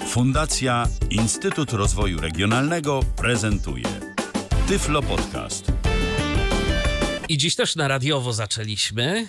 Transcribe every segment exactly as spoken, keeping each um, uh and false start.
Fundacja Instytut Rozwoju Regionalnego prezentuje Tyflo Podcast. I dziś też na radiowo zaczęliśmy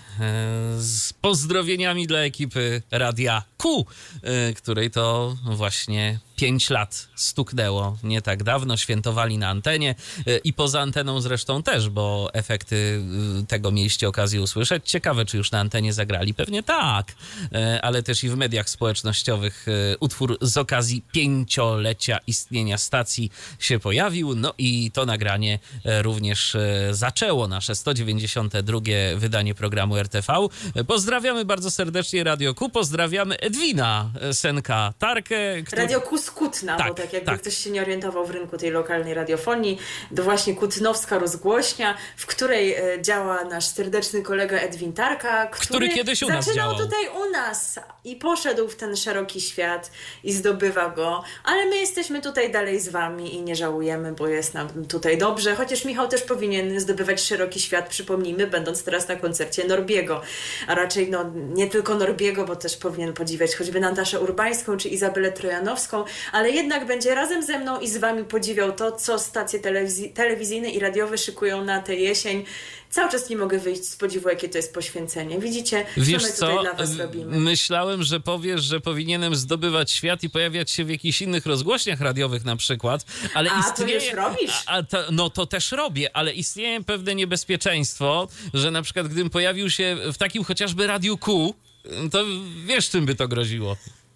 z pozdrowieniami dla ekipy Radia Q, której to właśnie pięć lat stuknęło nie tak dawno, świętowali na antenie i poza anteną zresztą też, bo efekty tego mieliście okazję usłyszeć. Ciekawe, czy już na antenie zagrali. Pewnie tak, ale też i w mediach społecznościowych utwór z okazji pięciolecia istnienia stacji się pojawił. No i to nagranie również zaczęło nasze sto dziewięćdziesiąte drugie wydanie programu R T V. Pozdrawiamy bardzo serdecznie Radio Q, pozdrawiamy Edwina Senka-Tarkę. Który... Radio Q z Kutna, tak, bo tak jakby tak. Ktoś się nie orientował w rynku tej lokalnej radiofonii, to właśnie kutnowska rozgłośnia, w której działa nasz serdeczny kolega Edwin Tarka, który, który kiedyś u nas zaczynał działał. tutaj u nas i poszedł w ten szeroki świat i zdobywa go, ale my jesteśmy tutaj dalej z wami i nie żałujemy, bo jest nam tutaj dobrze, chociaż Michał też powinien zdobywać szeroki świat, przypomnijmy, będąc teraz na koncercie Norbiego, a raczej no nie tylko Norbiego, bo też powinien podziwiać choćby Nataszę Urbańską czy Izabelę Trojanowską, ale jednak będzie razem ze mną i z wami podziwiał to, co stacje telewizji- telewizyjne i radiowe szykują na tę jesień. Cały czas nie mogę wyjść z podziwu, jakie to jest poświęcenie. Widzicie, Wiesz co my co? tutaj dla was robimy. Myślałem, że powiesz, że powinienem zdobywać świat i pojawiać się w jakichś innych rozgłośniach radiowych na przykład, ale a, istnieje... to już robisz? A, a to, no to też robię, ale istnieje pewne niebezpieczeństwo, że na przykład gdybym pojawił się w takim chociażby Radiu Q, to wiesz, czym by to groziło?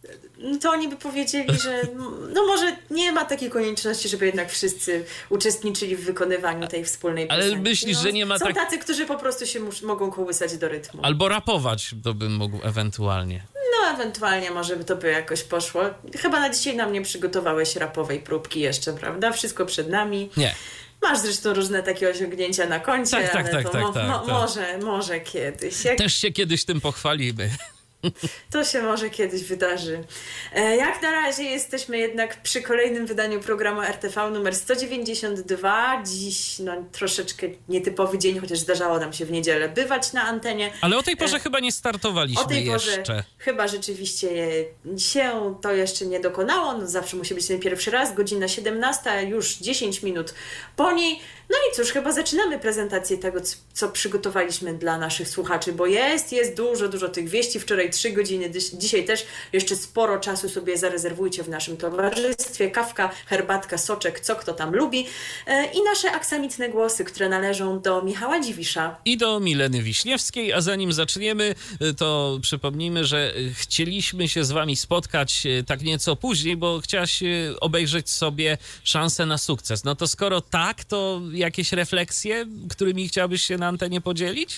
To oni by powiedzieli, że no może nie ma takiej konieczności, żeby jednak wszyscy uczestniczyli w wykonywaniu tej wspólnej piosenki. Ale myślisz, no, że nie ma są tak... tacy, którzy po prostu się mus- mogą kołysać do rytmu. Albo rapować to bym mógł ewentualnie. No ewentualnie może by to by jakoś poszło. Chyba na dzisiaj nam nie przygotowałeś rapowej próbki jeszcze, prawda? Wszystko przed nami. Nie. Masz zresztą różne takie osiągnięcia na koncie, tak, tak, ale tak, to tak, mo- tak, mo- tak. może, może kiedyś. Jak... Też się kiedyś tym pochwalimy. To się może kiedyś wydarzy. E, jak na razie jesteśmy jednak przy kolejnym wydaniu programu R T V numer sto dziewięćdziesiąt dwa. Dziś no, troszeczkę nietypowy dzień, chociaż zdarzało nam się w niedzielę bywać na antenie. Ale o tej porze e, chyba nie startowaliśmy o tej jeszcze. Porze chyba rzeczywiście się to jeszcze nie dokonało. No, zawsze musi być ten pierwszy raz. Godzina siedemnasta, już dziesięć minut po niej. No i cóż, chyba zaczynamy prezentację tego, co przygotowaliśmy dla naszych słuchaczy, bo jest, jest dużo, dużo tych wieści. Wczoraj trzy godziny, dzisiaj też jeszcze sporo czasu sobie zarezerwujcie w naszym towarzystwie. Kawka, herbatka, soczek, co kto tam lubi. I nasze aksamitne głosy, które należą do Michała Dziwisza. I do Mileny Wiśniewskiej, a zanim zaczniemy, to przypomnijmy, że chcieliśmy się z wami spotkać tak nieco później, bo chciałaś obejrzeć sobie Szansę na sukces. No to skoro tak, to jakieś refleksje, którymi chciałabyś się na antenie podzielić?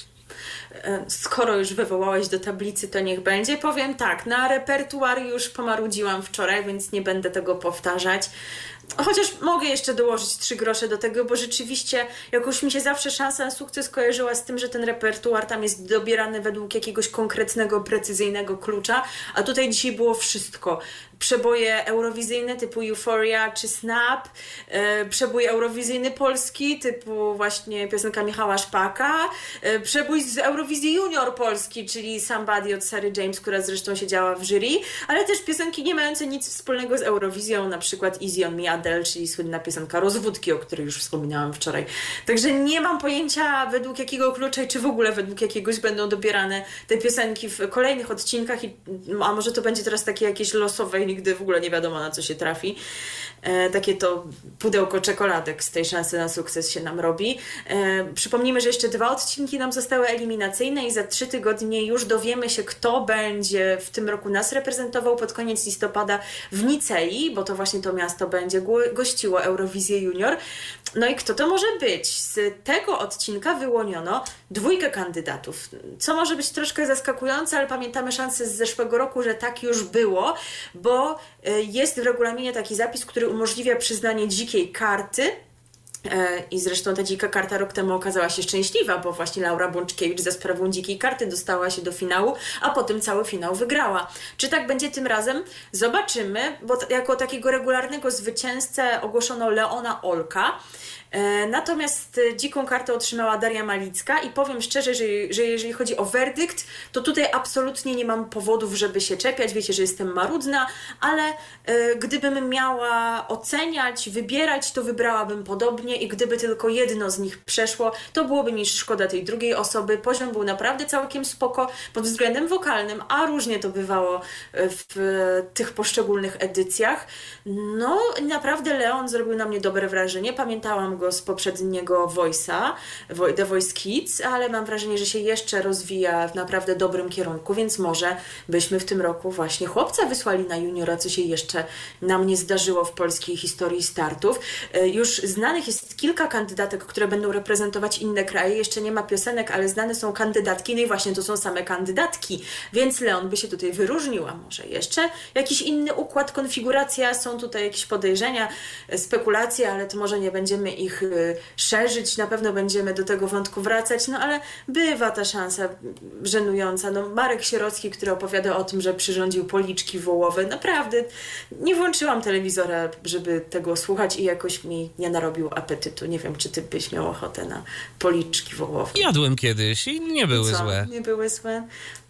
Skoro już wywołałeś do tablicy, to niech będzie. Powiem tak, na repertuar już pomarudziłam wczoraj, więc nie będę tego powtarzać. Chociaż mogę jeszcze dołożyć trzy grosze do tego, bo rzeczywiście jakoś mi się zawsze Szansa na sukces kojarzyła z tym, że ten repertuar tam jest dobierany według jakiegoś konkretnego, precyzyjnego klucza, a tutaj dzisiaj było wszystko. Przeboje eurowizyjne typu Euphoria czy Snap, e, przebój eurowizyjny polski typu właśnie piosenka Michała Szpaka, e, przebój z Eurowizji Junior Polski, czyli Somebody od Sary James, która zresztą siedziała w jury, ale też piosenki nie mające nic wspólnego z Eurowizją, na przykład Easy on Me Adele, czyli słynna piosenka Rozwódki, o której już wspominałam wczoraj. Także nie mam pojęcia według jakiego klucza i czy w ogóle według jakiegoś będą dobierane te piosenki w kolejnych odcinkach, i, a może to będzie teraz takie jakieś losowe i nigdy w ogóle nie wiadomo na co się trafi. E, takie to pudełko czekoladek z tej Szansy na sukces się nam robi. E, przypomnijmy, że jeszcze dwa odcinki nam zostały eliminacyjne i za trzy tygodnie już dowiemy się, kto będzie w tym roku nas reprezentował pod koniec listopada w Nicei, bo to właśnie to miasto będzie gościło Eurowizję Junior. No i kto to może być? Z tego odcinka wyłoniono dwójkę kandydatów, co może być troszkę zaskakujące, ale pamiętamy szansę z zeszłego roku, że tak już było, bo jest w regulaminie taki zapis, który umożliwia przyznanie dzikiej karty I zresztą ta dzika karta rok temu okazała się szczęśliwa, bo właśnie Laura Bączkiewicz za sprawą dzikiej karty dostała się do finału, a potem cały finał wygrała. Czy tak będzie tym razem? Zobaczymy, bo t- jako takiego regularnego zwycięzcę ogłoszono Leona Olka. E, natomiast dziką kartę otrzymała Daria Malicka i powiem szczerze, że, że jeżeli chodzi o werdykt, to tutaj absolutnie nie mam powodów, żeby się czepiać. Wiecie, że jestem marudna, ale e, gdybym miała oceniać, wybierać, to wybrałabym podobnie i gdyby tylko jedno z nich przeszło, to byłoby mi szkoda tej drugiej osoby. Poziom był naprawdę całkiem spoko pod względem wokalnym, a różnie to bywało w, w tych poszczególnych edycjach. No, naprawdę Leon zrobił na mnie dobre wrażenie. Pamiętałam go z poprzedniego Voice'a, The Voice Kids, ale mam wrażenie, że się jeszcze rozwija w naprawdę dobrym kierunku, więc może byśmy w tym roku właśnie chłopca wysłali na juniora, co się jeszcze nam nie zdarzyło w polskiej historii startów. Już znanych jest kilka kandydatek, które będą reprezentować inne kraje. Jeszcze nie ma piosenek, ale znane są kandydatki. No i właśnie to są same kandydatki, więc Leon by się tutaj wyróżnił, a może jeszcze jakiś inny układ, konfiguracja. Są tutaj jakieś podejrzenia, spekulacje, ale to może nie będziemy ich szerzyć. Na pewno będziemy do tego wątku wracać, no ale bywa ta szansa żenująca. No Marek Sierocki, który opowiada o tym, że przyrządził policzki wołowe. Naprawdę nie włączyłam telewizora, żeby tego słuchać i jakoś mi nie narobił apetytu. Nie wiem, czy ty byś miał ochotę na policzki wołowe. Jadłem kiedyś i nie były I co? złe. Nie były złe?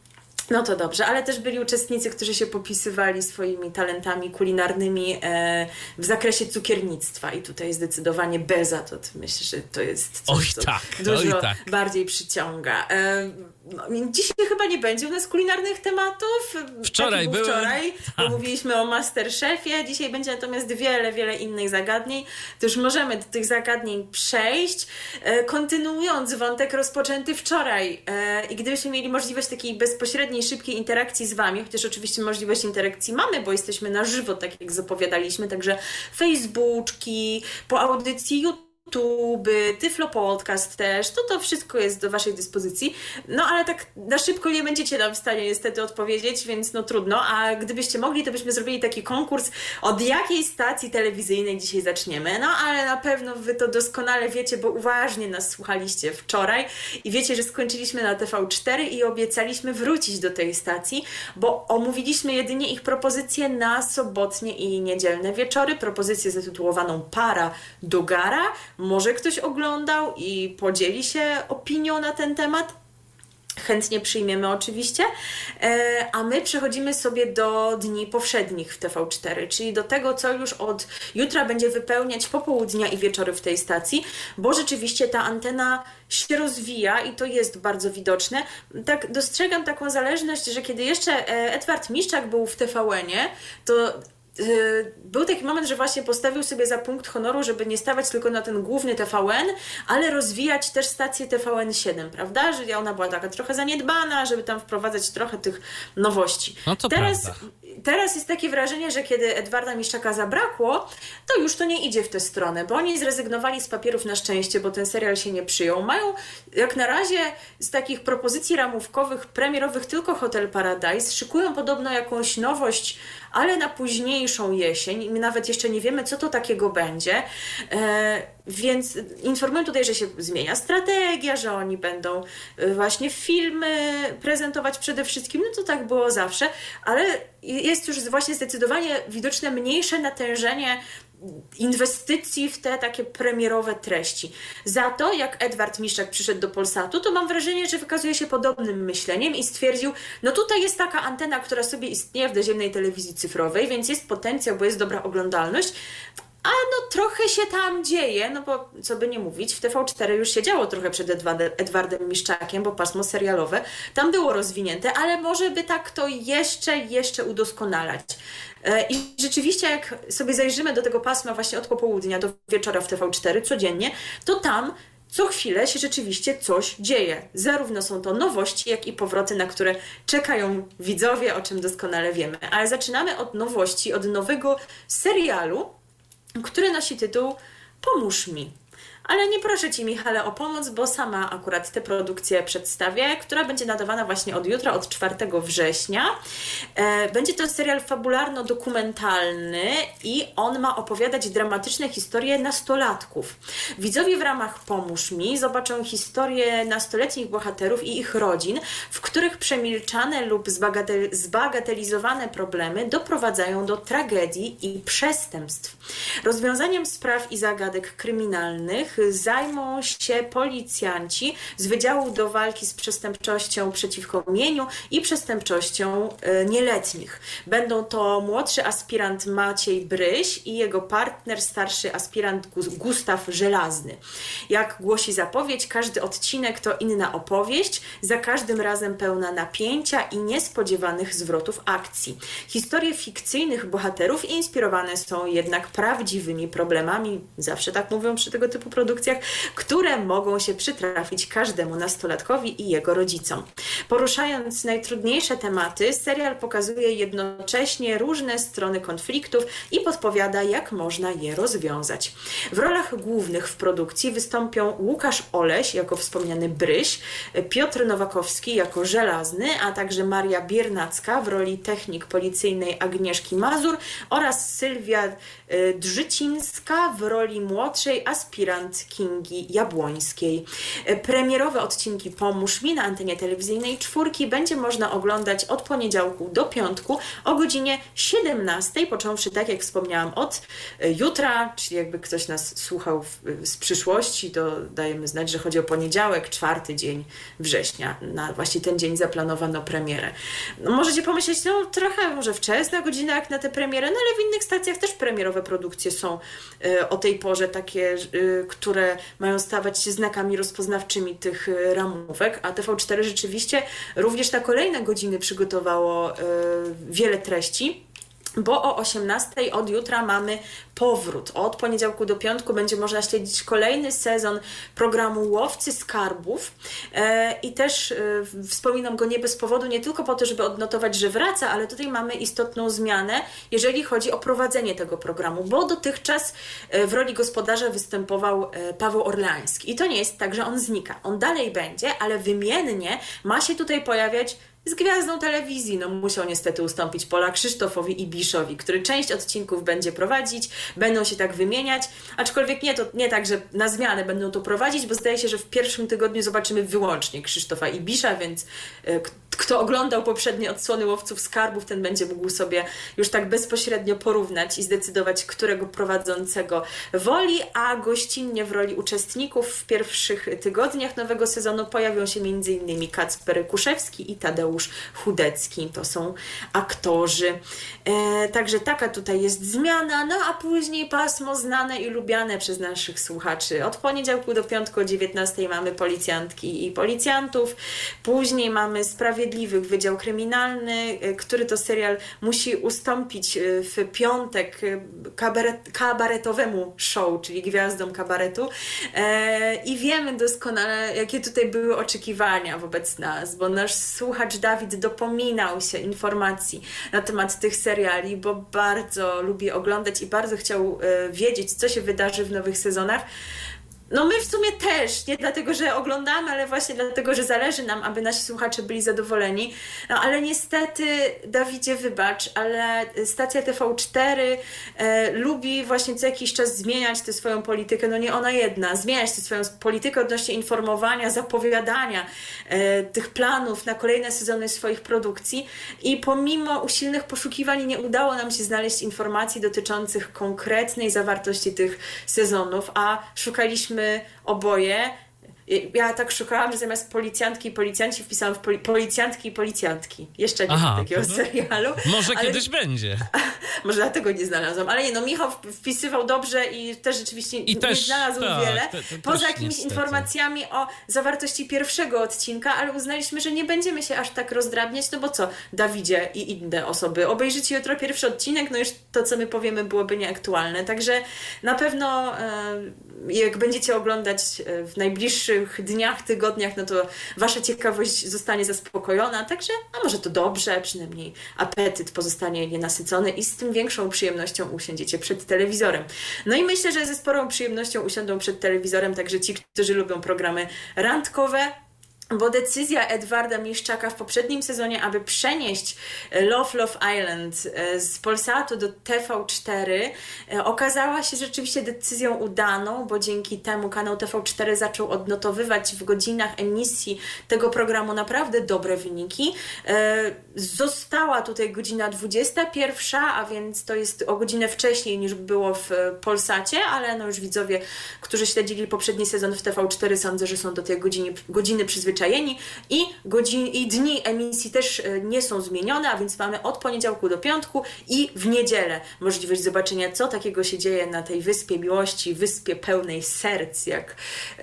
No to dobrze, ale też byli uczestnicy, którzy się popisywali swoimi talentami kulinarnymi e, w zakresie cukiernictwa i tutaj zdecydowanie Beza, to myślę, że to jest coś, Oj, co tak, dużo oj, tak. bardziej przyciąga. E, no, dzisiaj chyba nie będzie u nas kulinarnych tematów. Wczoraj Taki był były. Wczoraj, bo Tak. mówiliśmy o Masterchefie, dzisiaj będzie natomiast wiele, wiele innych zagadnień. To już możemy do tych zagadnień przejść, e, kontynuując wątek rozpoczęty wczoraj. E, I gdybyśmy mieli możliwość takiej bezpośredniej, szybkiej interakcji z wami, chociaż oczywiście możliwość interakcji mamy, bo jesteśmy na żywo, tak jak zapowiadaliśmy, także Facebooki, po audycji YouTube, YouTube, Tyflo Podcast też, to to wszystko jest do waszej dyspozycji. No ale tak na szybko nie będziecie nam w stanie niestety odpowiedzieć, więc no trudno. A gdybyście mogli, to byśmy zrobili taki konkurs, od jakiej stacji telewizyjnej dzisiaj zaczniemy. No ale na pewno wy to doskonale wiecie, bo uważnie nas słuchaliście wczoraj i wiecie, że skończyliśmy na T V cztery i obiecaliśmy wrócić do tej stacji, bo omówiliśmy jedynie ich propozycje na sobotnie i niedzielne wieczory. Propozycję zatytułowaną Para do Gara. Może ktoś oglądał i podzieli się opinią na ten temat. Chętnie przyjmiemy oczywiście, e, a my przechodzimy sobie do dni powszednich w T V cztery, czyli do tego, co już od jutra będzie wypełniać popołudnia i wieczory w tej stacji, bo rzeczywiście ta antena się rozwija i to jest bardzo widoczne. Tak dostrzegam taką zależność, że kiedy jeszcze Edward Miszczak był w T V N-ie, to był taki moment, że właśnie postawił sobie za punkt honoru, żeby nie stawać tylko na ten główny T V N, ale rozwijać też stację T V N siedem, prawda? Że ona była taka trochę zaniedbana, żeby tam wprowadzać trochę tych nowości. No to teraz, prawda. Teraz jest takie wrażenie, że kiedy Edwarda Miszczaka zabrakło, to już to nie idzie w tę stronę, bo oni zrezygnowali z papierów na szczęście, bo ten serial się nie przyjął. Mają jak na razie z takich propozycji ramówkowych, premierowych tylko Hotel Paradise. Szykują podobno jakąś nowość, ale na późniejszą jesień. My nawet jeszcze nie wiemy, co to takiego będzie. E, więc informuję tutaj, że się zmienia strategia, że oni będą właśnie filmy prezentować przede wszystkim. No to tak było zawsze, ale jest już właśnie zdecydowanie widoczne mniejsze natężenie inwestycji w te takie premierowe treści. Za to, jak Edward Miszczak przyszedł do Polsatu, to mam wrażenie, że wykazuje się podobnym myśleniem i stwierdził, no tutaj jest taka antena, która sobie istnieje w doziemnej telewizji cyfrowej, więc jest potencjał, bo jest dobra oglądalność, a no trochę się tam dzieje, no bo co by nie mówić, w T V cztery już się działo trochę przed Edwardem, Edwardem Miszczakiem, bo pasmo serialowe tam było rozwinięte, ale może by tak to jeszcze, jeszcze udoskonalać. I rzeczywiście jak sobie zajrzymy do tego pasma właśnie od popołudnia do wieczora w T V cztery codziennie, to tam co chwilę się rzeczywiście coś dzieje. Zarówno są to nowości, jak i powroty, na które czekają widzowie, o czym doskonale wiemy. Ale zaczynamy od nowości, od nowego serialu, który nosi tytuł Pomóż mi. Ale nie proszę Cię, Michale, o pomoc, bo sama akurat tę produkcję przedstawię, która będzie nadawana właśnie od jutra, od czwartego września. Będzie to serial fabularno-dokumentalny i on ma opowiadać dramatyczne historie nastolatków. Widzowie w ramach Pomóż Mi zobaczą historie nastoletnich bohaterów i ich rodzin, w których przemilczane lub zbagatel- zbagatelizowane problemy doprowadzają do tragedii i przestępstw. Rozwiązaniem spraw i zagadek kryminalnych zajmą się policjanci z Wydziału do Walki z Przestępczością przeciwko Mieniu i Przestępczością y, Nieletnich. Będą to młodszy aspirant Maciej Bryś i jego partner, starszy aspirant Gustaw Żelazny. Jak głosi zapowiedź, każdy odcinek to inna opowieść, za każdym razem pełna napięcia i niespodziewanych zwrotów akcji. Historie fikcyjnych bohaterów inspirowane są jednak prawdziwymi problemami, zawsze tak mówią przy tego typu produkcjach, które mogą się przytrafić każdemu nastolatkowi i jego rodzicom. Poruszając najtrudniejsze tematy, serial pokazuje jednocześnie różne strony konfliktów i podpowiada, jak można je rozwiązać. W rolach głównych w produkcji wystąpią Łukasz Oleś jako wspomniany Bryś, Piotr Nowakowski jako Żelazny, a także Maria Biernacka w roli technik policyjnej Agnieszki Mazur oraz Sylwia Drzycińska w roli młodszej aspirant Kingi Jabłońskiej. Premierowe odcinki Pomóż Mi na antenie telewizyjnej Czwórki będzie można oglądać od poniedziałku do piątku o godzinie siedemnastej, począwszy, tak jak wspomniałam, od jutra, czyli jakby ktoś nas słuchał w, z przyszłości, to dajemy znać, że chodzi o poniedziałek, czwarty dzień września. Na właśnie ten dzień zaplanowano premierę. No, możecie pomyśleć, no trochę może wczesna godzina jak na tę premierę, no ale w innych stacjach też premierowe produkcje są y, o tej porze takie, y, które mają stawać się znakami rozpoznawczymi tych y, ramówek, a T V cztery rzeczywiście również na kolejne godziny przygotowało y, wiele treści. Bo o osiemnastej od jutra mamy powrót. Od poniedziałku do piątku będzie można śledzić kolejny sezon programu Łowcy Skarbów e, i też e, wspominam go nie bez powodu, nie tylko po to, żeby odnotować, że wraca, ale tutaj mamy istotną zmianę, jeżeli chodzi o prowadzenie tego programu, bo dotychczas e, w roli gospodarza występował e, Paweł Orleański i to nie jest tak, że on znika. On dalej będzie, ale wymiennie ma się tutaj pojawiać z gwiazdą telewizji. No musiał niestety ustąpić pola Krzysztofowi Ibiszowi, który część odcinków będzie prowadzić, będą się tak wymieniać, aczkolwiek nie, to, nie tak, że na zmianę będą to prowadzić, bo zdaje się, że w pierwszym tygodniu zobaczymy wyłącznie Krzysztofa Ibisza, więc y, kto oglądał poprzednie odsłony Łowców Skarbów, ten będzie mógł sobie już tak bezpośrednio porównać i zdecydować, którego prowadzącego woli, a gościnnie w roli uczestników w pierwszych tygodniach nowego sezonu pojawią się między innymi Kacper Kuszewski i Tadeusz Chudecki. To są aktorzy. E, także taka tutaj jest zmiana, no a później pasmo znane i lubiane przez naszych słuchaczy. Od poniedziałku do piątku o dziewiętnastej mamy Policjantki i Policjantów. Później mamy Sprawiedliwych Wydział Kryminalny, który to serial musi ustąpić w piątek kabaret, kabaretowemu show, czyli gwiazdom kabaretu. E, I wiemy doskonale, jakie tutaj były oczekiwania wobec nas, bo nasz słuchacz Dawid dopominał się informacji na temat tych seriali, bo bardzo lubi oglądać i bardzo chciał e, wiedzieć, co się wydarzy w nowych sezonach. No my w sumie też, nie dlatego, że oglądamy, ale właśnie dlatego, że zależy nam, aby nasi słuchacze byli zadowoleni. No ale niestety, Dawidzie, wybacz, ale stacja T V cztery e, lubi właśnie co jakiś czas zmieniać tę swoją politykę, no nie ona jedna, zmieniać tę swoją politykę odnośnie informowania, zapowiadania e, tych planów na kolejne sezony swoich produkcji i pomimo usilnych poszukiwań nie udało nam się znaleźć informacji dotyczących konkretnej zawartości tych sezonów, a szukaliśmy oboje. Ja tak szukałam, że zamiast policjantki i policjanci wpisałam w poli- policjantki i policjantki. Jeszcze nie Aha, ma takiego no, serialu. Może ale... kiedyś będzie. Może dlatego nie znalazłam. Ale nie, no Michał wpisywał dobrze i też rzeczywiście I nie też, znalazł tak, wiele. te, te Poza jakimiś niestety. informacjami o zawartości pierwszego odcinka, ale uznaliśmy, że nie będziemy się aż tak rozdrabniać, no bo co, Dawidzie i inne osoby, obejrzycie jutro pierwszy odcinek, no już to, co my powiemy, byłoby nieaktualne. Także na pewno e, jak będziecie oglądać w najbliższych dniach, tygodniach, no to wasza ciekawość zostanie zaspokojona, także a może to dobrze, przynajmniej apetyt pozostanie nienasycony i z tym tym większą przyjemnością usiądziecie przed telewizorem. No i myślę, że ze sporą przyjemnością usiądą przed telewizorem także ci, którzy lubią programy randkowe, bo decyzja Edwarda Mieszczaka w poprzednim sezonie, aby przenieść Love, Love Island z Polsatu do T V cztery, okazała się rzeczywiście decyzją udaną, bo dzięki temu kanał T V cztery zaczął odnotowywać w godzinach emisji tego programu naprawdę dobre wyniki. Została tutaj godzina dwudziesta pierwsza, a więc to jest o godzinę wcześniej niż było w Polsacie, ale no już widzowie, którzy śledzili poprzedni sezon w T V cztery, sądzę, że są do tej godziny, godziny przyzwyczajeni. I, godzin, i dni emisji też nie są zmienione, a więc mamy od poniedziałku do piątku i w niedzielę możliwość zobaczenia, co takiego się dzieje na tej Wyspie Miłości, wyspie pełnej serc, jak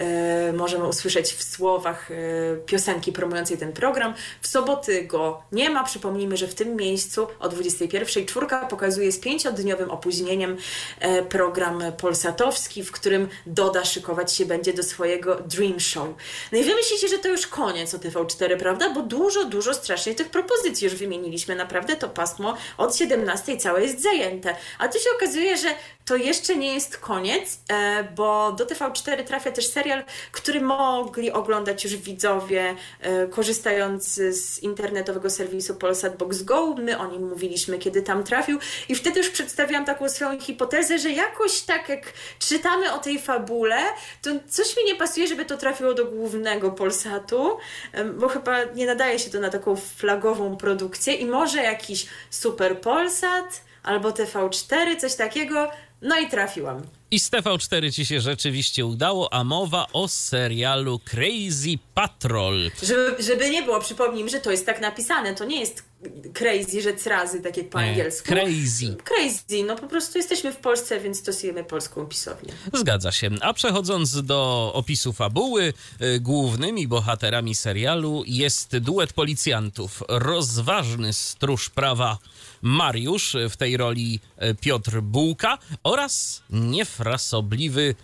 e, możemy usłyszeć w słowach e, piosenki promującej ten program. W soboty go nie ma. Przypomnijmy, że w tym miejscu o dwudziestej pierwszej czwórka pokazuje z pięciodniowym opóźnieniem e, program polsatowski, w którym Doda szykować się będzie do swojego Dream Show. No i wy myślicie, że to już koniec o T V cztery, prawda? Bo dużo, dużo strasznie tych propozycji już wymieniliśmy. Naprawdę to pasmo od siedemnastej całe jest zajęte. A tu się okazuje, że to jeszcze nie jest koniec, bo do T V cztery trafia też serial, który mogli oglądać już widzowie korzystający z internetowego serwisu Polsat Box Go. My o nim mówiliśmy, kiedy tam trafił i wtedy już przedstawiłam taką swoją hipotezę, że jakoś tak jak czytamy o tej fabule, to coś mi nie pasuje, żeby to trafiło do głównego Polsatu, bo chyba nie nadaje się to na taką flagową produkcję i może jakiś Super Polsat albo T V cztery, coś takiego. No i trafiłam. I z T V cztery ci się rzeczywiście udało, a mowa o serialu Crazy Patrol. Żeby, żeby nie było, przypomnijmy, że to jest tak napisane, to nie jest crazy, że razy, tak jak po nie, angielsku. Crazy. Crazy, no po prostu jesteśmy w Polsce, więc stosujemy polską pisownię. Zgadza się. A przechodząc do opisu fabuły, głównymi bohaterami serialu jest duet policjantów. Rozważny stróż prawa Mariusz, w tej roli Piotr Bułka, oraz niefrasobliwy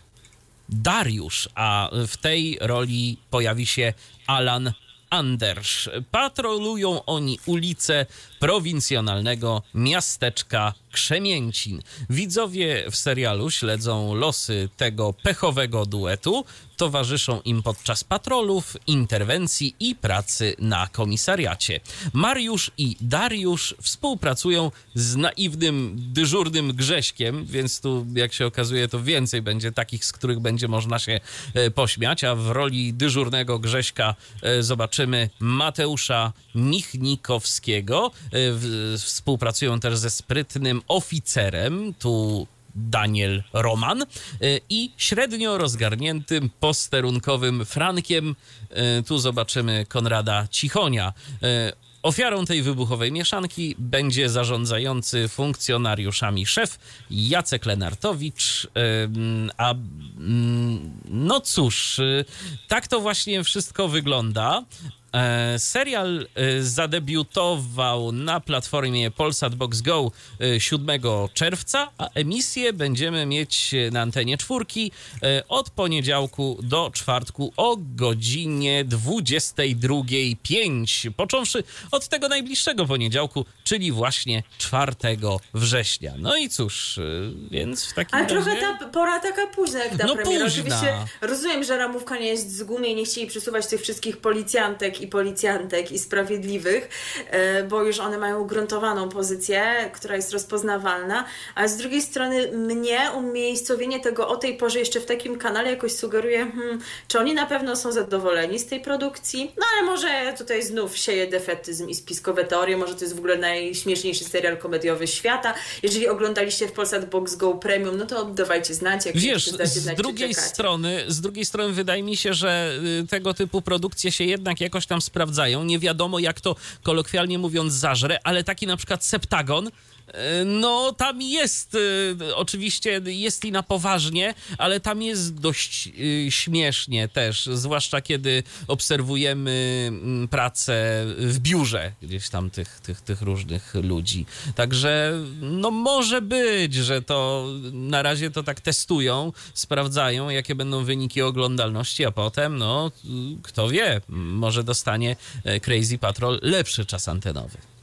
Dariusz, a w tej roli pojawi się Alan Andersz. Patrolują oni ulice prowincjonalnego miasteczka Krzemięcin. Widzowie w serialu śledzą losy tego pechowego duetu, towarzyszą im podczas patrolów, interwencji i pracy na komisariacie. Mariusz i Dariusz współpracują z naiwnym, dyżurnym Grześkiem, więc tu, jak się okazuje, to więcej będzie takich, z których będzie można się pośmiać, a w roli dyżurnego Grześka zobaczymy Mateusza Michnikowskiego. Współpracują też ze sprytnym oficerem, tu Daniel Roman, i średnio rozgarniętym posterunkowym Frankiem, tu zobaczymy Konrada Cichonia. Ofiarą tej wybuchowej mieszanki będzie zarządzający funkcjonariuszami szef Jacek Lenartowicz. A no cóż, tak to właśnie wszystko wygląda. Serial zadebiutował na platformie Polsat Box Go siódmego czerwca, a emisję będziemy mieć na antenie czwórki od poniedziałku do czwartku o godzinie dwudziestej drugiej pięć, począwszy od tego najbliższego poniedziałku, czyli właśnie czwartego września. No i cóż, więc w takim Ale razie... trochę ta pora taka późna jak ta no premiera. Późna. Oczywiście rozumiem, że ramówka nie jest z gumy i nie chcieli przesuwać tych wszystkich policjantek i policjantek i sprawiedliwych, bo już one mają ugruntowaną pozycję, która jest rozpoznawalna, a z drugiej strony mnie umiejscowienie tego o tej porze jeszcze w takim kanale jakoś sugeruje, hmm, czy oni na pewno są zadowoleni z tej produkcji? No ale może tutaj znów sieje defetyzm i spiskowe teorie, może to jest w ogóle najśmieszniejszy serial komediowy świata. Jeżeli oglądaliście w Polsat Box Go Premium, no to dawajcie znać, jak Wiesz, się zdacie, z drugiej strony, z drugiej strony wydaje mi się, że tego typu produkcje się jednak jakoś tam sprawdzają. Nie wiadomo, jak to kolokwialnie mówiąc zażre, ale taki na przykład Septagon, no tam jest, oczywiście jest i na poważnie, ale tam jest dość śmiesznie też, zwłaszcza kiedy obserwujemy pracę w biurze gdzieś tam tych, tych, tych różnych ludzi. Także no może być, że to na razie to tak testują, sprawdzają, jakie będą wyniki oglądalności, a potem, no kto wie, może dostanie Crazy Patrol lepszy czas antenowy.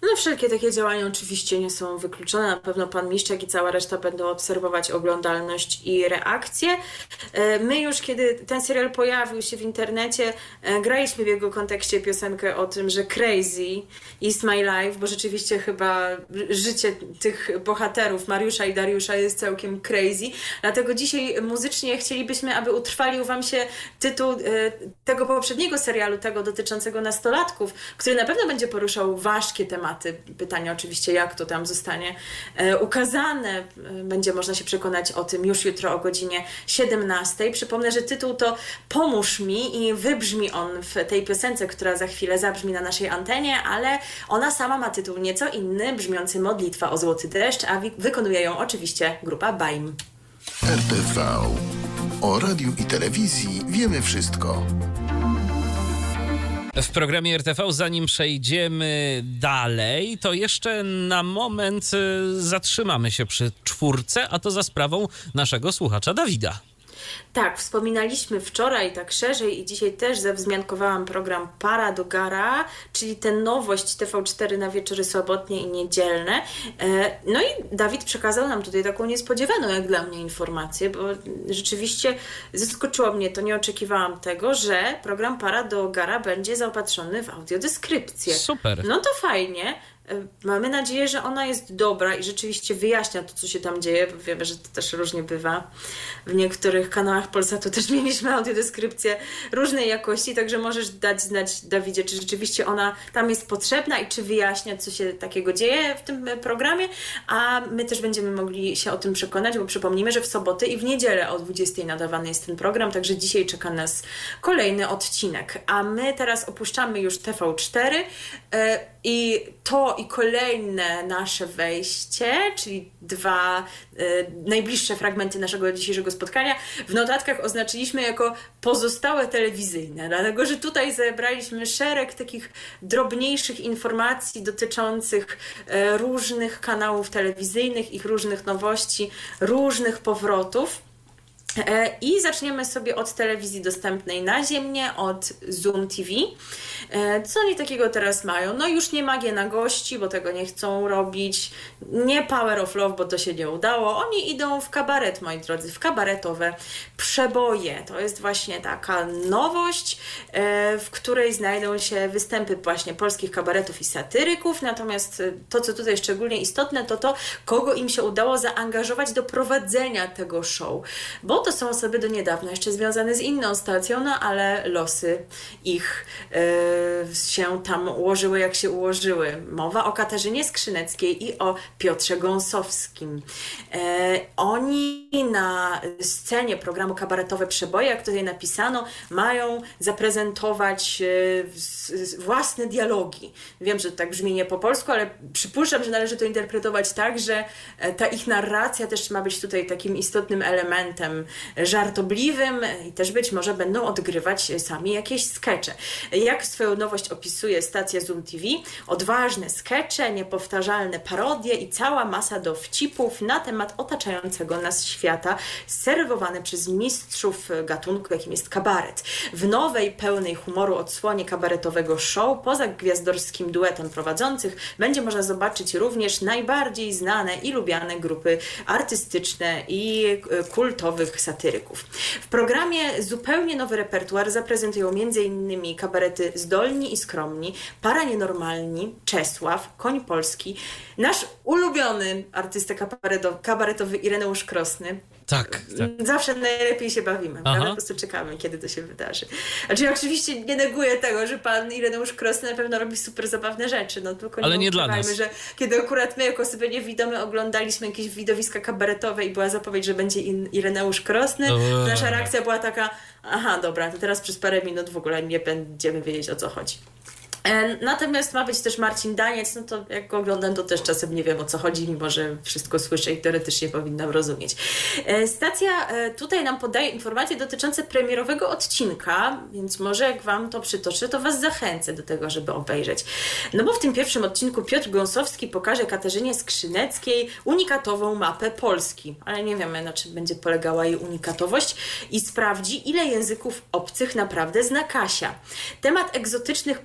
No wszelkie takie działania oczywiście nie są wykluczone. Na pewno pan Miszczak i cała reszta będą obserwować oglądalność i reakcje. My już, kiedy ten serial pojawił się w internecie, graliśmy w jego kontekście piosenkę o tym, że crazy is my life, bo rzeczywiście chyba życie tych bohaterów, Mariusza i Dariusza, jest całkiem crazy. Dlatego dzisiaj muzycznie chcielibyśmy, aby utrwalił wam się tytuł tego poprzedniego serialu, tego dotyczącego nastolatków, który na pewno będzie poruszał ważkie tematy. Pytanie oczywiście, jak to tam zostanie e, ukazane. Będzie można się przekonać o tym już jutro o godzinie siedemnastej. Przypomnę, że tytuł to Pomóż mi i wybrzmi on w tej piosence, która za chwilę zabrzmi na naszej antenie, ale ona sama ma tytuł nieco inny, brzmiący Modlitwa o złoty deszcz, a wi- wykonuje ją oczywiście grupa Baim. R T V. O radiu i telewizji wiemy wszystko. W programie R T V, zanim przejdziemy dalej, to jeszcze na moment zatrzymamy się przy czwórce, a to za sprawą naszego słuchacza Dawida. Tak, wspominaliśmy wczoraj tak szerzej i dzisiaj też zawzmiankowałam program Para do Gara, czyli tę nowość T V cztery na wieczory sobotnie i niedzielne. No i Dawid przekazał nam tutaj taką niespodziewaną jak dla mnie informację, bo rzeczywiście zaskoczyło mnie to, nie oczekiwałam tego, że program Para do Gara będzie zaopatrzony w audiodeskrypcję. Super. No to fajnie. Mamy nadzieję, że ona jest dobra i rzeczywiście wyjaśnia to, co się tam dzieje, bo wiemy, że to też różnie bywa. W niektórych kanałach Polsatu też mieliśmy audiodeskrypcję różnej jakości, także możesz dać znać, Dawidzie, czy rzeczywiście ona tam jest potrzebna i czy wyjaśnia, co się takiego dzieje w tym programie, a my też będziemy mogli się o tym przekonać, bo przypomnijmy, że w soboty i w niedzielę o dwudziestej nadawany jest ten program, także dzisiaj czeka nas kolejny odcinek. A my teraz opuszczamy już T V cztery i to i kolejne nasze wejście, czyli dwa y, najbliższe fragmenty naszego dzisiejszego spotkania, w notatkach oznaczyliśmy jako pozostałe telewizyjne, dlatego że tutaj zebraliśmy szereg takich drobniejszych informacji dotyczących y, różnych kanałów telewizyjnych, ich różnych nowości, różnych powrotów. I zaczniemy sobie od telewizji dostępnej naziemnie, od Zoom T V. Co oni takiego teraz mają? No już nie Magię na gości, bo tego nie chcą robić. Nie Power of Love, bo to się nie udało. Oni idą w kabaret, moi drodzy, w kabaretowe przeboje. To jest właśnie taka nowość, w której znajdą się występy właśnie polskich kabaretów i satyryków. Natomiast to, co tutaj szczególnie istotne, to to, kogo im się udało zaangażować do prowadzenia tego show. Bo to są osoby do niedawna jeszcze związane z inną stacją, no ale losy ich yy, się tam ułożyły, jak się ułożyły. Mowa o Katarzynie Skrzyneckiej i o Piotrze Gąsowskim. Yy, oni na scenie programu Kabaretowe Przeboje, jak tutaj napisano, mają zaprezentować yy, własne dialogi. Wiem, że tak brzmi nie po polsku, ale przypuszczam, że należy to interpretować tak, że ta ich narracja też ma być tutaj takim istotnym elementem żartobliwym i też być może będą odgrywać sami jakieś skecze. Jak swoją nowość opisuje stacja Zoom T V? Odważne skecze, niepowtarzalne parodie i cała masa dowcipów na temat otaczającego nas świata, serwowane przez mistrzów gatunku, jakim jest kabaret. W nowej, pełnej humoru odsłonie kabaretowego show, poza gwiazdorskim duetem prowadzących, będzie można zobaczyć również najbardziej znane i lubiane grupy artystyczne i kultowych satyryków. W programie zupełnie nowy repertuar zaprezentują m.in. kabarety Zdolni i Skromni, Para Nienormalni, Czesław, Koń Polski, nasz ulubiony artysta kabaretowy, kabaretowy Ireneusz Krosny. Tak, tak. Zawsze najlepiej się bawimy, Aha. prawda? Po prostu czekamy, kiedy to się wydarzy. Znaczy, ja oczywiście nie neguję tego, że pan Ireneusz Krosny na pewno robi super zabawne rzeczy, no tylko nie, ale nie dla nas. że kiedy akurat my jako osoby niewidome oglądaliśmy jakieś widowiska kabaretowe i była zapowiedź, że będzie Ireneusz Krosny, Eee. nasza reakcja była taka, aha, dobra, to teraz przez parę minut w ogóle nie będziemy wiedzieć, o co chodzi. Natomiast ma być też Marcin Daniec, no to jak go oglądam, to też czasem nie wiem, o co chodzi, mimo że wszystko słyszę i teoretycznie powinnam rozumieć. Stacja tutaj nam podaje informacje dotyczące premierowego odcinka, więc może jak wam to przytoczę, to was zachęcę do tego, żeby obejrzeć. No bo w tym pierwszym odcinku Piotr Gąsowski pokaże Katarzynie Skrzyneckiej unikatową mapę Polski, ale nie wiemy, na czym będzie polegała jej unikatowość, i sprawdzi, ile języków obcych naprawdę zna Kasia. Temat egzotycznych podróży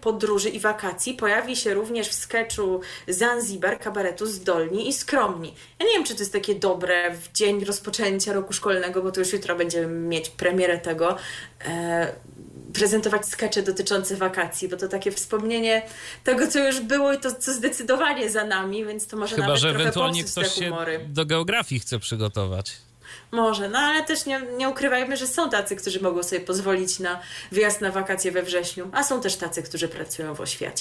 podróży i wakacji pojawi się również w sketchu Zanzibar kabaretu Zdolni i Skromni. Ja nie wiem, czy to jest takie dobre w dzień rozpoczęcia roku szkolnego, bo to już jutro będziemy mieć premierę tego, e, prezentować skecze dotyczące wakacji, bo to takie wspomnienie tego, co już było i to, co zdecydowanie za nami, więc to może Chyba, nawet że trochę ewentualnie popsuć ktoś te się humory. do geografii chce przygotować. Może, no ale też nie, nie ukrywajmy, że są tacy, którzy mogą sobie pozwolić na wyjazd na wakacje we wrześniu, a są też tacy, którzy pracują w oświacie.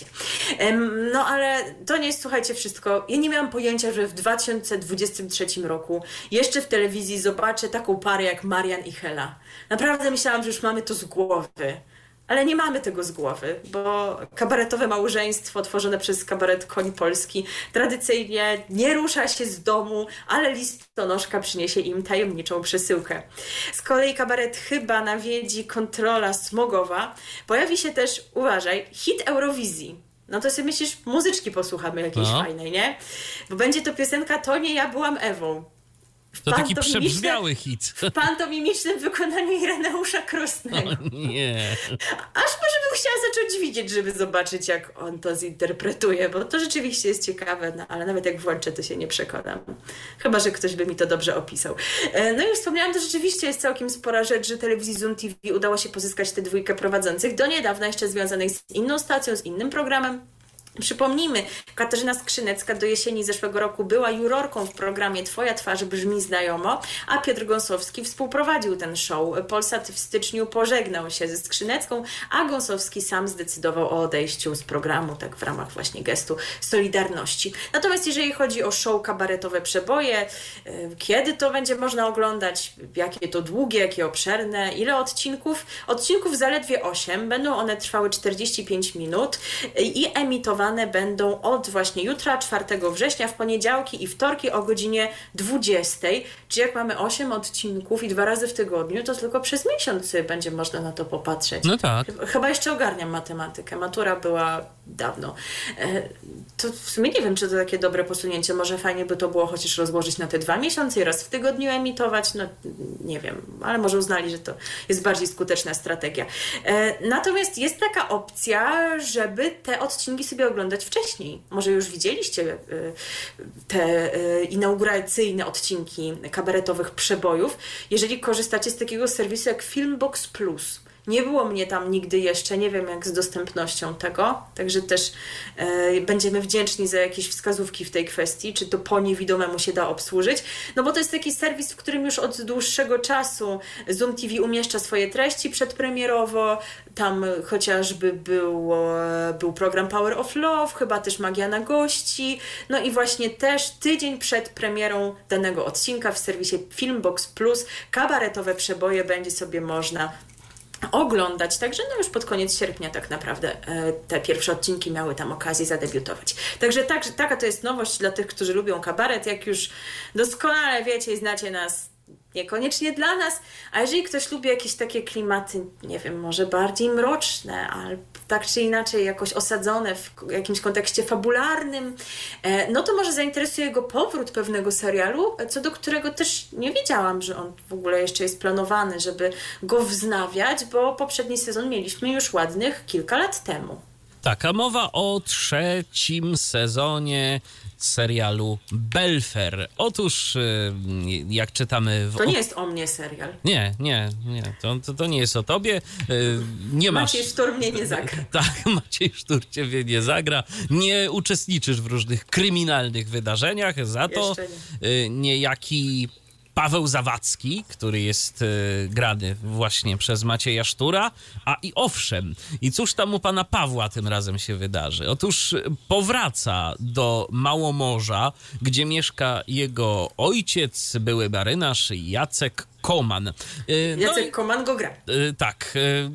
Ym, no ale to nie jest, słuchajcie, wszystko. Ja nie miałam pojęcia, że w dwa tysiące dwudziestym trzecim roku jeszcze w telewizji zobaczę taką parę jak Marian i Hela. Naprawdę myślałam, że już mamy to z głowy. Ale nie mamy tego z głowy, bo kabaretowe małżeństwo tworzone przez kabaret Koń Polski tradycyjnie nie rusza się z domu, ale listonoszka przyniesie im tajemniczą przesyłkę. Z kolei kabaret Chyba nawiedzi kontrola smogowa. Pojawi się też, uważaj, hit Eurowizji. No to sobie myślisz, muzyczki posłuchamy jakiejś no. fajnej, nie? Bo będzie to piosenka To nie ja byłam Ewą. To taki przebrzmiały hit. W pantomimicznym wykonaniu Ireneusza Krosnego. O nie. Aż może bym chciała zacząć widzieć, żeby zobaczyć, jak on to zinterpretuje, bo to rzeczywiście jest ciekawe, no, ale nawet jak włączę, to się nie przekonam. Chyba że ktoś by mi to dobrze opisał. No i już wspomniałam, to rzeczywiście jest całkiem spora rzecz, że telewizji Zoom T V udało się pozyskać tę dwójkę prowadzących, do niedawna jeszcze związanej z inną stacją, z innym programem. Przypomnijmy, Katarzyna Skrzynecka do jesieni zeszłego roku była jurorką w programie Twoja twarz brzmi znajomo, a Piotr Gąsowski współprowadził ten show. Polsat w styczniu pożegnał się ze Skrzynecką, a Gąsowski sam zdecydował o odejściu z programu, tak w ramach właśnie gestu solidarności. Natomiast jeżeli chodzi o show Kabaretowe Przeboje, kiedy to będzie można oglądać, jakie to długie, jakie obszerne, ile odcinków? Odcinków zaledwie osiem, będą one trwały czterdzieści pięć minut i emitowane będą od właśnie jutra, czwartego września, w poniedziałki i wtorki o godzinie dwudziestej. Czyli jak mamy osiem odcinków i dwa razy w tygodniu, to tylko przez miesiąc będzie można na to popatrzeć. No tak. Chyba jeszcze ogarniam matematykę. Matura była dawno. To w sumie nie wiem, czy to takie dobre posunięcie. Może fajnie by to było chociaż rozłożyć na te dwa miesiące i raz w tygodniu emitować. No nie wiem, ale może uznali, że to jest bardziej skuteczna strategia. Natomiast jest taka opcja, żeby te odcinki sobie oglądać wcześniej. Może już widzieliście te inauguracyjne odcinki kabaretowych przebojów. Jeżeli korzystacie z takiego serwisu jak Filmbox Plus. Nie było mnie tam nigdy jeszcze, nie wiem jak z dostępnością tego, także też e, będziemy wdzięczni za jakieś wskazówki w tej kwestii, czy to po niewidomemu się da obsłużyć, no bo to jest taki serwis, w którym już od dłuższego czasu Zoom T V umieszcza swoje treści przedpremierowo, tam chociażby był, był program Power of Love, chyba też Magia na gości, no i właśnie też tydzień przed premierą danego odcinka w serwisie Filmbox Plus kabaretowe przeboje będzie sobie można oglądać, także no już pod koniec sierpnia tak naprawdę te pierwsze odcinki miały tam okazję zadebiutować. Także tak, taka to jest nowość dla tych, którzy lubią kabaret, jak już doskonale wiecie i znacie nas, niekoniecznie dla nas, a jeżeli ktoś lubi jakieś takie klimaty, nie wiem, może bardziej mroczne, ale tak czy inaczej jakoś osadzone w jakimś kontekście fabularnym, no to może zainteresuje go powrót pewnego serialu, co do którego też nie wiedziałam, że on w ogóle jeszcze jest planowany, żeby go wznawiać, bo poprzedni sezon mieliśmy już ładnych kilka lat temu. Tak, a mowa o trzecim sezonie serialu Belfer. Otóż, jak czytamy... W... To nie jest o mnie serial. Nie, nie, nie. To, to, to nie jest o tobie. Nie masz... Maciej Sztur mnie nie zagra. Tak, Maciej Sztur ciebie nie zagra. Nie uczestniczysz w różnych kryminalnych wydarzeniach. Za to nie. niejaki Paweł Zawadzki, który jest y, grany właśnie przez Macieja Sztura, a i owszem, i cóż tam u pana Pawła tym razem się wydarzy? Otóż powraca do Małomorza, gdzie mieszka jego ojciec, były marynarz Jacek Koman. Y, Jacek no, Koman go gra. Y, tak. Y,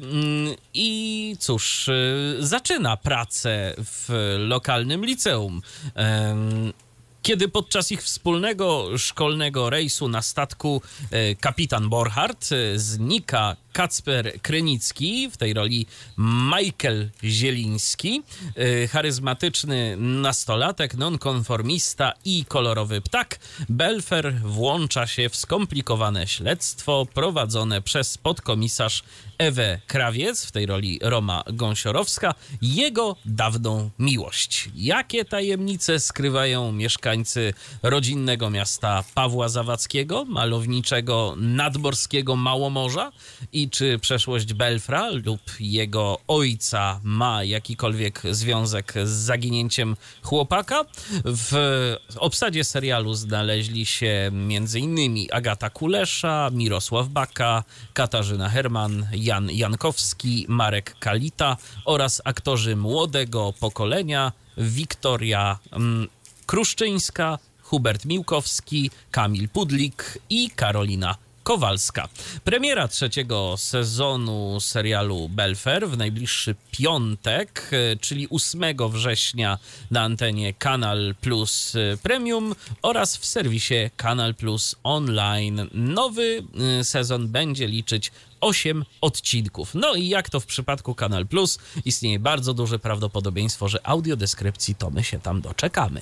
I cóż, y, zaczyna pracę w lokalnym liceum. Y, Kiedy podczas ich wspólnego szkolnego rejsu na statku kapitan Borchardt znika Kacper Krynicki, w tej roli Michael Zieliński, charyzmatyczny nastolatek, nonkonformista i kolorowy ptak. Belfer włącza się w skomplikowane śledztwo prowadzone przez podkomisarz Ewę Krawiec, w tej roli Roma Gąsiorowska, jego dawną miłość. Jakie tajemnice skrywają mieszkańcy rodzinnego miasta Pawła Zawadzkiego, malowniczego nadmorskiego Małomorza, i czy przeszłość Belfra lub jego ojca ma jakikolwiek związek z zaginięciem chłopaka? W obsadzie serialu znaleźli się między innymi Agata Kulesza, Mirosław Baka, Katarzyna Herman, Jan Jankowski, Marek Kalita oraz aktorzy młodego pokolenia Wiktoria mm, Kruszczyńska, Hubert Miłkowski, Kamil Pudlik i Karolina Kowalska. Premiera trzeciego sezonu serialu Belfer w najbliższy piątek, czyli ósmego września na antenie Kanal Plus Premium oraz w serwisie Kanal Plus Online. Nowy sezon będzie liczyć osiem odcinków. No i jak to w przypadku Kanal Plus, istnieje bardzo duże prawdopodobieństwo, że audiodeskrypcji to my się tam doczekamy.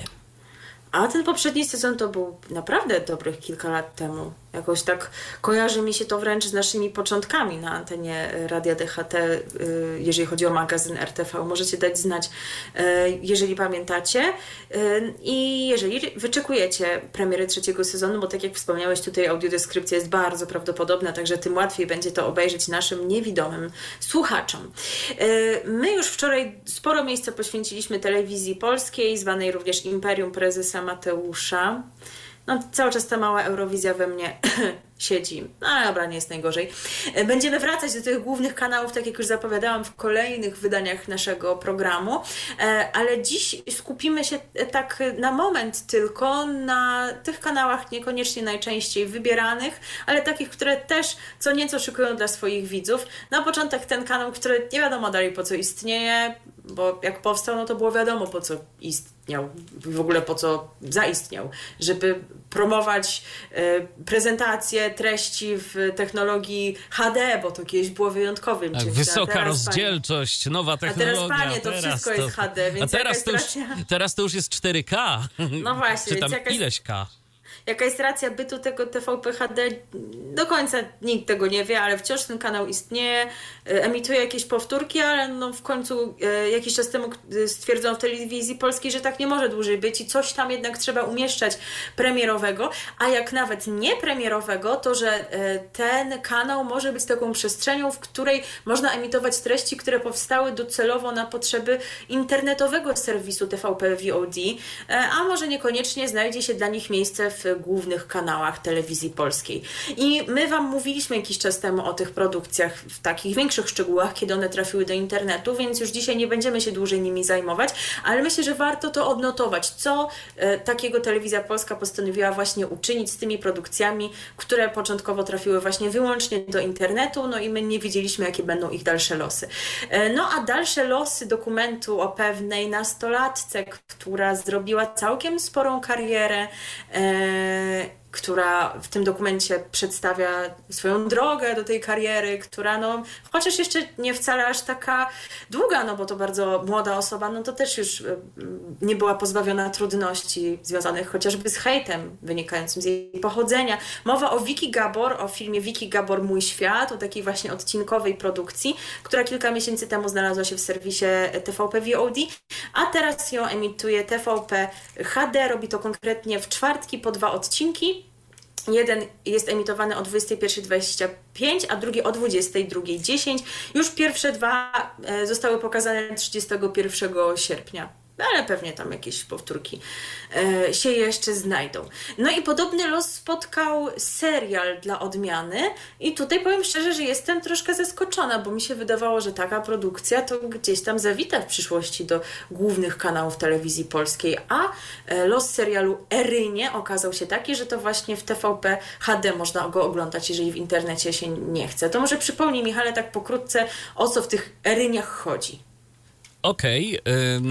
A ten poprzedni sezon to był naprawdę dobrych kilka lat temu. Jakoś tak kojarzy mi się to wręcz z naszymi początkami na antenie Radia D H T, jeżeli chodzi o magazyn R T V. Możecie dać znać, jeżeli pamiętacie. I jeżeli wyczekujecie premiery trzeciego sezonu, bo tak jak wspomniałeś, tutaj audiodeskrypcja jest bardzo prawdopodobna, także tym łatwiej będzie to obejrzeć naszym niewidomym słuchaczom. My już wczoraj sporo miejsca poświęciliśmy telewizji polskiej, zwanej również Imperium Prezesa Mateusza. No, cały czas ta mała Eurowizja we mnie siedzi. No ale dobra, nie jest najgorzej. Będziemy wracać do tych głównych kanałów, tak jak już zapowiadałam, w kolejnych wydaniach naszego programu, ale dziś skupimy się tak na moment tylko na tych kanałach niekoniecznie najczęściej wybieranych, ale takich, które też co nieco szykują dla swoich widzów. Na początek ten kanał, który nie wiadomo dalej po co istnieje, bo jak powstał, no to było wiadomo po co istniał, w ogóle po co zaistniał, żeby promować y, prezentacje treści w technologii H D, bo to kiedyś było wyjątkowym tak, czymś. wysoka rozdzielczość, panie, nowa technologia. A teraz, panie, to teraz wszystko to, jest H D, więc a teraz to, już, racja... teraz to już jest cztery K. No właśnie, czy tam więc jakaś... ileś K. Jaka jest racja bytu tego T V P H D? Do końca nikt tego nie wie, ale wciąż ten kanał istnieje, emituje jakieś powtórki, ale no w końcu jakiś czas temu stwierdzono w telewizji polskiej, że tak nie może dłużej być i coś tam jednak trzeba umieszczać premierowego, a jak nawet nie premierowego, to że ten kanał może być taką przestrzenią, w której można emitować treści, które powstały docelowo na potrzeby internetowego serwisu T V P V O D, a może niekoniecznie znajdzie się dla nich miejsce w głównych kanałach telewizji polskiej. I my Wam mówiliśmy jakiś czas temu o tych produkcjach w takich większych szczegółach, kiedy one trafiły do internetu, więc już dzisiaj nie będziemy się dłużej nimi zajmować, ale myślę, że warto to odnotować, co e, takiego telewizja polska postanowiła właśnie uczynić z tymi produkcjami, które początkowo trafiły właśnie wyłącznie do internetu, no i my nie wiedzieliśmy, jakie będą ich dalsze losy. E, no a dalsze losy dokumentu o pewnej nastolatce, która zrobiła całkiem sporą karierę, e, która w tym dokumencie przedstawia swoją drogę do tej kariery, która no, chociaż jeszcze nie wcale aż taka długa, no bo to bardzo młoda osoba, no to też już nie była pozbawiona trudności związanych chociażby z hejtem wynikającym z jej pochodzenia. Mowa o Wiki Gabor, o filmie Wiki Gabor Mój Świat, o takiej właśnie odcinkowej produkcji, która kilka miesięcy temu znalazła się w serwisie T V P V O D, a teraz ją emituje T V P H D, robi to konkretnie w czwartki po dwa odcinki. Jeden jest emitowany o dwudziestej pierwszej dwadzieścia pięć, a drugi o dwudziestej drugiej dziesięć. Już pierwsze dwa zostały pokazane trzydziestego pierwszego sierpnia. Ale pewnie tam jakieś powtórki e, się jeszcze znajdą. No i podobny los spotkał serial dla odmiany i tutaj powiem szczerze, że jestem troszkę zaskoczona, bo mi się wydawało, że taka produkcja to gdzieś tam zawita w przyszłości do głównych kanałów telewizji polskiej, a e, los serialu Erynie okazał się taki, że to właśnie w T V P H D można go oglądać, jeżeli w internecie się nie chce. To może przypomnij, Michale, tak pokrótce, o co w tych Eryniach chodzi. Okej, okay,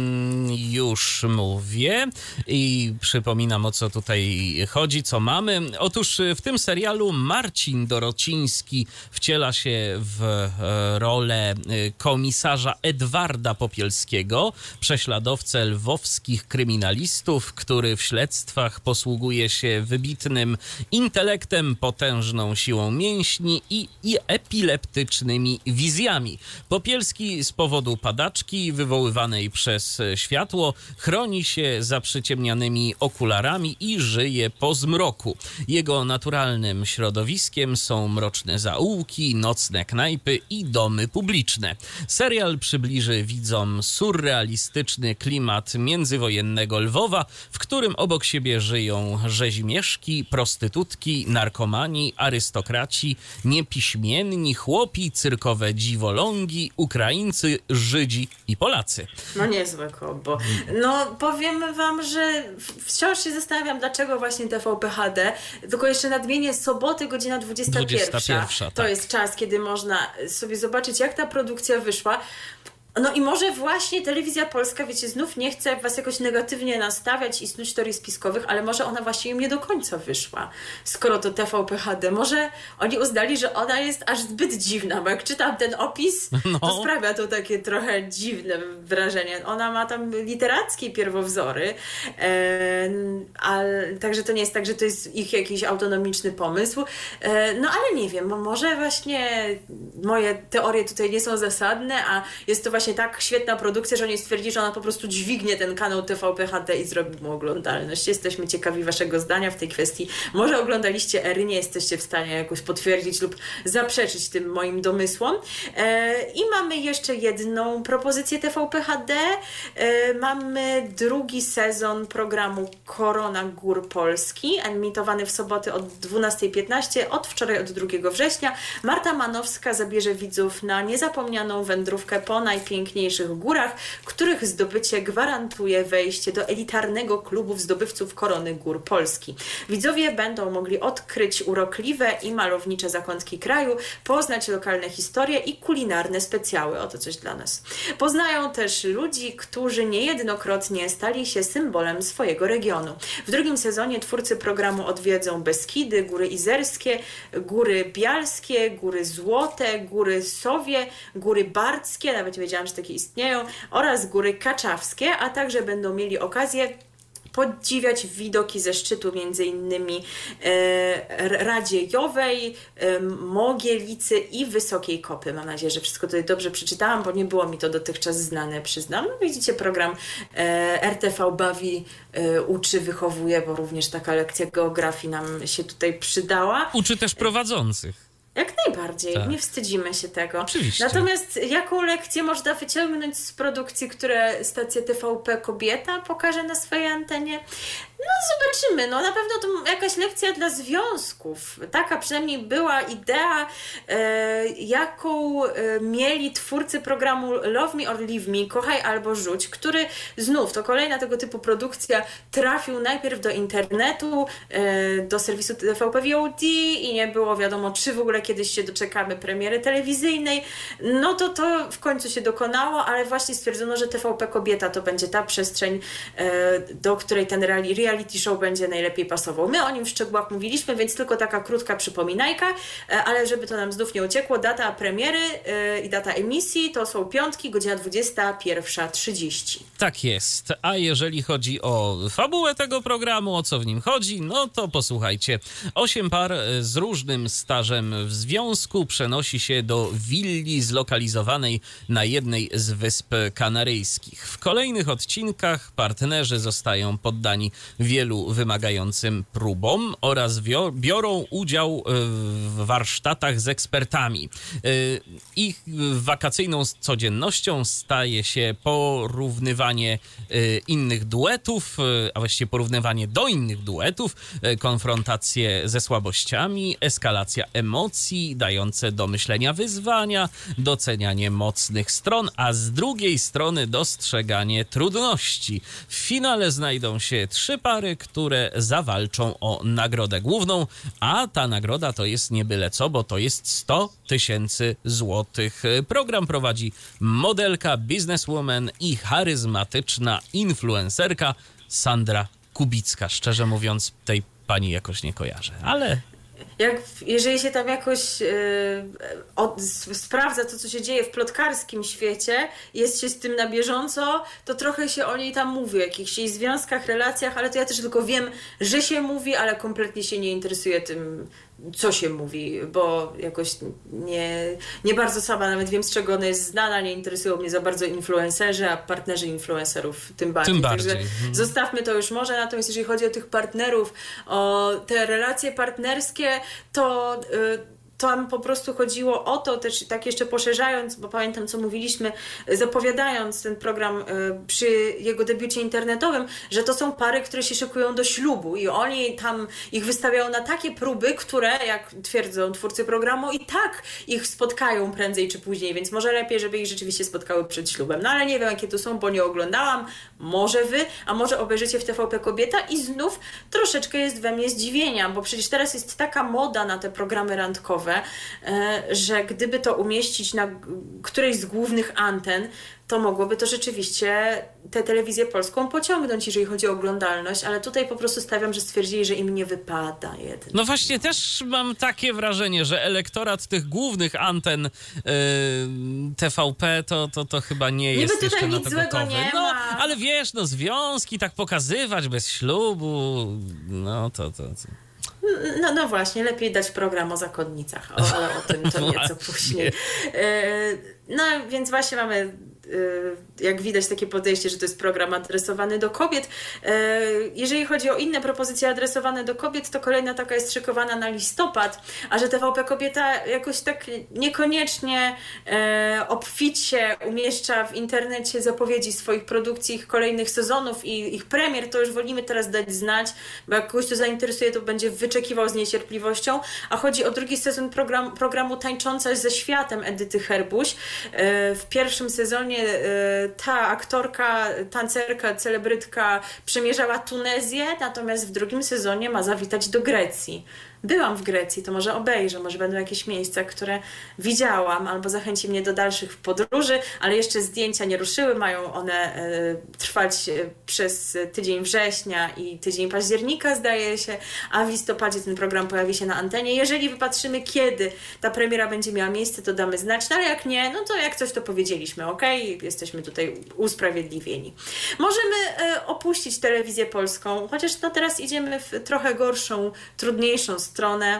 już mówię i przypominam, o co tutaj chodzi, co mamy. Otóż w tym serialu Marcin Dorociński wciela się w rolę komisarza Edwarda Popielskiego, prześladowcę lwowskich kryminalistów, który w śledztwach posługuje się wybitnym intelektem, potężną siłą mięśni i, i epileptycznymi wizjami. Popielski z powodu padaczki wywoływanej przez światło chroni się za przyciemnianymi okularami i żyje po zmroku. Jego naturalnym środowiskiem są mroczne zaułki, nocne knajpy i domy publiczne. Serial przybliży widzom surrealistyczny klimat międzywojennego Lwowa, w którym obok siebie żyją rzezimieszki, prostytutki, narkomani, arystokraci, niepiśmienni, chłopi, cyrkowe dziwolągi, Ukraińcy, Żydzi i Polacy. No niezłe kombo. No powiem wam, że wciąż się zastanawiam, dlaczego właśnie T V P H D, tylko jeszcze nadmienię, soboty godzina dwudziesta pierwsza. dwudziesta pierwsza, to tak. jest czas, kiedy można sobie zobaczyć, jak ta produkcja wyszła. No i może właśnie Telewizja Polska, wiecie, znów nie chcę was jakoś negatywnie nastawiać i snuć teorii spiskowych, ale może ona właśnie im nie do końca wyszła, skoro to T V P H D. Może oni uznali, że ona jest aż zbyt dziwna, bo jak czytam ten opis, no. to sprawia to takie trochę dziwne wrażenie. Ona ma tam literackie pierwowzory, e, ale, także to nie jest tak, że to jest ich jakiś autonomiczny pomysł. E, no ale nie wiem, może właśnie moje teorie tutaj nie są zasadne, a jest to właśnie tak świetna produkcja, że oni stwierdzili, że ona po prostu dźwignie ten kanał T V P H D i zrobi mu oglądalność. Jesteśmy ciekawi waszego zdania w tej kwestii. Może oglądaliście Ery, nie jesteście w stanie jakoś potwierdzić lub zaprzeczyć tym moim domysłom. E, I mamy jeszcze jedną propozycję T V P H D. E, mamy drugi sezon programu Korona Gór Polski, emitowany w soboty od dwunasta piętnaście, od wczoraj, od drugiego września. Marta Manowska zabierze widzów na niezapomnianą wędrówkę po najpiękniejszych górach, których zdobycie gwarantuje wejście do elitarnego klubu zdobywców Korony Gór Polski. Widzowie będą mogli odkryć urokliwe i malownicze zakątki kraju, poznać lokalne historie i kulinarne specjały. Oto coś dla nas. Poznają też ludzi, którzy niejednokrotnie stali się symbolem swojego regionu. W drugim sezonie twórcy programu odwiedzą Beskidy, Góry Izerskie, Góry Bialskie, Góry Złote, Góry Sowie, Góry Bardzkie, nawet nie wiedziałam, że takie istnieją, oraz Góry Kaczawskie, a także będą mieli okazję podziwiać widoki ze szczytu między innymi e, Radziejowej, e, Mogielicy i Wysokiej Kopy. Mam nadzieję, że wszystko tutaj dobrze przeczytałam, bo nie było mi to dotychczas znane, przyznam. No, widzicie, program e, R T V bawi, e, uczy, wychowuje, bo również taka lekcja geografii nam się tutaj przydała. Uczy też prowadzących. Jak najbardziej, tak. Nie wstydzimy się tego. Oczywiście. Natomiast jaką lekcję można wyciągnąć z produkcji, które stacja T V P Kobieta pokaże na swojej antenie? No zobaczymy, no na pewno to jakaś lekcja dla związków. Taka przynajmniej była idea, e, jaką e, mieli twórcy programu Love Me or Leave Me, Kochaj albo Rzuć, który znów, to kolejna tego typu produkcja, trafił najpierw do internetu, e, do serwisu T V P V O D i nie było wiadomo, czy w ogóle kiedyś się doczekamy premiery telewizyjnej. No to to w końcu się dokonało, ale właśnie stwierdzono, że T V P Kobieta to będzie ta przestrzeń, e, do której ten reality reality show będzie najlepiej pasował. My o nim w szczegółach mówiliśmy, więc tylko taka krótka przypominajka, ale żeby to nam znów nie uciekło, data premiery yy, i data emisji to są piątki, godzina dwudziesta pierwsza trzydzieści. Tak jest. A jeżeli chodzi o fabułę tego programu, o co w nim chodzi, no to posłuchajcie. Osiem par z różnym stażem w związku przenosi się do willi zlokalizowanej na jednej z Wysp Kanaryjskich. W kolejnych odcinkach partnerzy zostają poddani wielu wymagającym próbom oraz biorą udział w warsztatach z ekspertami. Ich wakacyjną codziennością staje się porównywanie innych duetów, a właściwie porównywanie do innych duetów, konfrontacje ze słabościami, eskalacja emocji, dające do myślenia wyzwania, docenianie mocnych stron, a z drugiej strony dostrzeganie trudności. W finale znajdą się trzy pary, które zawalczą o nagrodę główną, a ta nagroda to jest nie byle co, bo to jest sto tysięcy złotych. Program prowadzi modelka, bizneswoman i charyzmatyczna influencerka Sandra Kubicka. Szczerze mówiąc, tej pani jakoś nie kojarzę, ale... Jak, jeżeli się tam jakoś yy, od, sprawdza to, co się dzieje w plotkarskim świecie, jest się z tym na bieżąco, to trochę się o niej tam mówi, o jakichś jej związkach, relacjach, ale to ja też tylko wiem, że się mówi, ale kompletnie się nie interesuję tym, co się mówi, bo jakoś nie, nie bardzo sama nawet wiem, z czego ona jest znana, nie interesują mnie za bardzo influencerzy, a partnerzy influencerów tym bardziej. Tym bardziej. Także zostawmy to już może, natomiast jeżeli chodzi o tych partnerów, o te relacje partnerskie, to... Yy, tam po prostu chodziło o to, też tak jeszcze poszerzając, bo pamiętam, co mówiliśmy, zapowiadając ten program przy jego debiucie internetowym, że to są pary, które się szykują do ślubu i oni tam ich wystawiają na takie próby, które, jak twierdzą twórcy programu, i tak ich spotkają prędzej czy później, więc może lepiej, żeby ich rzeczywiście spotkały przed ślubem. No ale nie wiem, jakie to są, bo nie oglądałam. Może wy, a może obejrzycie w T V P Kobieta i znów troszeczkę jest we mnie zdziwienia, bo przecież teraz jest taka moda na te programy randkowe, że gdyby to umieścić na którejś z głównych anten, to mogłoby to rzeczywiście tę telewizję polską pociągnąć, jeżeli chodzi o oglądalność, ale tutaj po prostu stawiam, że stwierdzili, że im nie wypada jednak. No właśnie, też mam takie wrażenie, że elektorat tych głównych anten yy, T V P to, to, to chyba nie Niby jest tutaj jeszcze na nic to złego gotowy. nie No, ma. ale wiesz, no związki tak pokazywać bez ślubu, no to... to, to. No, no właśnie, lepiej dać program o zakonnicach, o, ale o tym to nieco później. No więc właśnie mamy, jak widać, takie podejście, że to jest program adresowany do kobiet. Jeżeli chodzi o inne propozycje adresowane do kobiet, to kolejna taka jest szykowana na listopad, a że T V P Kobieta jakoś tak niekoniecznie obficie umieszcza w internecie zapowiedzi swoich produkcji, ich kolejnych sezonów i ich premier, to już wolimy teraz dać znać, bo jak kogoś to zainteresuje, to będzie wyczekiwał z niecierpliwością, a chodzi o drugi sezon program, programu Tańcząca ze światem Edyty Herbuś. W pierwszym sezonie ta aktorka, tancerka, celebrytka przemierzała Tunezję, natomiast w drugim sezonie ma zawitać do Grecji. Byłam w Grecji, to może obejrzę, może będą jakieś miejsca, które widziałam, albo zachęci mnie do dalszych podróży, ale jeszcze zdjęcia nie ruszyły, mają one e, trwać przez tydzień września i tydzień października, zdaje się, a w listopadzie ten program pojawi się na antenie. Jeżeli wypatrzymy, kiedy ta premiera będzie miała miejsce, to damy znać, no ale jak nie, no to jak coś, to powiedzieliśmy, okej? Okay? Jesteśmy tutaj usprawiedliwieni. Możemy e, opuścić telewizję polską, chociaż no teraz idziemy w trochę gorszą, trudniejszą stronę,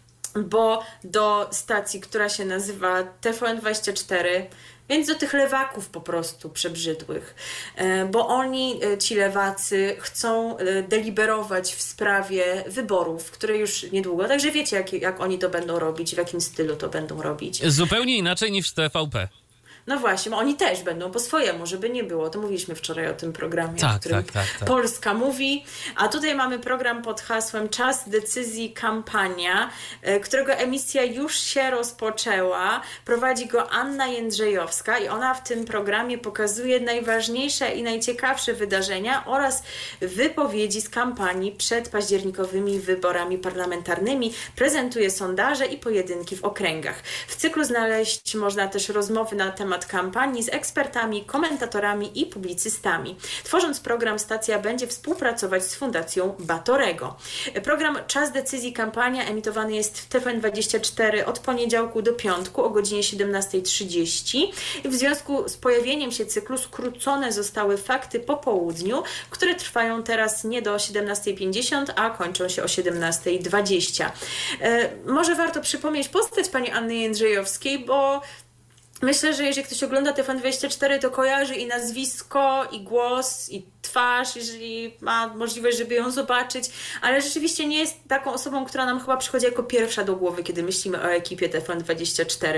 bo do stacji, która się nazywa T V N dwadzieścia cztery, więc do tych lewaków po prostu przebrzydłych, bo oni, ci lewacy, chcą deliberować w sprawie wyborów, które już niedługo, także wiecie, jak, jak oni to będą robić, w jakim stylu to będą robić. Zupełnie inaczej niż w T V P. No właśnie, bo oni też będą po swojemu, żeby nie było. To mówiliśmy wczoraj o tym programie, tak, o którym tak, tak, tak. Polska mówi. A tutaj mamy program pod hasłem Czas decyzji kampania, którego emisja już się rozpoczęła. Prowadzi go Anna Jędrzejowska i ona w tym programie pokazuje najważniejsze i najciekawsze wydarzenia oraz wypowiedzi z kampanii przed październikowymi wyborami parlamentarnymi. Prezentuje sondaże i pojedynki w okręgach. W cyklu znaleźć można też rozmowy na temat kampanii z ekspertami, komentatorami i publicystami. Tworząc program, stacja będzie współpracować z Fundacją Batorego. Program Czas decyzji kampania emitowany jest w T V N dwadzieścia cztery od poniedziałku do piątku o godzinie siedemnasta trzydzieści. W związku z pojawieniem się cyklu skrócone zostały fakty po południu, które trwają teraz nie do siedemnasta pięćdziesiąt, a kończą się o siedemnasta dwadzieścia. E, może warto przypomnieć postać pani Anny Jędrzejowskiej, bo myślę, że jeżeli ktoś ogląda T V N dwadzieścia cztery, to kojarzy i nazwisko, i głos, i twarz, jeżeli ma możliwość, żeby ją zobaczyć, ale rzeczywiście nie jest taką osobą, która nam chyba przychodzi jako pierwsza do głowy, kiedy myślimy o ekipie T V N dwadzieścia cztery.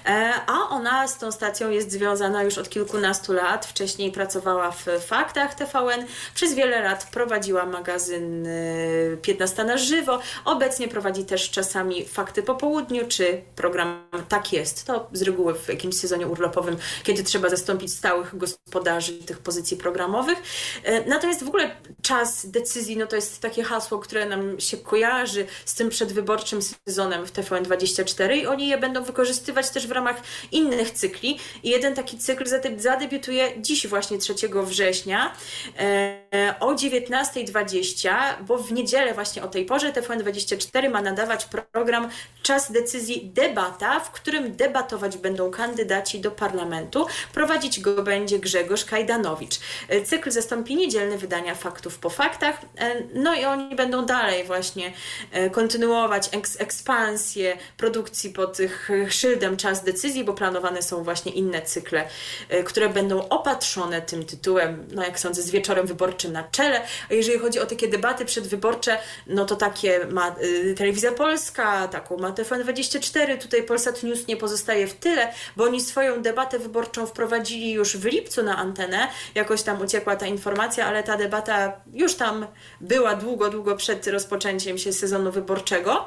A ona z tą stacją jest związana już od kilkunastu lat. Wcześniej pracowała w Faktach T V N, przez wiele lat prowadziła magazyn piętnasta na żywo, obecnie prowadzi też czasami Fakty po południu, czy program Tak jest. To z reguły w jakimś sezonie urlopowym, kiedy trzeba zastąpić stałych gospodarzy tych pozycji programowych. Natomiast w ogóle czas decyzji, no to jest takie hasło, które nam się kojarzy z tym przedwyborczym sezonem w T V N dwadzieścia cztery i oni je będą wykorzystywać też w ramach innych cykli. I jeden taki cykl zadebiutuje dziś właśnie trzeciego września o dziewiętnasta dwadzieścia, bo w niedzielę właśnie o tej porze T V N dwadzieścia cztery ma nadawać program Czas decyzji debata, w którym debatować będą kandydaci do parlamentu. Prowadzić go będzie Grzegorz Kajdanowicz. Cykl zastąpi niedzielne wydania Faktów po faktach. No i oni będą dalej właśnie kontynuować eks- ekspansję produkcji pod szyldem Czas decyzji, bo planowane są właśnie inne cykle, które będą opatrzone tym tytułem, no jak sądzę, z wieczorem wyborczym na czele. A jeżeli chodzi o takie debaty przedwyborcze, no to takie ma y, Telewizja Polska, taką ma T V N dwadzieścia cztery, tutaj Polsat News nie pozostaje w tyle, bo oni swoją debatę wyborczą wprowadzili już w lipcu na antenę. Jakoś tam uciekła ta informacja, ale ta debata już tam była długo, długo przed rozpoczęciem się sezonu wyborczego.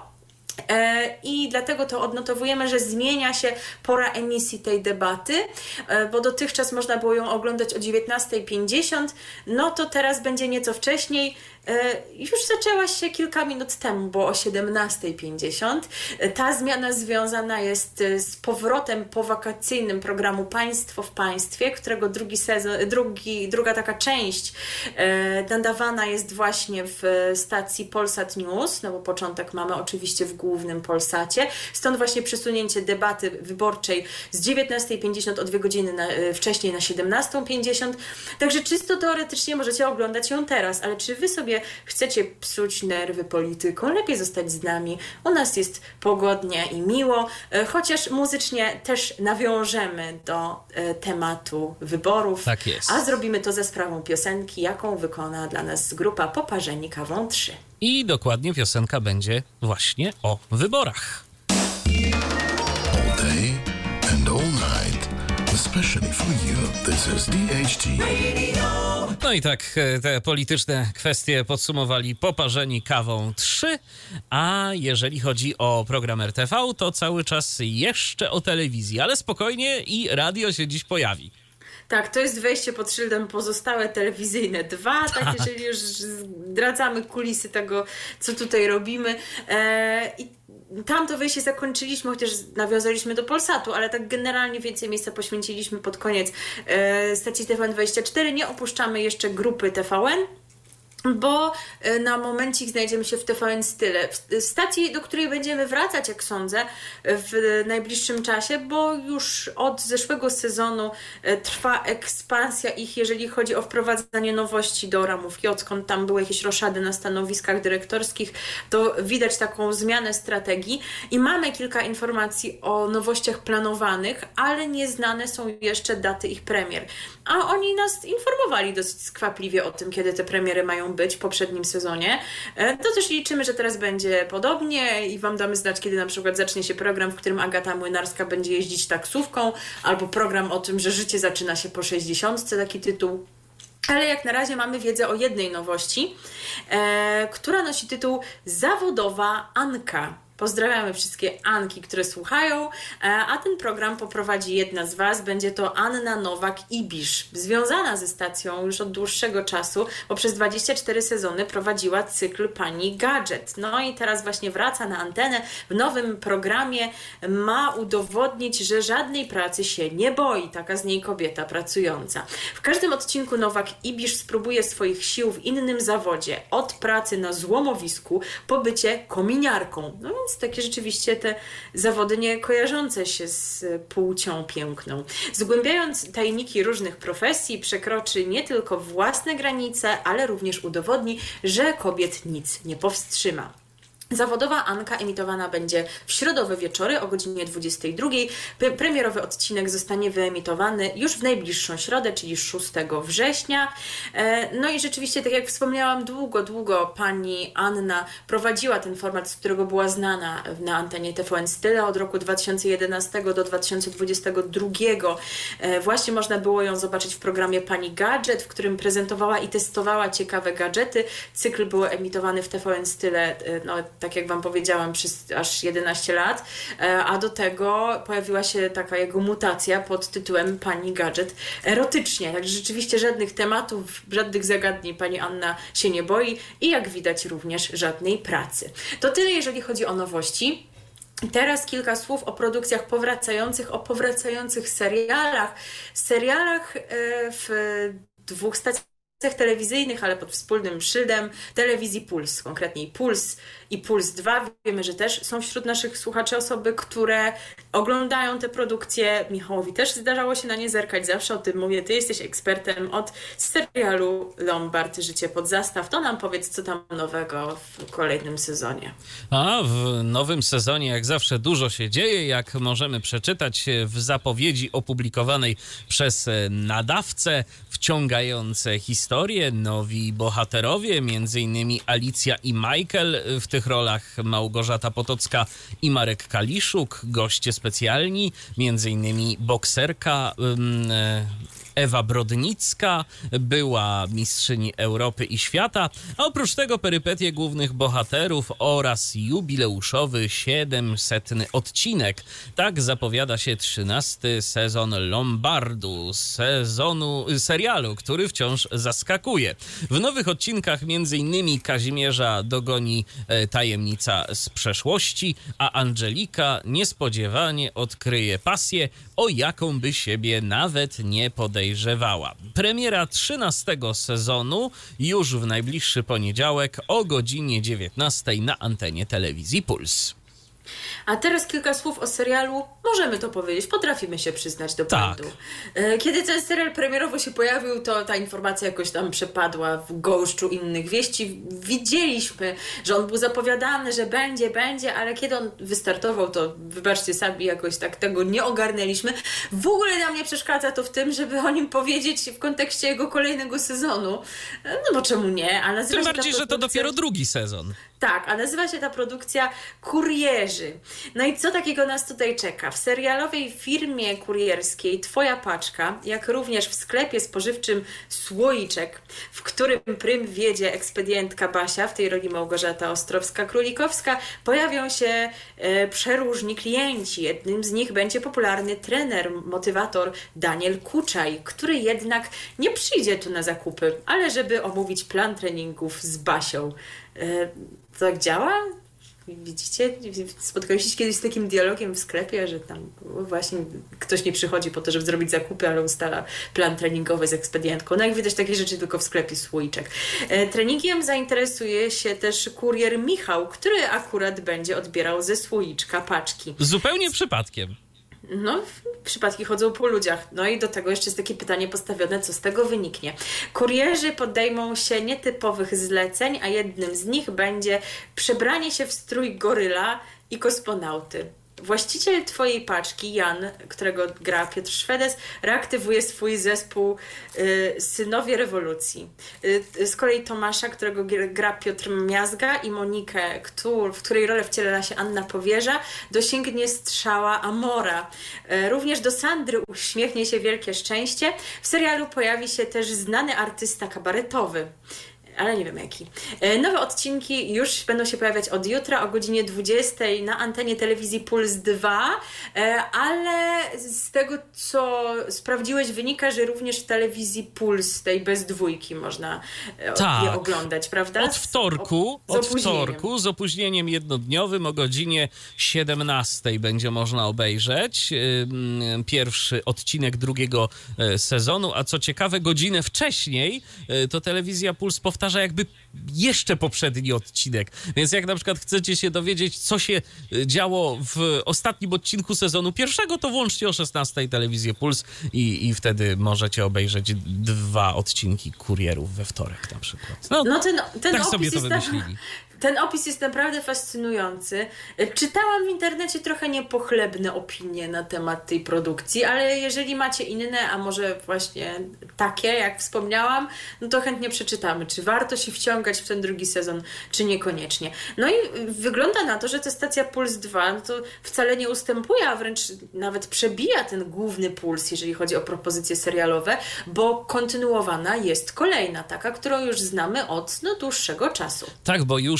I dlatego to odnotowujemy, że zmienia się pora emisji tej debaty, bo dotychczas można było ją oglądać o dziewiętnasta pięćdziesiąt, no to teraz będzie nieco wcześniej. Już zaczęła się kilka minut temu, bo o siedemnasta pięćdziesiąt. Ta zmiana związana jest z powrotem powakacyjnym programu Państwo w Państwie, którego drugi sezon, drugi, druga taka część nadawana jest właśnie w stacji Polsat News, no bo początek mamy oczywiście w głównym Polsacie. Stąd właśnie przesunięcie debaty wyborczej z dziewiętnasta pięćdziesiąt o dwie godziny na, wcześniej na siedemnasta pięćdziesiąt. Także czysto teoretycznie możecie oglądać ją teraz, ale czy wy sobie chcecie psuć nerwy polityką, lepiej zostać z nami. U nas jest pogodnie i miło, chociaż muzycznie też nawiążemy do e, tematu wyborów. Tak jest. A zrobimy to za sprawą piosenki, jaką wykona dla nas grupa Poparzeni Kawą trzy. I dokładnie piosenka będzie właśnie o wyborach. All day and all night. Especially for you, this is D H T. No i tak te polityczne kwestie podsumowali Poparzeni Kawą trzy, a jeżeli chodzi o program R T V, to cały czas jeszcze o telewizji, ale spokojnie i radio się dziś pojawi. Tak, to jest wejście pod szyldem pozostałe telewizyjne dwa, tak, jeżeli już zdradzamy kulisy tego, co tutaj robimy. E, I tam to wejście zakończyliśmy, chociaż nawiązaliśmy do Polsatu, ale tak generalnie więcej miejsca poświęciliśmy pod koniec e, stacji T V N dwadzieścia cztery. Nie opuszczamy jeszcze grupy T V N, bo na momencik znajdziemy się w T V N Style, w stacji, do której będziemy wracać, jak sądzę, w najbliższym czasie, bo już od zeszłego sezonu trwa ekspansja ich, jeżeli chodzi o wprowadzanie nowości do ramówki, odkąd tam były jakieś roszady na stanowiskach dyrektorskich, to widać taką zmianę strategii i mamy kilka informacji o nowościach planowanych, ale nieznane są jeszcze daty ich premier. A oni nas informowali dosyć skwapliwie o tym, kiedy te premiery mają być w poprzednim sezonie. To też liczymy, że teraz będzie podobnie i Wam damy znać, kiedy na przykład zacznie się program, w którym Agata Młynarska będzie jeździć taksówką, albo program o tym, że życie zaczyna się po sześćdziesiątce, taki tytuł. Ale jak na razie mamy wiedzę o jednej nowości, e, która nosi tytuł Zawodowa Anka. Pozdrawiamy wszystkie Anki, które słuchają, a ten program poprowadzi jedna z Was, będzie to Anna Nowak-Ibisz, związana ze stacją już od dłuższego czasu, bo przez dwadzieścia cztery sezony prowadziła cykl Pani Gadżet. No i teraz właśnie wraca na antenę, w nowym programie ma udowodnić, że żadnej pracy się nie boi, taka z niej kobieta pracująca. W każdym odcinku Nowak-Ibisz spróbuje swoich sił w innym zawodzie, od pracy na złomowisku po bycie kominiarką. No więc takie rzeczywiście te zawody nie kojarzące się z płcią piękną. Zgłębiając tajniki różnych profesji, przekroczy nie tylko własne granice, ale również udowodni, że kobiet nic nie powstrzyma. Zawodowa Anka emitowana będzie w środowe wieczory o godzinie dwudziestej drugiej. Premierowy odcinek zostanie wyemitowany już w najbliższą środę, czyli szóstego września. No i rzeczywiście, tak jak wspomniałam, długo, długo pani Anna prowadziła ten format, z którego była znana na antenie T V N Style od roku dwa tysiące jedenastego do dwa tysiące dwudziestego drugiego. Właśnie można było ją zobaczyć w programie Pani Gadżet, w którym prezentowała i testowała ciekawe gadżety. Cykl był emitowany w T V N Style no, tak jak wam powiedziałam, przez aż jedenaście lat, a do tego pojawiła się taka jego mutacja pod tytułem Pani Gadżet erotycznie. Także rzeczywiście żadnych tematów, żadnych zagadnień pani Anna się nie boi i jak widać również żadnej pracy. To tyle, jeżeli chodzi o nowości. Teraz kilka słów o produkcjach powracających, o powracających serialach. Serialach w dwóch stacjach telewizyjnych, ale pod wspólnym szyldem telewizji Puls, konkretniej Puls i Puls dwa. Wiemy, że też są wśród naszych słuchaczy osoby, które oglądają te produkcje. Michałowi też zdarzało się na nie zerkać, zawsze o tym mówię. Ty jesteś ekspertem od serialu Lombard, Życie pod zastaw. To nam powiedz, co tam nowego w kolejnym sezonie. A w nowym sezonie jak zawsze dużo się dzieje, jak możemy przeczytać w zapowiedzi opublikowanej przez nadawcę. Wciągające historie, nowi bohaterowie, między innymi Alicja i Michael, w tych rolach Małgorzata Potocka i Marek Kaliszuk, goście specjalni, między innymi bokserka Ewa Brodnicka, była mistrzyni Europy i świata, a oprócz tego perypetie głównych bohaterów oraz jubileuszowy siedemsetny odcinek. Tak zapowiada się trzynasty sezon Lombardu, sezonu, serialu, który wciąż zaskakuje. W nowych odcinkach między innymi Kazimierza dogoni e, tajemnica z przeszłości, a Angelika niespodziewanie odkryje pasję, o jaką by siebie nawet nie podejrzewała. Premiera trzynastego sezonu już w najbliższy poniedziałek o godzinie dziewiętnastej na antenie telewizji Puls. A teraz kilka słów o serialu. Możemy to powiedzieć, potrafimy się przyznać do tak. błędu. Kiedy ten serial premierowo się pojawił, to ta informacja jakoś tam przepadła w gąszczu innych wieści. Widzieliśmy, że on był zapowiadany, że będzie, będzie, ale kiedy on wystartował, to wybaczcie sami, jakoś tak tego nie ogarnęliśmy. W ogóle nam nie przeszkadza to w tym, żeby o nim powiedzieć w kontekście jego kolejnego sezonu. No bo czemu nie? A nazywa Tym się bardziej, produkcja... że to dopiero drugi sezon. Tak, a nazywa się ta produkcja Kurierzy. No i co takiego nas tutaj czeka? W serialowej firmie kurierskiej Twoja Paczka, jak również w sklepie spożywczym Słoiczek, w którym prym wiedzie ekspedientka Basia, w tej roli Małgorzata Ostrowska-Królikowska, pojawią się e, przeróżni klienci. Jednym z nich będzie popularny trener, motywator Daniel Kuczaj, który jednak nie przyjdzie tu na zakupy, ale żeby omówić plan treningów z Basią. E, to tak działa? Widzicie? Spotkaliście się kiedyś z takim dialogiem w sklepie, że tam właśnie ktoś nie przychodzi po to, żeby zrobić zakupy, ale ustala plan treningowy z ekspedientką. No jak widać, takie rzeczy tylko w sklepie Słoiczek. E, treningiem zainteresuje się też kurier Michał, który akurat będzie odbierał ze Słoiczka paczki. Zupełnie przypadkiem. No, przypadki chodzą po ludziach. No i do tego jeszcze jest takie pytanie postawione, co z tego wyniknie. Kurierzy podejmą się nietypowych zleceń, a jednym z nich będzie przebranie się w strój goryla i kosmonauty. Właściciel Twojej Paczki, Jan, którego gra Piotr Szwedes, reaktywuje swój zespół y, Synowie Rewolucji. Y, z kolei Tomasza, którego gra Piotr Miazga, i Monikę, który, w której rolę wciela się Anna Powierza, dosięgnie strzała Amora. Y, również do Sandry uśmiechnie się wielkie szczęście. W serialu pojawi się też znany artysta kabaretowy. Ale nie wiem jaki. Nowe odcinki już będą się pojawiać od jutra o godzinie dwudziestej na antenie telewizji Puls dwa, ale z tego, co sprawdziłeś, wynika, że również w telewizji Puls, tej bez dwójki, można tak. je oglądać, prawda? Od wtorku, z, od od wtorku z opóźnieniem jednodniowym o godzinie siedemnastej będzie można obejrzeć pierwszy odcinek drugiego sezonu, a co ciekawe, godzinę wcześniej to telewizja Puls powtarza jakby jeszcze poprzedni odcinek. Więc jak na przykład chcecie się dowiedzieć, co się działo w ostatnim odcinku sezonu pierwszego, to włączcie o szesnastej telewizję Puls i, i wtedy możecie obejrzeć dwa odcinki Kurierów we wtorek na przykład. No, no ten, ten tak opis sobie to jest wymyślili. Na... Ten opis jest naprawdę fascynujący. Czytałam w internecie trochę niepochlebne opinie na temat tej produkcji, ale jeżeli macie inne, a może właśnie takie, jak wspomniałam, no to chętnie przeczytamy, czy warto się wciągać w ten drugi sezon, czy niekoniecznie. No i wygląda na to, że ta stacja Puls dwa no to wcale nie ustępuje, a wręcz nawet przebija ten główny Puls, jeżeli chodzi o propozycje serialowe, bo kontynuowana jest kolejna, taka, którą już znamy od no, dłuższego czasu. Tak, bo już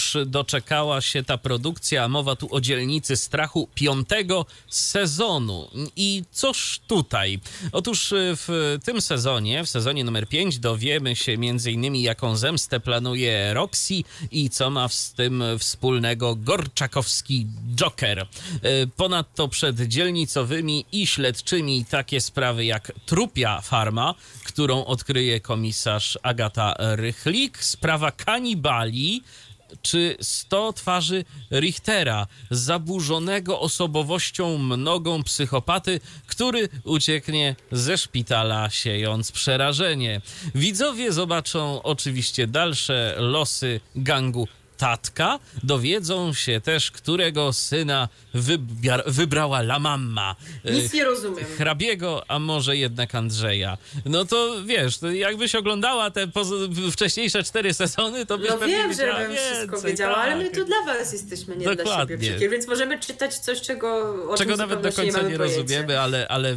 już doczekała się ta produkcja, mowa tu o Dzielnicy Strachu, piątego sezonu. I cóż tutaj? Otóż w tym sezonie, w sezonie numer pięć, dowiemy się między innymi, jaką zemstę planuje Roxy i co ma z tym wspólnego gorczakowski Joker. Ponadto przed dzielnicowymi i śledczymi takie sprawy jak Trupia Farma, którą odkryje komisarz Agata Rychlik, sprawa kanibali, czy sto twarzy Richtera, zaburzonego osobowością mnogą psychopaty, który ucieknie ze szpitala, siejąc przerażenie. Widzowie zobaczą oczywiście dalsze losy gangu Tatka, dowiedzą się też, którego syna wybia- wybrała La Mamma. Nic nie rozumiem. Hrabiego, a może jednak Andrzeja. No to wiesz, to jakbyś oglądała te poz- wcześniejsze cztery sezony, to byś No pewnie wiem, wiedziała żebym wszystko więcej, wiedziała, tak. ale my tu dla was jesteśmy, nie Dokładnie. dla siebie przecież, więc możemy czytać coś, czego o Czego czym nawet do zupełnie końca nie, nie mamy rozumiemy, pojęcia. ale, ale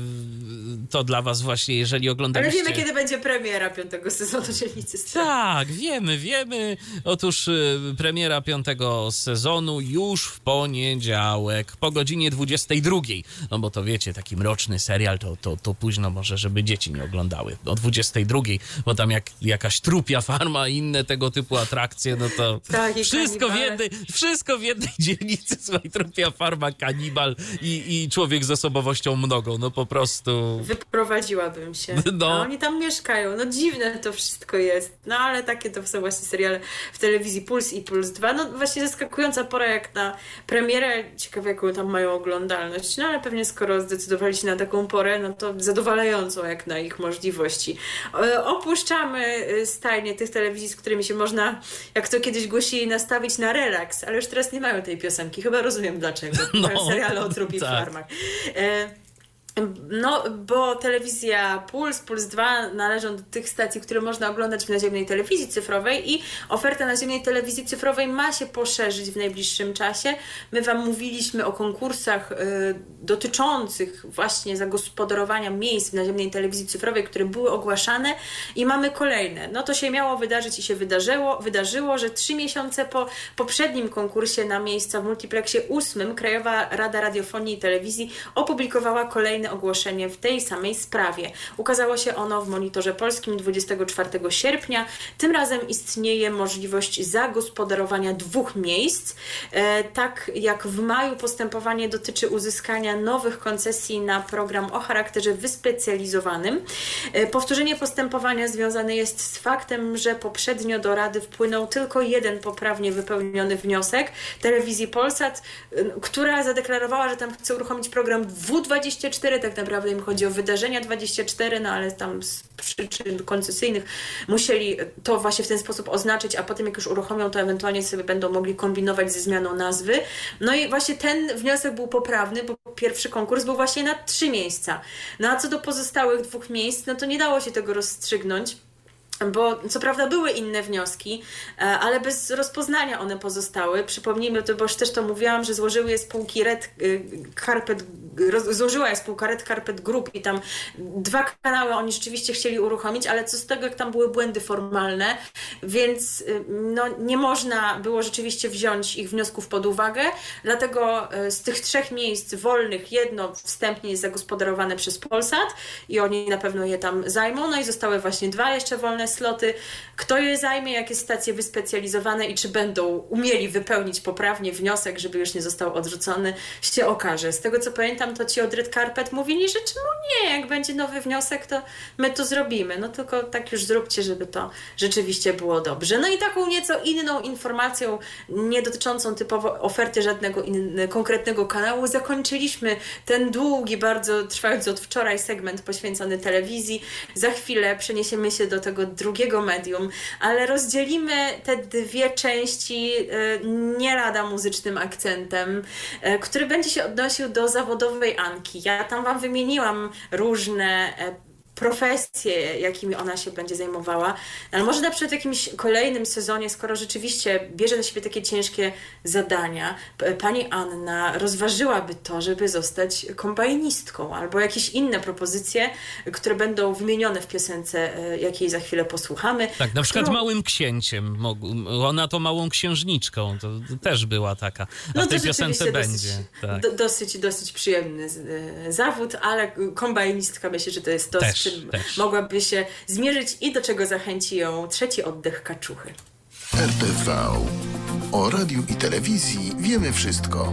to dla was właśnie, jeżeli Ale oglądaliście... wiemy, kiedy będzie premiera piątego sezonu Dzielnicy Strachu. Tak, wiemy, wiemy. Otóż y, premiera piątego sezonu już w poniedziałek po godzinie dwudziestej drugiej. No bo to wiecie, taki mroczny serial to, to, to późno może, żeby dzieci nie oglądały. O dwudziestej drugiej, bo tam jak jakaś Trupia Farma i inne tego typu atrakcje, no to Tak, i wszystko w, kanibale. jednej, wszystko w jednej dzielnicy. Słuchaj, Trupia Farma, kanibal i, i człowiek z osobowością mnogą. No po prostu... Wyprowadziłabym się. No. No. A oni tam mieszkają. No dziwne to wszystko jest. No ale takie to są właśnie seriale w telewizji Puls i Puls dwa. No właśnie zaskakująca pora jak na premierę. Ciekawe jaką tam mają oglądalność. No ale pewnie skoro zdecydowali się na taką porę, no to zadowalającą jak na ich możliwości. E, opuszczamy stajnię tych telewizji, z którymi się można, jak to kiedyś głosili, nastawić na relaks. Ale już teraz nie mają tej piosenki. Chyba rozumiem dlaczego. No, Mają seriale o trupich tak. farmach. E, No, bo telewizja Puls, Puls dwa należą do tych stacji, które można oglądać w naziemnej telewizji cyfrowej i oferta naziemnej telewizji cyfrowej ma się poszerzyć w najbliższym czasie. My wam mówiliśmy o konkursach y, dotyczących właśnie zagospodarowania miejsc w naziemnej telewizji cyfrowej, które były ogłaszane i mamy kolejne. No to się miało wydarzyć i się wydarzyło, wydarzyło, że trzy miesiące po poprzednim konkursie na miejsca w multiplexie ósmym Krajowa Rada Radiofonii i Telewizji opublikowała kolejne ogłoszenie w tej samej sprawie. Ukazało się ono w Monitorze Polskim dwudziestego czwartego sierpnia. Tym razem istnieje możliwość zagospodarowania dwóch miejsc. E, tak jak w maju postępowanie dotyczy uzyskania nowych koncesji na program o charakterze wyspecjalizowanym. E, powtórzenie postępowania związane jest z faktem, że poprzednio do Rady wpłynął tylko jeden poprawnie wypełniony wniosek telewizji Polsat, e, która zadeklarowała, że tam chce uruchomić program W dwadzieścia cztery. Tak naprawdę im chodzi o wydarzenia dwadzieścia cztery, no ale tam z przyczyn koncesyjnych musieli to właśnie w ten sposób oznaczyć, a potem jak już uruchomią, to ewentualnie sobie będą mogli kombinować ze zmianą nazwy. No i właśnie ten wniosek był poprawny, bo pierwszy konkurs był właśnie na trzy miejsca. No a co do pozostałych dwóch miejsc, no to nie dało się tego rozstrzygnąć. Bo co prawda były inne wnioski, ale bez rozpoznania one pozostały. Przypomnijmy to, bo już też to mówiłam, że złożyły je spółki Red Carpet, złożyła je spółka Red Carpet Group i tam dwa kanały oni rzeczywiście chcieli uruchomić, ale co z tego, jak tam były błędy formalne, więc no, nie można było rzeczywiście wziąć ich wniosków pod uwagę, dlatego z tych trzech miejsc wolnych jedno wstępnie jest zagospodarowane przez Polsat i oni na pewno je tam zajmą, no i zostały właśnie dwa jeszcze wolne sloty. Kto je zajmie, jakie stacje wyspecjalizowane i czy będą umieli wypełnić poprawnie wniosek, żeby już nie został odrzucony, się okaże. Z tego co pamiętam, to ci od Red Carpet mówili, że czemu nie, jak będzie nowy wniosek, to my to zrobimy. No tylko tak już zróbcie, żeby to rzeczywiście było dobrze. No i taką nieco inną informacją, nie dotyczącą typowo oferty żadnego in, konkretnego kanału, zakończyliśmy ten długi, bardzo trwający od wczoraj segment poświęcony telewizji. Za chwilę przeniesiemy się do tego drugiego medium, ale rozdzielimy te dwie części nie lada muzycznym akcentem, który będzie się odnosił do zawodowej Anki. Ja tam wam wymieniłam różne profesje, jakimi ona się będzie zajmowała. Ale może na przykład w jakimś kolejnym sezonie, skoro rzeczywiście bierze na siebie takie ciężkie zadania, pani Anna rozważyłaby to, żeby zostać kombajnistką, albo jakieś inne propozycje, które będą wymienione w piosence, jakiej za chwilę posłuchamy. Tak, na przykład którą... małym księciem. Ona to małą księżniczką. To też była taka. A no w tej to piosence dosyć, będzie. Tak. do, dosyć, dosyć przyjemny y, zawód, ale kombajnistka, myślę, że to jest to, Też, z czym też. mogłaby się zmierzyć i do czego zachęci ją trzeci oddech kaczuchy. R T V. O radiu i telewizji wiemy wszystko.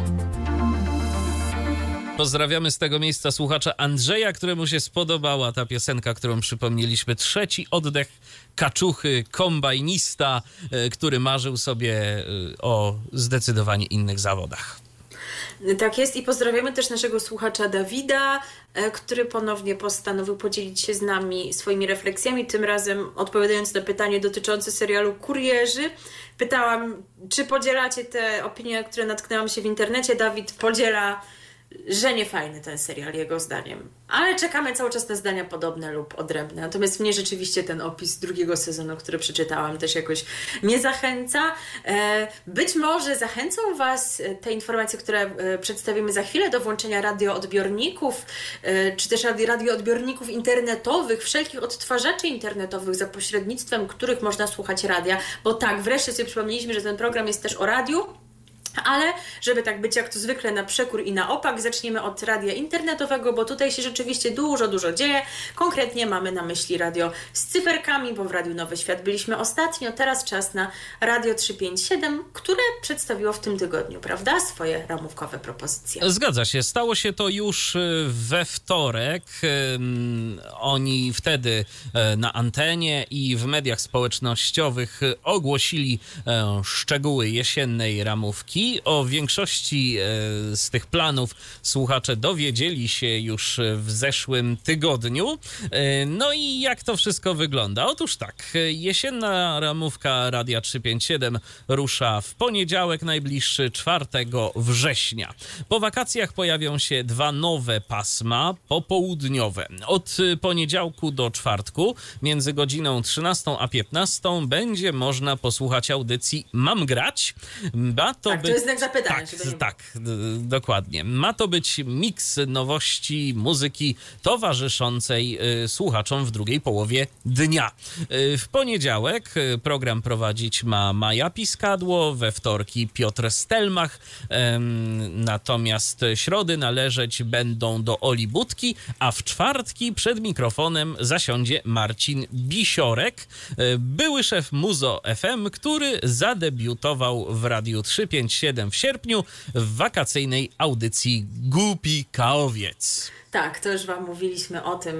Pozdrawiamy z tego miejsca słuchacza Andrzeja, któremu się spodobała ta piosenka, którą przypomnieliśmy. Trzeci oddech kaczuchy, kombajnista, który marzył sobie o zdecydowanie innych zawodach. Tak jest i pozdrawiamy też naszego słuchacza Dawida, który ponownie postanowił podzielić się z nami swoimi refleksjami, tym razem odpowiadając na pytanie dotyczące serialu Kurierzy. Pytałam, czy podzielacie te opinie, które natknęłam się w internecie. Dawid podziela, że nie fajny ten serial, jego zdaniem. Ale czekamy cały czas na zdania podobne lub odrębne. Natomiast mnie rzeczywiście ten opis drugiego sezonu, który przeczytałam, też jakoś nie zachęca. Być może zachęcą Was te informacje, które przedstawimy za chwilę, do włączenia radioodbiorników, czy też radioodbiorników internetowych, wszelkich odtwarzaczy internetowych, za pośrednictwem których można słuchać radia. Bo tak, wreszcie sobie przypomnieliśmy, że ten program jest też o radiu. Ale żeby tak być jak to zwykle na przekór i na opak, zaczniemy od radia internetowego, bo tutaj się rzeczywiście dużo, dużo dzieje. Konkretnie mamy na myśli radio z cyferkami, bo w Radiu Nowy Świat byliśmy ostatnio. Teraz czas na Radio trzysta pięćdziesiąt siedem, które przedstawiło w tym tygodniu, prawda, swoje ramówkowe propozycje. Zgadza się. Stało się to już we wtorek. Oni wtedy na antenie i w mediach społecznościowych ogłosili szczegóły jesiennej ramówki. O większości z tych planów słuchacze dowiedzieli się już w zeszłym tygodniu. No i jak to wszystko wygląda? Otóż tak, jesienna ramówka Radia trzysta pięćdziesiąt siedem rusza w poniedziałek najbliższy, czwartego września. Po wakacjach pojawią się dwa nowe pasma popołudniowe. Od poniedziałku do czwartku między godziną trzynastą a piętnastą będzie można posłuchać audycji Mam grać. Ma to tak, być... to jest znak zapytania. Tak, tak, d- dokładnie. Ma to być miks nowości muzyki towarzyszącej y, słuchaczom w drugiej połowie dnia. Y, w poniedziałek y, program prowadzić ma Maja Piskadło, we wtorki Piotr Stelmach, y, natomiast środy należeć będą do Oli Budki, a w czwartki przed mikrofonem zasiądzie Marcin Bisiorek, y, były szef Muzo F M, który zadebiutował w Radiu trzysta pięćdziesiąt siedem w sierpniu w wakacyjnej audycji Głupi Kaowiec. Tak, to już Wam mówiliśmy o tym,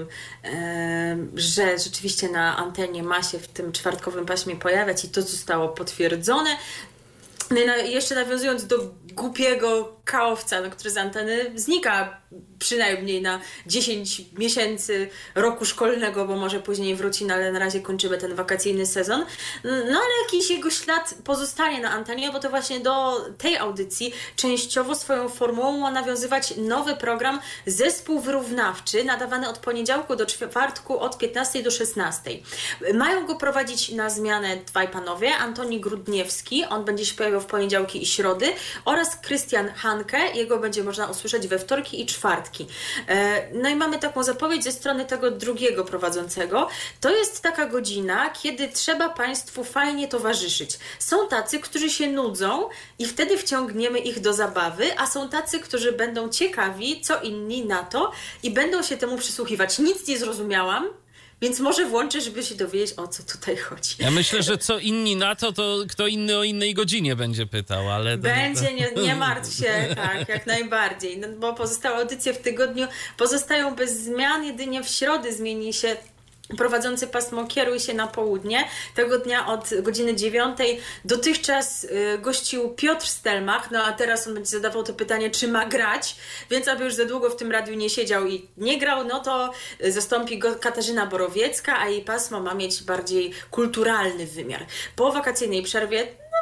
że rzeczywiście na antenie ma się w tym czwartkowym paśmie pojawiać i to zostało potwierdzone. No i jeszcze nawiązując do głupiego kaowca, no, który z anteny znika przynajmniej na dziesięć miesięcy roku szkolnego, bo może później wróci, no ale na razie kończymy ten wakacyjny sezon. No ale jakiś jego ślad pozostanie na antenie, bo to właśnie do tej audycji częściowo swoją formułą ma nawiązywać nowy program Zespół Wyrównawczy, nadawany od poniedziałku do czwartku od piętnastej do szesnastej. Mają go prowadzić na zmianę dwaj panowie, Antoni Grudniewski, on będzie się pojawiał w poniedziałki i środy, oraz Krystian Hanke, jego będzie można usłyszeć we wtorki i czwartki. No i mamy taką zapowiedź ze strony tego drugiego prowadzącego. To jest taka godzina, kiedy trzeba Państwu fajnie towarzyszyć. Są tacy, którzy się nudzą i wtedy wciągniemy ich do zabawy, a są tacy, którzy będą ciekawi, co inni na to i będą się temu przysłuchiwać. Nic nie zrozumiałam, więc może włączę, żeby się dowiedzieć, o co tutaj chodzi. Ja myślę, że co inni na to, to kto inny o innej godzinie będzie pytał, ale... To... Będzie, nie, nie martw się, tak, jak najbardziej. No, bo pozostałe audycje w tygodniu pozostają bez zmian, jedynie w środę zmieni się prowadzący pasmo Kieruj się na południe. Tego dnia od godziny dziewiątej dotychczas y, gościł Piotr Stelmach, no a teraz on będzie zadawał to pytanie, czy ma grać, więc aby już za długo w tym radiu nie siedział i nie grał, no to y, zastąpi go Katarzyna Borowiecka, a jej pasmo ma mieć bardziej kulturalny wymiar. Po wakacyjnej przerwie no,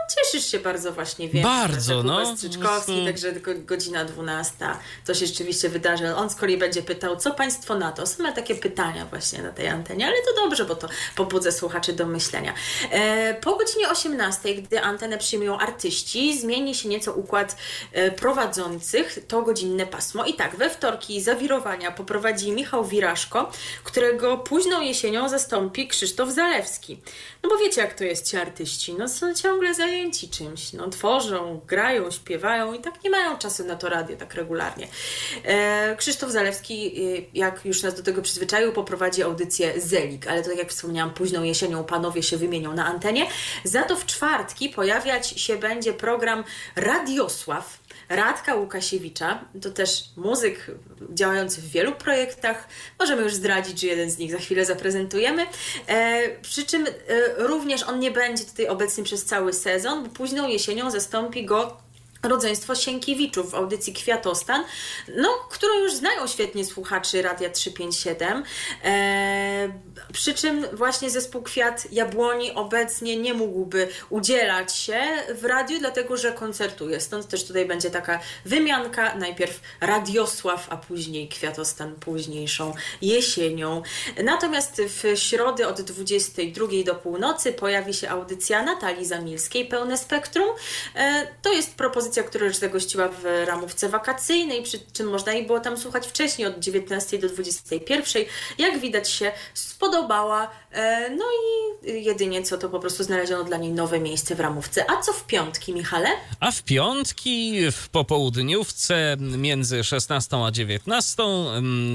cieszysz się bardzo właśnie, wiem. Bardzo, no. Strzyczkowski, mm. także tylko godzina dwunasta. To się rzeczywiście wydarzy. On z kolei będzie pytał, co państwo na to? Są takie pytania właśnie na tej antenie, ale to dobrze, bo to pobudzę słuchaczy do myślenia. E, po godzinie osiemnastej, gdy antenę przyjmują artyści, zmieni się nieco układ e, prowadzących. To godzinne pasmo. I tak, we wtorki zawirowania poprowadzi Michał Wiraszko, którego późną jesienią zastąpi Krzysztof Zalewski. No bo wiecie, jak to jest ci artyści. No są ciągle zajęci czymś. No tworzą, grają, śpiewają i tak nie mają czasu na to radio tak regularnie. E, Krzysztof Zalewski, e, jak już nas do tego przyzwyczaił, poprowadzi audycję Zelik, ale to tak jak wspomniałam, późną jesienią panowie się wymienią na antenie. Za to w czwartki pojawiać się będzie program Radiosław Radka Łukasiewicza, to też muzyk działający w wielu projektach. Możemy już zdradzić, że jeden z nich za chwilę zaprezentujemy. E, przy czym e, również on nie będzie tutaj obecny przez cały sezon, bo późną jesienią zastąpi go rodzeństwo Sienkiewiczów w audycji Kwiatostan, no, którą już znają świetnie słuchaczy Radia trzysta pięćdziesiąt siedem. Eee, przy czym właśnie zespół Kwiat Jabłoni obecnie nie mógłby udzielać się w radiu, dlatego że koncertuje. Stąd też tutaj będzie taka wymianka. Najpierw Radiosław, a później Kwiatostan późniejszą jesienią. Natomiast w środę od dwudziestej drugiej do północy pojawi się audycja Natalii Zamilskiej, Pełne Spektrum. Eee, to jest propozycja, która już zagościła w ramówce wakacyjnej, przy czym można jej było tam słuchać wcześniej, od dziewiętnastej do dwudziestej pierwszej. Jak widać się spodobała, no i jedynie co, to po prostu znaleziono dla niej nowe miejsce w ramówce. A co w piątki, Michale? A w piątki w popołudniówce między szesnastą a dziewiętnastą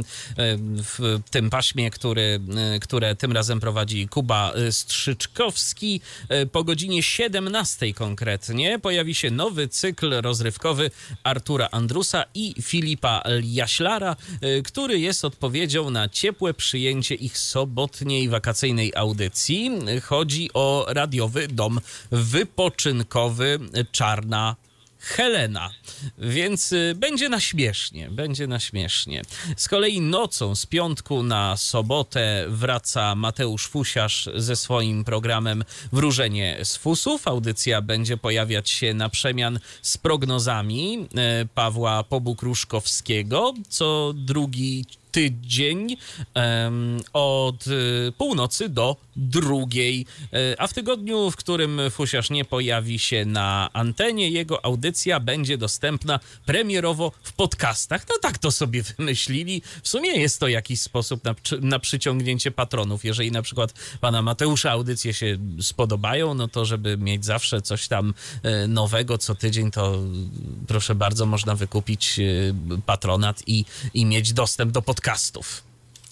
w tym paśmie, który, które tym razem prowadzi Kuba Strzyczkowski, po godzinie siedemnastej konkretnie pojawi się nowy cykl rozrywkowy Artura Andrusa i Filipa Jaślara, który jest odpowiedzią na ciepłe przyjęcie ich sobotniej wakacyjnej audycji. Chodzi o radiowy dom wypoczynkowy Czarna Helena, więc będzie na śmiesznie, będzie na śmiesznie. Z kolei nocą z piątku na sobotę wraca Mateusz Fusiarz ze swoim programem Wróżenie z Fusów. Audycja będzie pojawiać się na przemian z prognozami Pawła Pobuk-Ruszkowskiego co drugi tydzień um, od y, północy do drugiej, y, a w tygodniu, w którym Fusiarz nie pojawi się na antenie, jego audycja będzie dostępna premierowo w podcastach. No tak to sobie wymyślili. W sumie jest to jakiś sposób na, na przyciągnięcie patronów. Jeżeli na przykład pana Mateusza audycje się spodobają, no to żeby mieć zawsze coś tam y, nowego co tydzień, to proszę bardzo, można wykupić y, patronat i, i mieć dostęp do podcastów. Podcastów.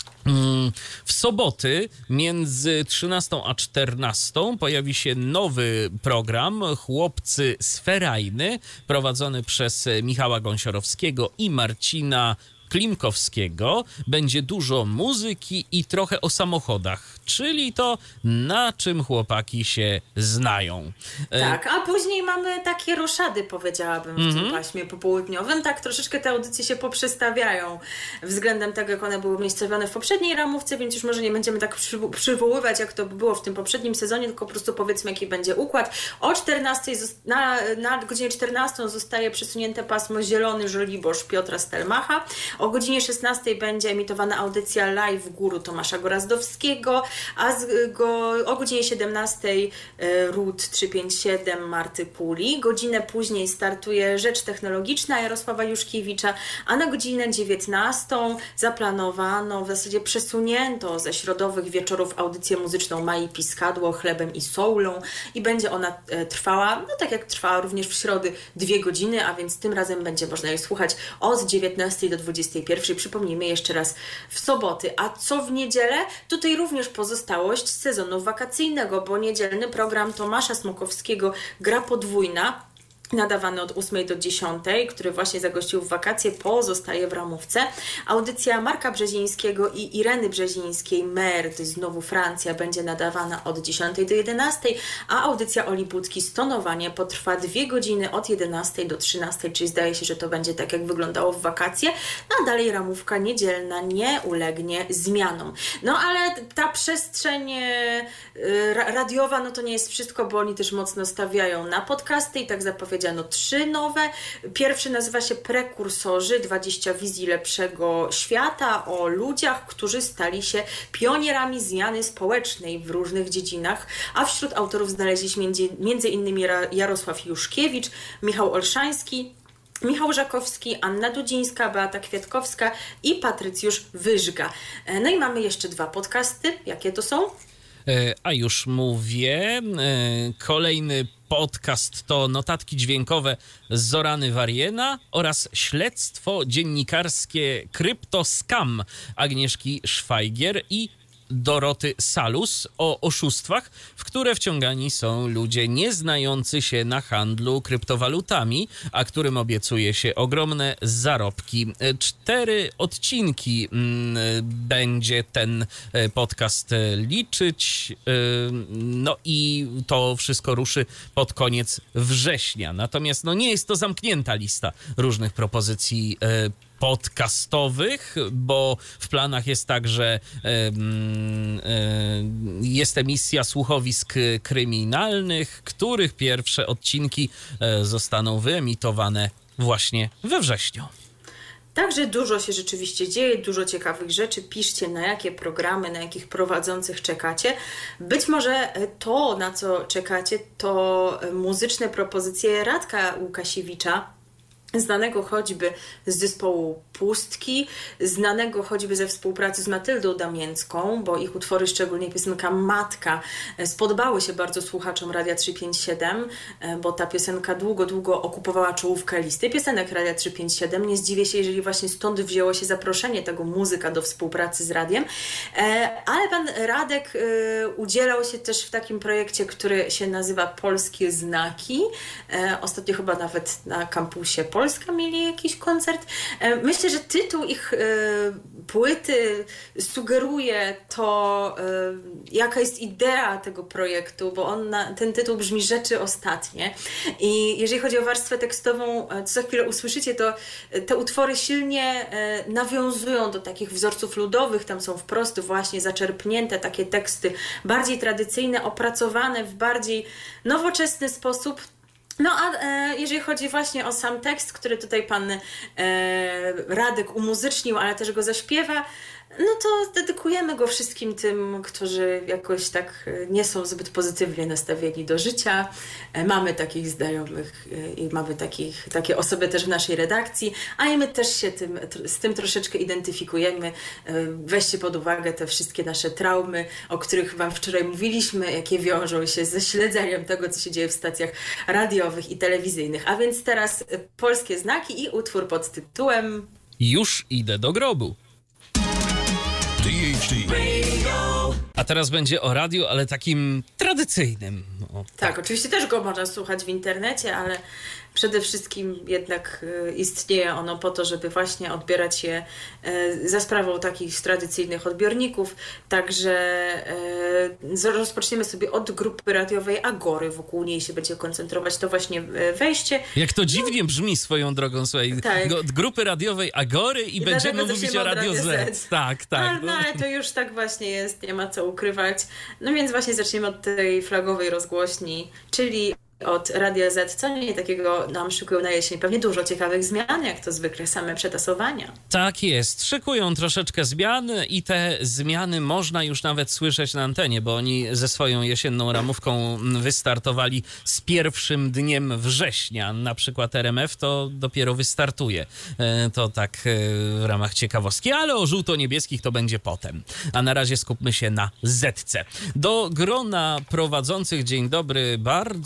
W soboty między trzynastą a czternastą pojawi się nowy program Chłopcy Sferajny, prowadzony przez Michała Gąsiorowskiego i Marcina Klimkowskiego. Będzie dużo muzyki i trochę o samochodach, czyli to, na czym chłopaki się znają. Tak, a później mamy takie roszady, powiedziałabym, w mm-hmm. tym paśmie popołudniowym. Tak, troszeczkę te audycje się poprzestawiają względem tego, jak one były umiejscowione w poprzedniej ramówce, więc już może nie będziemy tak przy- przywoływać, jak to było w tym poprzednim sezonie, tylko po prostu powiedzmy, jaki będzie układ. O czternastej, na, na godzinie czternastą zostaje przesunięte pasmo Zielony Żoliborz Piotra Stelmacha. O godzinie szesnastej będzie emitowana audycja Live Guru Tomasza Gorazdowskiego, a z, go, o godzinie siedemnastej R U T trzysta pięćdziesiąt siedem Marty Kuli. Godzinę później startuje Rzecz Technologiczna Jarosława Juszkiewicza, a na godzinę dziewiętnastą zaplanowano, w zasadzie przesunięto ze środowych wieczorów audycję muzyczną Mai Piskadło Chlebem i Soulą i będzie ona e, trwała, no tak jak trwała również w środy, dwie godziny, a więc tym razem będzie można jej słuchać od dziewiętnastej do dwudziestej pierwszej. Przypomnijmy jeszcze raz, w soboty. A co w niedzielę? Tutaj również pozostałość sezonu wakacyjnego, bo niedzielny program Tomasza Smokowskiego Gra Podwójna nadawany od ósmej do dziesiątej, który właśnie zagościł w wakacje, pozostaje w ramówce. Audycja Marka Brzezińskiego i Ireny Brzezińskiej, Mer, to jest znowu Francja, będzie nadawana od dziesiątej do jedenastej, a audycja Oli Budki, Stonowanie, potrwa dwie godziny od jedenastej do trzynastej, czyli zdaje się, że to będzie tak, jak wyglądało w wakacje, a dalej ramówka niedzielna nie ulegnie zmianom. No ale ta przestrzeń e, radiowa, no to nie jest wszystko, bo oni też mocno stawiają na podcasty i tak zapowiedziano trzy nowe. Pierwszy nazywa się Prekursorzy, dwadzieścia wizji lepszego świata, o ludziach, którzy stali się pionierami zmiany społecznej w różnych dziedzinach, a wśród autorów znaleźliśmy między, między innymi Jarosław Juszkiewicz, Michał Olszański, Michał Żakowski, Anna Dudzińska, Beata Kwiatkowska i Patrycjusz Wyżga. No i mamy jeszcze dwa podcasty. Jakie to są? A już mówię. Kolejny podcast to Notatki dźwiękowe Zorany Wariena oraz śledztwo dziennikarskie Kryptoscam Agnieszki Szwajgier i Doroty Salus o oszustwach, w które wciągani są ludzie nieznający się na handlu kryptowalutami, a którym obiecuje się ogromne zarobki. Cztery odcinki będzie ten podcast liczyć, no i to wszystko ruszy pod koniec września. Natomiast no nie jest to zamknięta lista różnych propozycji podcastowych, bo w planach jest także y, y, jest emisja słuchowisk kryminalnych, których pierwsze odcinki y, zostaną wyemitowane właśnie we wrześniu. Także dużo się rzeczywiście dzieje, dużo ciekawych rzeczy. Piszcie, na jakie programy, na jakich prowadzących czekacie. Być może to, na co czekacie, to muzyczne propozycje Radka Łukasiewicza, znanego choćby z zespołu Pustki, znanego choćby ze współpracy z Matyldą Damięcką, bo ich utwory, szczególnie piosenka Matka, spodobały się bardzo słuchaczom Radia trzysta pięćdziesiąt siedem, bo ta piosenka długo, długo okupowała czołówkę listy piosenek Radia trzysta pięćdziesiąt siedem. Nie zdziwię się, jeżeli właśnie stąd wzięło się zaproszenie tego muzyka do współpracy z radiem. Ale pan Radek udzielał się też w takim projekcie, który się nazywa Polskie Znaki. Ostatnio chyba nawet na kampusie Polska mieli jakiś koncert. Myślę, że tytuł ich płyty sugeruje to, jaka jest idea tego projektu, bo on na, ten tytuł brzmi Rzeczy Ostatnie. I jeżeli chodzi o warstwę tekstową, co za chwilę usłyszycie, to te utwory silnie nawiązują do takich wzorców ludowych. Tam są wprost właśnie zaczerpnięte takie teksty bardziej tradycyjne, opracowane w bardziej nowoczesny sposób. No a e, jeżeli chodzi właśnie o sam tekst, który tutaj pan e, Radek umuzycznił, ale też go zaśpiewa, no to dedykujemy go wszystkim tym, którzy jakoś tak nie są zbyt pozytywnie nastawieni do życia. Mamy takich znajomych i mamy takich, takie osoby też w naszej redakcji, a i my też się tym, z tym troszeczkę identyfikujemy. Weźcie pod uwagę te wszystkie nasze traumy, o których wam wczoraj mówiliśmy, jakie wiążą się ze śledzeniem tego, co się dzieje w stacjach radiowych i telewizyjnych. A więc teraz Polskie Znaki i utwór pod tytułem Już idę do grobu. D H D. A teraz będzie o radiu, ale takim tradycyjnym. O, tak. tak, oczywiście też go można słuchać w internecie, ale przede wszystkim jednak istnieje ono po to, żeby właśnie odbierać je za sprawą takich tradycyjnych odbiorników. Także rozpoczniemy sobie od grupy radiowej Agory. Wokół niej się będzie koncentrować to właśnie wejście. Jak to dziwnie brzmi swoją drogą, słuchaj. Tak. Od grupy radiowej Agory i, I będziemy mówić o Radio Z. Z. Tak, tak. No, no ale to już tak właśnie jest, nie ma co ukrywać. No więc właśnie zaczniemy od tej flagowej rozgłośni, czyli od Radia Z, co nie takiego nam szykują na jesień. Pewnie dużo ciekawych zmian, jak to zwykle, same przetasowania. Tak jest. Szykują troszeczkę zmian i te zmiany można już nawet słyszeć na antenie, bo oni ze swoją jesienną ramówką wystartowali z pierwszym dniem września. Na przykład R M F to dopiero wystartuje. To tak w ramach ciekawostki, ale o żółto-niebieskich to będzie potem. A na razie skupmy się na Zetce. Do grona prowadzących, dzień dobry bardzo,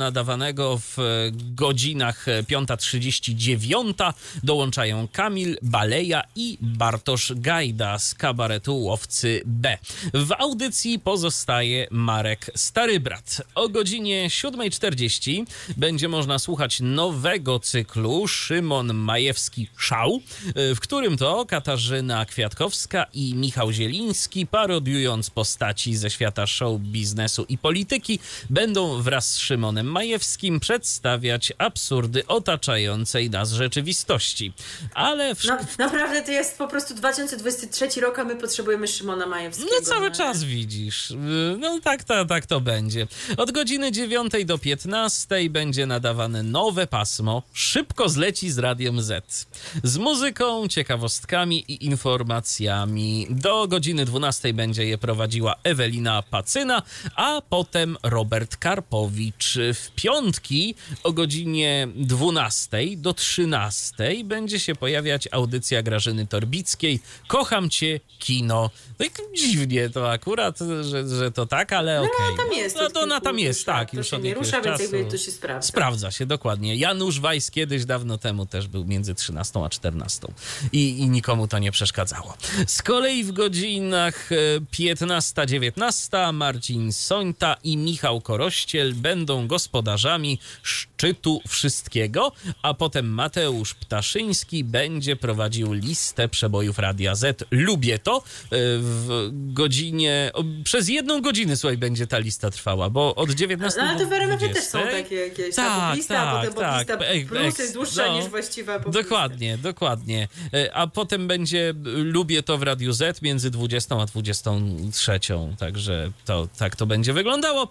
nadawanego w godzinach piąta trzydzieści dziewięć dołączają Kamil Baleja i Bartosz Gajda z kabaretu Łowcy B. W audycji pozostaje Marek Starybrat. O godzinie siódma czterdzieści będzie można słuchać nowego cyklu Szymon Majewski Szał, w którym to Katarzyna Kwiatkowska i Michał Zieliński, parodiując postaci ze świata show biznesu i polityki, będą wraz z Szymonem Majewskim przedstawiać absurdy otaczającej nas rzeczywistości. Ale w... No, naprawdę to jest po prostu dwa tysiące dwudziesty trzeci rok, a my potrzebujemy Szymona Majewskiego. No cały no. czas widzisz. No tak, tak, tak to będzie. Od godziny dziewiątej do piętnastej będzie nadawane nowe pasmo Szybko zleci z Radiem Z. Z muzyką, ciekawostkami i informacjami. Do godziny dwunastej będzie je prowadziła Ewelina Pacyna, a potem Robert Karpowicz. W piątki o godzinie dwunastej do trzynastej będzie się pojawiać audycja Grażyny Torbickiej Kocham Cię, kino. No i dziwnie to akurat, że, że to tak, ale okej. Okay. No, tam jest. No, to ona tam jest, tak. To już się od nie rusza, czasu. więc jakby to się sprawdza. Sprawdza się, dokładnie. Janusz Weiss kiedyś, dawno temu też był między trzynastą a czternastą. I, i nikomu to nie przeszkadzało. Z kolei w godzinach piętnasta dziewiętnasta Marcin Sońta i Michał Korościel będą gospodarzami szczytu wszystkiego, a potem Mateusz Ptaszyński będzie prowadził listę przebojów Radia Z. Lubię to. W godzinie, przez jedną godzinę, słuchaj, będzie ta lista trwała, bo od dziewiętnastej no, ale to w R M F dwudziestej też są takie jakieś tak, lista, tak, a potem tak, lista tak. plus jest dłuższa no, niż właściwa Dokładnie, dokładnie. A potem będzie Lubię to w Radiu Z między dwudziestą a dwudziestą trzecią, także to, tak to będzie wyglądało.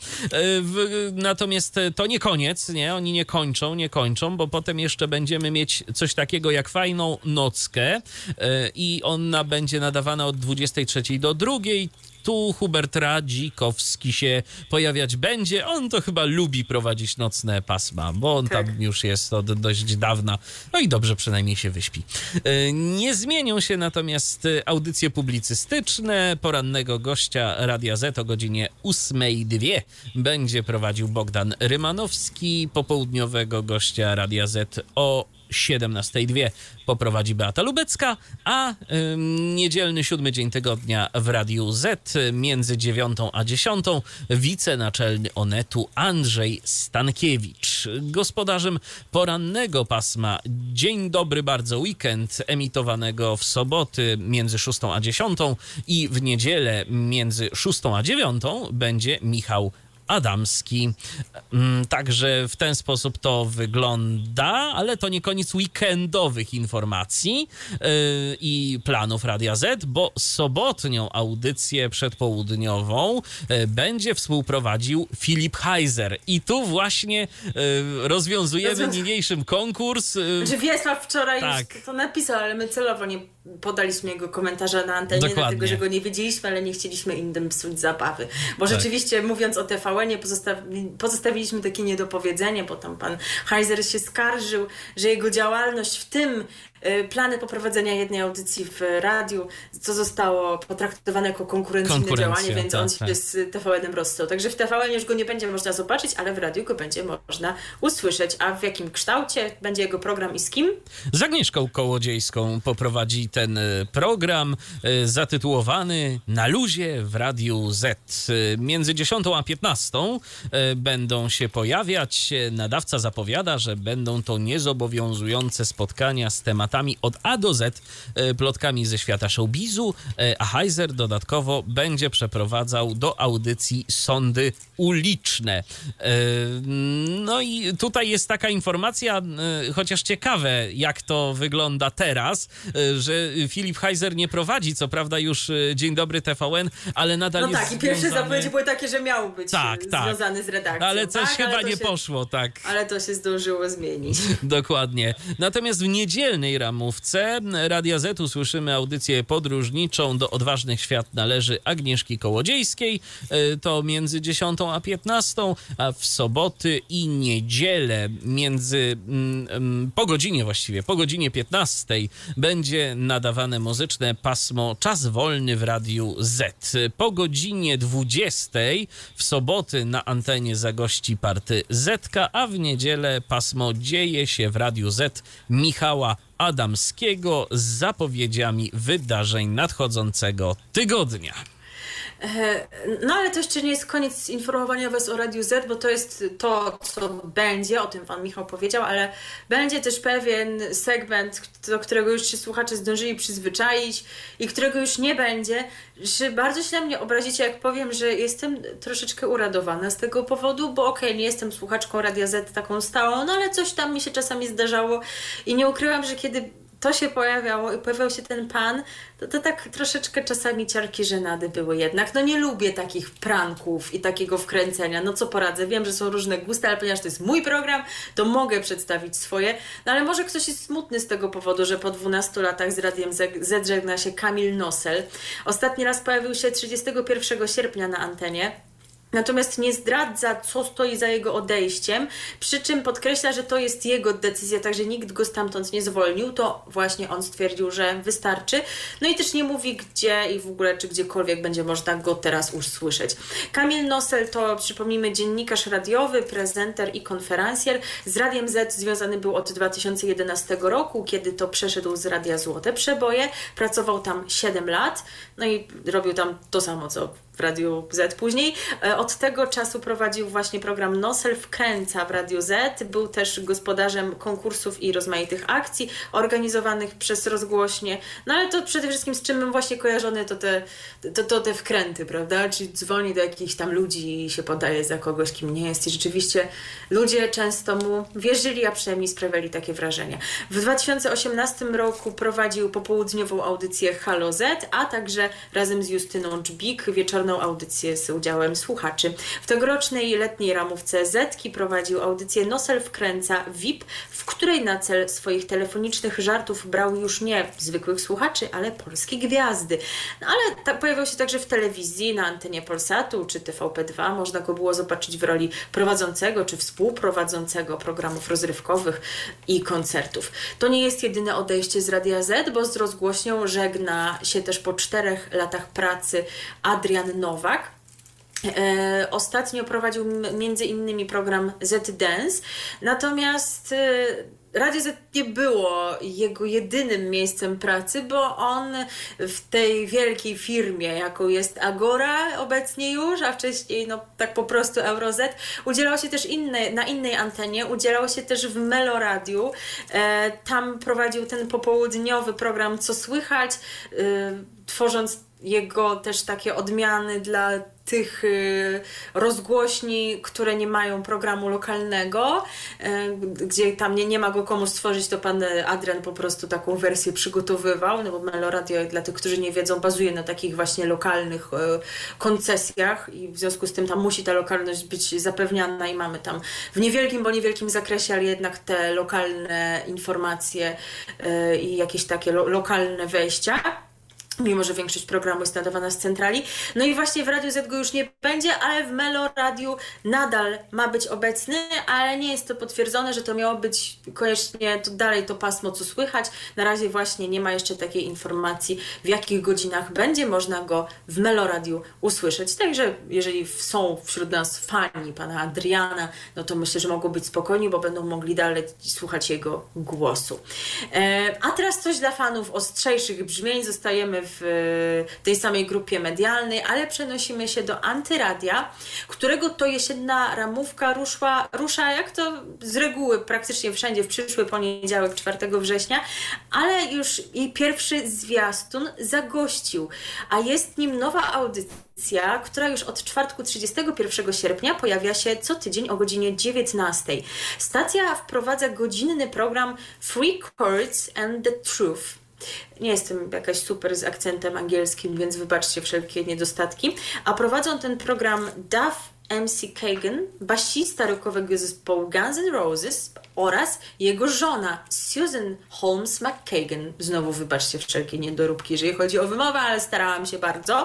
Natomiast to nie koniec, nie? Oni nie kończą, nie kończą, bo potem jeszcze będziemy mieć coś takiego jak Fajną Nockę i ona będzie nadawana od dwudziestej trzeciej do drugiej. Tu Hubert Radzikowski się pojawiać będzie. On to chyba lubi prowadzić nocne pasma, bo on tak. tam już jest od dość dawna. No i dobrze, przynajmniej się wyśpi. Nie zmienią się natomiast audycje publicystyczne. Porannego gościa Radia Z o godzinie ósmej dwie będzie prowadził Bogdan Rymanowski. Popołudniowego gościa Radia Z o siedemnastej dwie poprowadzi Beata Lubecka, a ym, niedzielny siódmy dzień tygodnia w Radiu Z między dziewiątą a dziesiątą wicenaczelny Onetu Andrzej Stankiewicz. Gospodarzem porannego pasma Dzień dobry bardzo weekend emitowanego w soboty między szóstą a dziesiątą i w niedzielę między szóstą a dziewiątą będzie Michał Adamski. Także w ten sposób to wygląda, ale to nie koniec weekendowych informacji yy, i planów Radia Z, bo sobotnią audycję przedpołudniową yy, będzie współprowadził Filip Heiser. I tu właśnie yy, rozwiązujemy niniejszym konkurs. Yy. Znaczy Wiesław wczoraj tak. już to napisał, ale my celowo nie podaliśmy jego komentarza na antenie, Dokładnie. dlatego że go nie wiedzieliśmy, ale nie chcieliśmy innym psuć zabawy. Bo tak. rzeczywiście, mówiąc o T V N-ie, pozostawi, pozostawiliśmy takie niedopowiedzenie, bo tam pan Heiser się skarżył, że jego działalność, w tym y, plany poprowadzenia jednej audycji w radiu, co zostało potraktowane jako konkurencyjne działanie, więc tak, on się tak. z T V N-em rozstał. Także w T V N już go nie będzie można zobaczyć, ale w radiu go będzie można usłyszeć. A w jakim kształcie będzie jego program i z kim? Z Agnieszką Kołodziejską poprowadzi ten program zatytułowany Na luzie w Radiu Z. Między dziesiątą a piętnastą będą się pojawiać. Nadawca zapowiada, że będą to niezobowiązujące spotkania z tematami od A do Z, plotkami ze świata showbizu, a Heiser dodatkowo będzie przeprowadzał do audycji sądy uliczne. No i tutaj jest taka informacja, chociaż ciekawe, jak to wygląda teraz, że Filip Heiser nie prowadzi, co prawda już Dzień Dobry T V N, ale nadal no jest tak, i pierwsze związany... zapowiedzi były takie, że miał być tak, związany tak. z redakcją. Ale coś tak? chyba ale nie się... poszło, tak. Ale to się zdążyło zmienić. Dokładnie. Natomiast w niedzielnej ramówce Radia Z usłyszymy audycję podróżniczą Do odważnych świat należy Agnieszki Kołodziejskiej. To między dziesiątą a piętnastą, a w soboty i niedzielę między po godzinie właściwie, po godzinie piętnastej będzie nadawane muzyczne pasmo Czas Wolny w Radiu Z. Po godzinie dwudziestej w soboty na antenie zagości party Zetka, a w niedzielę pasmo Dzieje się w Radiu Z Michała Adamskiego z zapowiedziami wydarzeń nadchodzącego tygodnia. No ale to jeszcze nie jest koniec informowania Was o Radiu Z, bo to jest to, co będzie, o tym Pan Michał powiedział, ale będzie też pewien segment, do którego już się słuchacze zdążyli przyzwyczaić i którego już nie będzie, że bardzo się na mnie obrazicie, jak powiem, że jestem troszeczkę uradowana z tego powodu, bo okej, okay, nie jestem słuchaczką Radia Z taką stałą, no ale coś tam mi się czasami zdarzało i nie ukrywam, że kiedy to się pojawiało i pojawiał się ten pan, to, to tak troszeczkę czasami ciarki żenady były jednak. No nie lubię takich pranków i takiego wkręcenia. No co poradzę, wiem, że są różne gusty, ale ponieważ to jest mój program, to mogę przedstawić swoje. No ale może ktoś jest smutny z tego powodu, że po dwunastu latach z Radiem Z żegna się Kamil Nosel. Ostatni raz pojawił się trzydziestego pierwszego sierpnia na antenie. Natomiast nie zdradza, co stoi za jego odejściem, przy czym podkreśla, że to jest jego decyzja, także nikt go stamtąd nie zwolnił, to właśnie on stwierdził, że wystarczy. No i też nie mówi gdzie i w ogóle, czy gdziekolwiek będzie można go teraz usłyszeć. Kamil Nosel to, przypomnijmy, dziennikarz radiowy, prezenter i konferencjer. Z Radiem Z związany był od dwa tysiące jedenastego roku, kiedy to przeszedł z Radia Złote Przeboje. Pracował tam siedem lat, no i robił tam to samo, co w Radiu Z później. Od tego czasu prowadził właśnie program Nosel Wkręca w Radiu Z. Był też gospodarzem konkursów i rozmaitych akcji organizowanych przez rozgłośnie. No ale to przede wszystkim z czym bym właśnie kojarzony to te, to, to te wkręty, prawda? Czyli dzwoni do jakichś tam ludzi i się podaje za kogoś, kim nie jest. I rzeczywiście ludzie często mu wierzyli, a przynajmniej sprawiali takie wrażenie. W dwa tysiące osiemnastym roku prowadził popołudniową audycję Halo Z, a także razem z Justyną Dżbik wieczorną audycję z udziałem słuchaczy. W tegorocznej letniej ramówce Zetki prowadził audycję Nosel Wkręca V I P, w której na cel swoich telefonicznych żartów brał już nie zwykłych słuchaczy, ale polskie gwiazdy. No ale ta, pojawiał się także w telewizji, na antenie Polsatu czy T V P dwa. Można go było zobaczyć w roli prowadzącego czy współprowadzącego programów rozrywkowych i koncertów. To nie jest jedyne odejście z Radia Z, bo z rozgłośnią żegna się też po czterech latach pracy Adrian Nowak. E, ostatnio prowadził m- między innymi program Z Dance, natomiast e, Radio Z nie było jego jedynym miejscem pracy, bo on w tej wielkiej firmie, jaką jest Agora obecnie już, a wcześniej no tak po prostu Euro Z, udzielał się też inne, na innej antenie, udzielał się też w Meloradiu. E, tam prowadził ten popołudniowy program Co Słychać, e, tworząc jego też takie odmiany dla tych y, rozgłośni, które nie mają programu lokalnego, y, gdzie tam nie, nie ma go komu stworzyć, to pan Adrian po prostu taką wersję przygotowywał, no bo Meloradio, dla tych, którzy nie wiedzą, bazuje na takich właśnie lokalnych y, koncesjach i w związku z tym tam musi ta lokalność być zapewniana i mamy tam w niewielkim, bo niewielkim zakresie, ale jednak te lokalne informacje y, i jakieś takie lo, lokalne wejścia. Mimo że większość programu jest nadawana z centrali. No i właśnie w Radiu Z go już nie będzie, ale w Meloradiu nadal ma być obecny, ale nie jest to potwierdzone, że to miało być koniecznie to dalej to pasmo Co Słychać. Na razie właśnie nie ma jeszcze takiej informacji, w jakich godzinach będzie można go w Meloradiu usłyszeć. Także jeżeli są wśród nas fani pana Adriana, no to myślę, że mogą być spokojni, bo będą mogli dalej słuchać jego głosu. E, a teraz coś dla fanów ostrzejszych brzmień. Zostajemy w tej samej grupie medialnej, ale przenosimy się do Antyradia, którego to jesienna ramówka rusza, rusza jak to z reguły praktycznie wszędzie w przyszły poniedziałek, czwartego września, ale już i pierwszy zwiastun zagościł, a jest nim nowa audycja, która już od czwartku trzydziestego pierwszego sierpnia pojawia się co tydzień o godzinie dziewiętnastej. Stacja wprowadza godzinny program Three Chords and the Truth. Nie jestem jakaś super z akcentem angielskim, więc wybaczcie wszelkie niedostatki. A prowadzą ten program Duff M C Kagan, basista rockowego zespołu Guns N' Roses oraz jego żona Susan Holmes McKagan. Znowu wybaczcie wszelkie niedoróbki, jeżeli chodzi o wymowę, ale starałam się bardzo.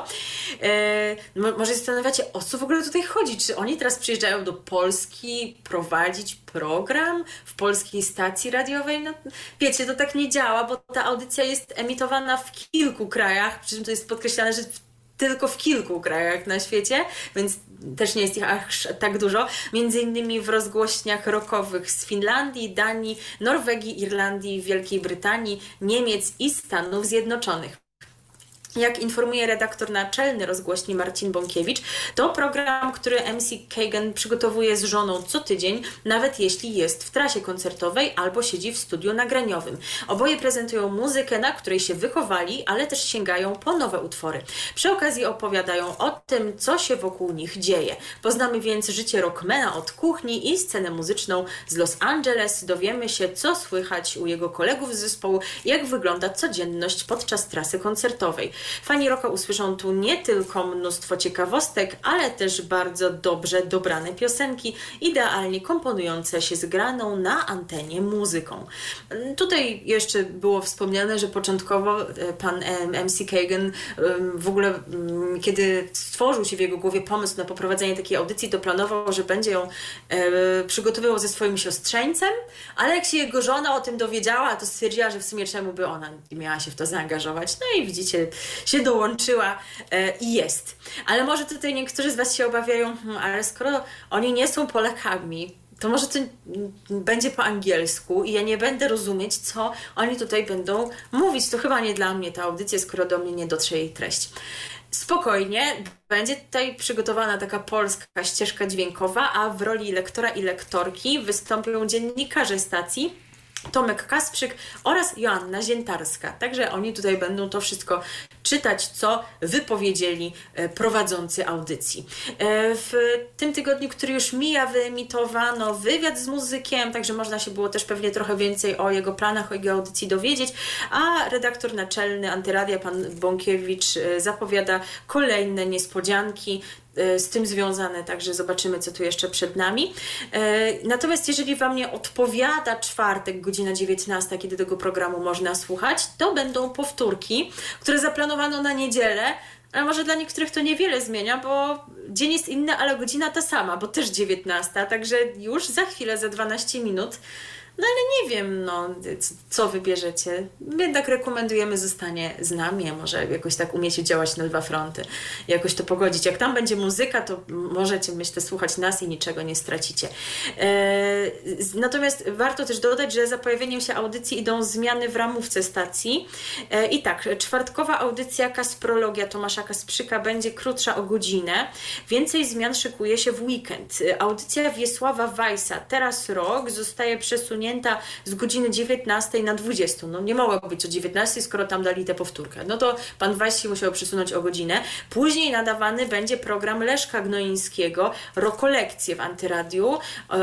E, może się zastanawiacie, o co w ogóle tutaj chodzi? Czy oni teraz przyjeżdżają do Polski prowadzić program w polskiej stacji radiowej? No, wiecie, to tak nie działa, bo ta audycja jest emitowana w kilku krajach, przy czym to jest podkreślane, że w tylko w kilku krajach na świecie, więc też nie jest ich aż tak dużo. Między innymi w rozgłośniach rockowych z Finlandii, Danii, Norwegii, Irlandii, Wielkiej Brytanii, Niemiec i Stanów Zjednoczonych. Jak informuje redaktor naczelny rozgłośni Marcin Bąkiewicz, to program, który M C Kagan przygotowuje z żoną co tydzień, nawet jeśli jest w trasie koncertowej albo siedzi w studiu nagraniowym. Oboje prezentują muzykę, na której się wychowali, ale też sięgają po nowe utwory. Przy okazji opowiadają o tym, co się wokół nich dzieje. Poznamy więc życie rockmana od kuchni i scenę muzyczną z Los Angeles. Dowiemy się, co słychać u jego kolegów z zespołu, jak wygląda codzienność podczas trasy koncertowej. Fani rocka usłyszą tu nie tylko mnóstwo ciekawostek, ale też bardzo dobrze dobrane piosenki, idealnie komponujące się z graną na antenie muzyką. Tutaj jeszcze było wspomniane, że początkowo pan M C Kagan w ogóle, kiedy stworzył się w jego głowie pomysł na poprowadzenie takiej audycji, to planował, że będzie ją przygotowywał ze swoim siostrzeńcem, ale jak się jego żona o tym dowiedziała, to stwierdziła, że w sumie czemu by ona miała się w to zaangażować. No i widzicie, się dołączyła e, i jest. Ale może tutaj niektórzy z Was się obawiają, hmm, ale skoro oni nie są Polakami, to może to będzie po angielsku i ja nie będę rozumieć, co oni tutaj będą mówić. To chyba nie dla mnie ta audycja, skoro do mnie nie dotrze jej treść. Spokojnie, będzie tutaj przygotowana taka polska ścieżka dźwiękowa, a w roli lektora i lektorki wystąpią dziennikarze stacji Tomek Kasprzyk oraz Joanna Ziętarska. Także oni tutaj będą to wszystko czytać, co wypowiedzieli prowadzący audycji. W tym tygodniu, który już mija, wyemitowano wywiad z muzykiem, także można się było też pewnie trochę więcej o jego planach, o jego audycji dowiedzieć, a redaktor naczelny Antyradia, pan Bąkiewicz, zapowiada kolejne niespodzianki z tym związane, także zobaczymy, co tu jeszcze przed nami. Natomiast jeżeli Wam nie odpowiada czwartek, godzina dziewiętnasta, kiedy tego programu można słuchać, to będą powtórki, które zaplanowano na niedzielę, ale może dla niektórych to niewiele zmienia, bo dzień jest inny, ale godzina ta sama, bo też dziewiętnasta, także już za chwilę, za dwanaście minut. No ale nie wiem, no, co wybierzecie. Jednak rekomendujemy zostanie z nami, a może jakoś tak umiecie działać na dwa fronty, jakoś to pogodzić. Jak tam będzie muzyka, to możecie, myślę, słuchać nas i niczego nie stracicie. Eee, natomiast warto też dodać, że za pojawieniem się audycji idą zmiany w ramówce stacji. Eee, I tak, czwartkowa audycja Kasprologia Tomasza Kasprzyka będzie krótsza o godzinę. Więcej zmian szykuje się w weekend. Audycja Wiesława Weissa, Teraz Rock, zostaje przesunięta z godziny dziewiętnastej na dwudziestą. No nie mogło być o dziewiętnastej, skoro tam dali tę powtórkę. No to pan Weiss się musiał przesunąć o godzinę. Później nadawany będzie program Leszka Gnoińskiego, Rokolekcje w Antyradiu.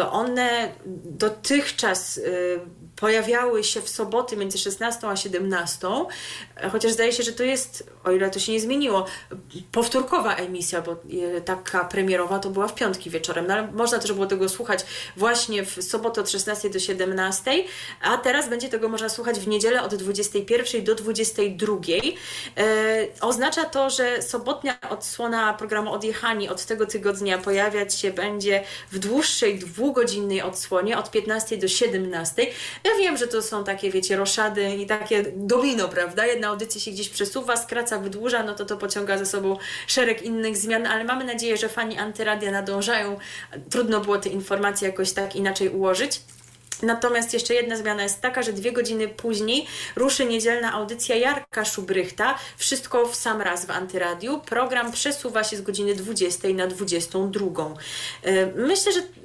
One dotychczas pojawiały się w soboty między szesnastą a siedemnastą, chociaż zdaje się, że to jest, o ile to się nie zmieniło, powtórkowa emisja, bo taka premierowa to była w piątki wieczorem, no ale można też było tego słuchać właśnie w sobotę od szesnastej do siedemnastej, a teraz będzie tego można słuchać w niedzielę od dwudziestej pierwszej do dwudziestej drugiej. E, oznacza to, że sobotnia odsłona programu Odjechani od tego tygodnia pojawiać się będzie w dłuższej, dwugodzinnej odsłonie od piętnastej do siedemnastej. Ja wiem, że to są takie, wiecie, roszady i takie domino, prawda? Jedna audycja się gdzieś przesuwa, skraca, wydłuża, no to to pociąga za sobą szereg innych zmian, ale mamy nadzieję, że fani Antyradia nadążają. Trudno było te informacje jakoś tak inaczej ułożyć. Natomiast jeszcze jedna zmiana jest taka, że dwie godziny później ruszy niedzielna audycja Jarka Szubrychta. Wszystko w sam raz w Antyradiu. Program przesuwa się z godziny dwudziestej na dwudziestą drugą. Myślę, że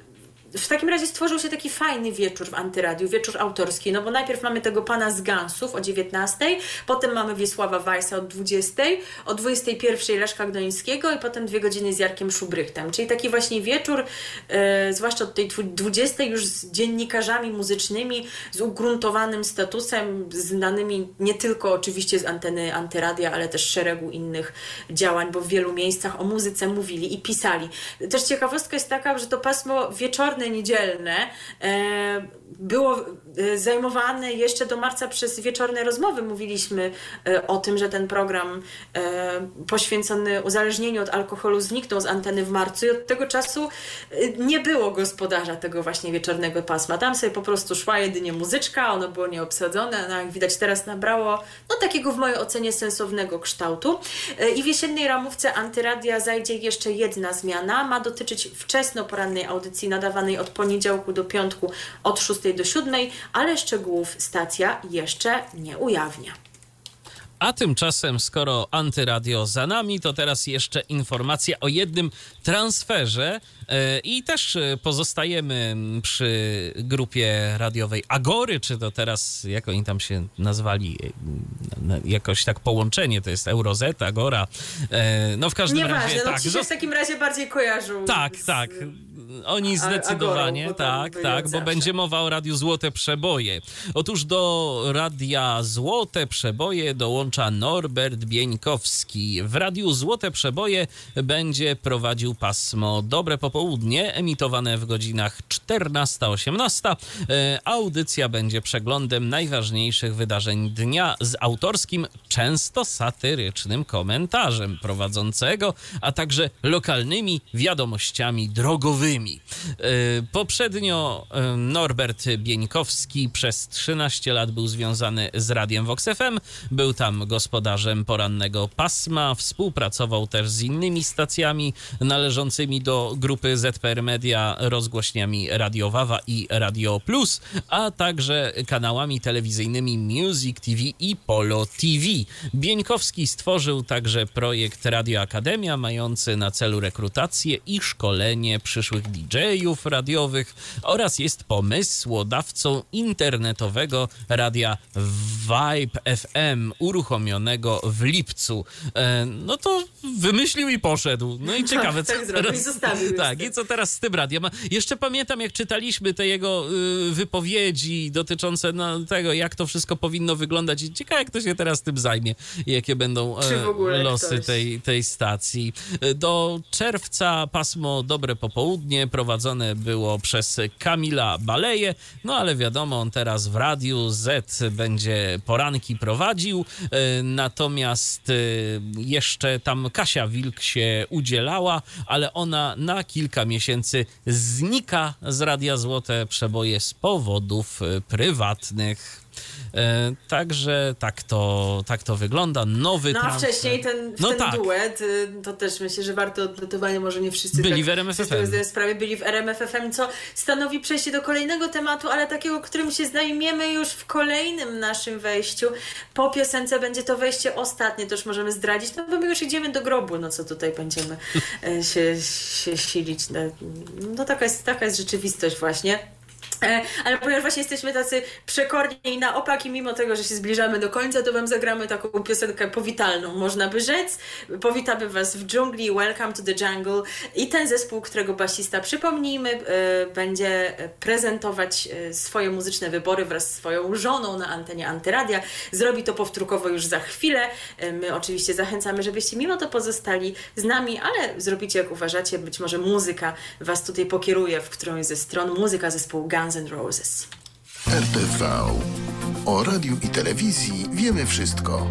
w takim razie stworzył się taki fajny wieczór w Antyradiu, wieczór autorski, no bo najpierw mamy tego pana z Gansów o dziewiętnastej, potem mamy Wiesława Weissa o dwudziestej, o dwudziestej pierwszej Leszka Gdońskiego i potem dwie godziny z Jarkiem Szubrychtem, czyli taki właśnie wieczór, e, zwłaszcza od tej dwudziestej już z dziennikarzami muzycznymi, z ugruntowanym statusem, znanymi nie tylko oczywiście z anteny Antyradia, ale też szeregu innych działań, bo w wielu miejscach o muzyce mówili i pisali. Też ciekawostka jest taka, że to pasmo wieczorne, niedzielne e, było e, zajmowane jeszcze do marca przez wieczorne rozmowy. Mówiliśmy e, o tym, że ten program e, poświęcony uzależnieniu od alkoholu zniknął z anteny w marcu i od tego czasu e, nie było gospodarza tego właśnie wieczornego pasma. Tam sobie po prostu szła jedynie muzyczka, ono było nieobsadzone, no jak widać teraz nabrało no takiego w mojej ocenie sensownego kształtu. E, I w jesiennej ramówce Antyradia zajdzie jeszcze jedna zmiana. Ma dotyczyć wczesnoporannej audycji nadawanej od poniedziałku do piątku od szóstej do siódmej, ale szczegółów stacja jeszcze nie ujawnia. A tymczasem, skoro Antyradio za nami, to teraz jeszcze informacja o jednym transferze yy, i też pozostajemy przy grupie radiowej Agory, czy to teraz, jak oni tam się nazwali, yy, jakoś tak połączenie, to jest Eurozet, Agora, yy, no w każdym Nieważne, razie... no tak, ci się w takim razie bardziej kojarzą. Tak, z... tak. Oni zdecydowanie, Agorą, tak, tak, bo zawsze. będzie mowa o Radiu Złote Przeboje. Otóż do Radia Złote Przeboje dołącza Norbert Bieńkowski. W Radiu Złote Przeboje będzie prowadził pasmo Dobre Popołudnie, emitowane w godzinach czternasta osiemnasta. Audycja będzie przeglądem najważniejszych wydarzeń dnia z autorskim, często satyrycznym komentarzem prowadzącego, a także lokalnymi wiadomościami drogowymi. Poprzednio Norbert Bieńkowski przez trzynaście lat był związany z Radiem Vox F M, był tam gospodarzem porannego pasma, współpracował też z innymi stacjami należącymi do grupy Z P R Media, rozgłośniami Radio Wawa i Radio Plus, a także kanałami telewizyjnymi Music T V i Polo T V. Bieńkowski stworzył także projekt Radio Akademia, mający na celu rekrutację i szkolenie przyszłych D J-ów radiowych oraz jest pomysłodawcą internetowego radia Vibe F M, uruchomionego w lipcu. E, no to wymyślił i poszedł. No i ciekawe, co tak zrobił i zostawił. Tak, i co teraz z tym radiem? Jeszcze pamiętam, jak czytaliśmy te jego y, wypowiedzi dotyczące no, tego, jak to wszystko powinno wyglądać i ciekawe, jak to się teraz tym zajmie i jakie będą e, losy tej, tej stacji. Do czerwca pasmo Dobre Popołudnie prowadzone było przez Kamila Baleję, no ale wiadomo, on teraz w Radiu Z będzie poranki prowadził, natomiast jeszcze tam Kasia Wilk się udzielała, ale ona na kilka miesięcy znika z Radia Złote Przeboje z powodów prywatnych. E, także tak to, tak to wygląda. Nowy No a transfer. wcześniej ten, no ten tak. duet, to też myślę, że warto odnotowania, może nie wszyscy byli tak w R M F F M. sobie sprawie byli w R M F F M, co stanowi przejście do kolejnego tematu, ale takiego, którym się zajmiemy już w kolejnym naszym wejściu. Po piosence będzie to wejście ostatnie, to już możemy zdradzić, no bo my już idziemy do grobu, no co tutaj będziemy się, się silić. No, no taka jest, taka jest rzeczywistość właśnie. Ale ponieważ właśnie jesteśmy tacy przekorni i na opak i mimo tego, że się zbliżamy do końca, to wam zagramy taką piosenkę powitalną, można by rzec. Powitamy was w dżungli, Welcome to the Jungle i ten zespół, którego basista, przypomnijmy, będzie prezentować swoje muzyczne wybory wraz z swoją żoną na antenie Antyradia. Zrobi to powtórkowo już za chwilę. My oczywiście zachęcamy, żebyście mimo to pozostali z nami, ale zrobicie jak uważacie, być może muzyka was tutaj pokieruje w którąś ze stron, muzyka zespołu Guns N' Roses. R T V. O radiu i telewizji wiemy wszystko.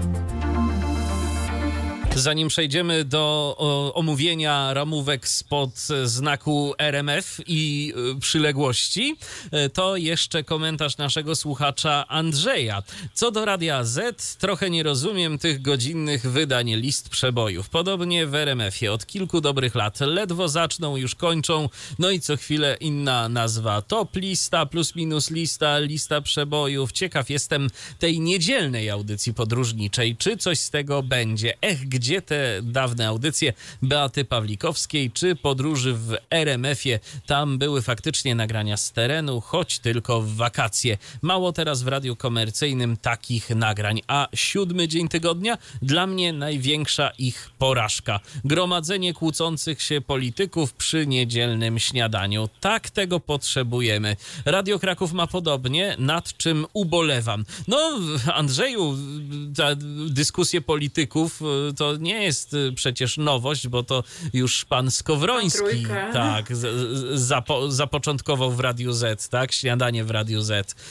Zanim przejdziemy do o, omówienia ramówek spod znaku R M F i y, przyległości, y, to jeszcze komentarz naszego słuchacza Andrzeja. Co do Radia Z, trochę nie rozumiem tych godzinnych wydań list przebojów. Podobnie w R M F-ie od kilku dobrych lat. Ledwo zaczną, już kończą, no i co chwilę inna nazwa. Top lista, plus minus lista, lista przebojów. Ciekaw jestem tej niedzielnej audycji podróżniczej. Czy coś z tego będzie? Ech, gdzie gdzie te dawne audycje Beaty Pawlikowskiej czy podróży w er em efie. Tam były faktycznie nagrania z terenu, choć tylko w wakacje. Mało teraz w radiu komercyjnym takich nagrań, a siódmy dzień tygodnia dla mnie największa ich porażka. Gromadzenie kłócących się polityków przy niedzielnym śniadaniu. Tak tego potrzebujemy. Radio Kraków ma podobnie, nad czym ubolewam. No, Andrzeju, ta dyskusje polityków to nie jest przecież nowość, bo to już pan Skowroński tak, z, z, zapo, zapoczątkował w Radiu Z, tak, śniadanie w Radiu Z, e,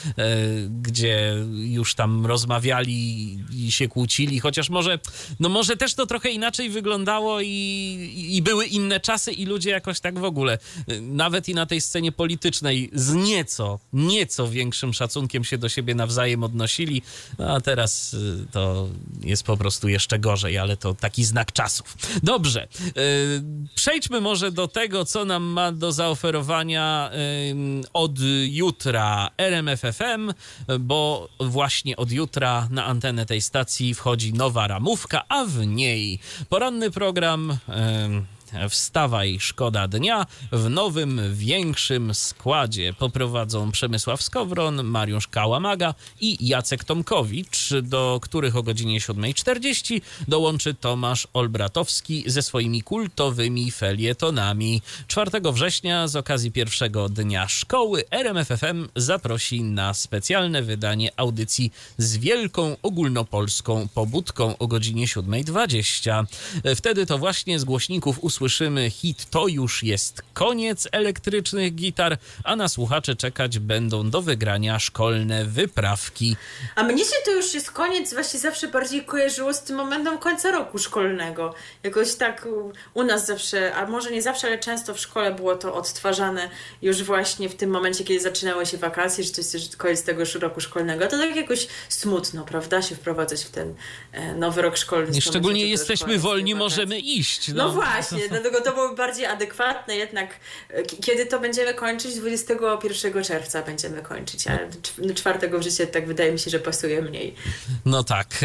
gdzie już tam rozmawiali i się kłócili, chociaż może, no może też to trochę inaczej wyglądało i, i były inne czasy i ludzie jakoś tak w ogóle, nawet i na tej scenie politycznej z nieco, nieco większym szacunkiem się do siebie nawzajem odnosili, no a teraz to jest po prostu jeszcze gorzej, ale to taki znak czasów. Dobrze, yy, przejdźmy może do tego, co nam ma do zaoferowania yy, od jutra R M F F M, bo właśnie od jutra na antenę tej stacji wchodzi nowa ramówka, a w niej poranny program yy, Wstawaj, szkoda dnia w nowym, większym składzie. Poprowadzą Przemysław Skowron, Mariusz Kałamaga i Jacek Tomkowicz, do których o godzinie siódma czterdzieści dołączy Tomasz Olbratowski ze swoimi kultowymi felietonami. czwartego września z okazji pierwszego dnia szkoły R M F F M zaprosi na specjalne wydanie audycji z wielką ogólnopolską pobudką o godzinie siódma dwadzieścia. Wtedy to właśnie z głośników usłyszymy Słyszymy hit To już jest koniec elektrycznych gitar, a na słuchaczy czekać będą do wygrania szkolne wyprawki. A mnie się to już jest koniec właśnie zawsze bardziej kojarzyło z tym momentem końca roku szkolnego. Jakoś tak u nas zawsze, a może nie zawsze, ale często w szkole było to odtwarzane już właśnie w tym momencie, kiedy zaczynały się wakacje, że to jest koniec tego roku szkolnego. To tak jakoś smutno, prawda, się wprowadzać w ten nowy rok szkolny. I szczególnie jesteśmy wolni, możemy iść. No, no właśnie, dlatego to byłoby bardziej adekwatne jednak, kiedy to będziemy kończyć? dwudziestego pierwszego czerwca będziemy kończyć, ale czwartego września tak wydaje mi się, że pasuje mniej. No tak.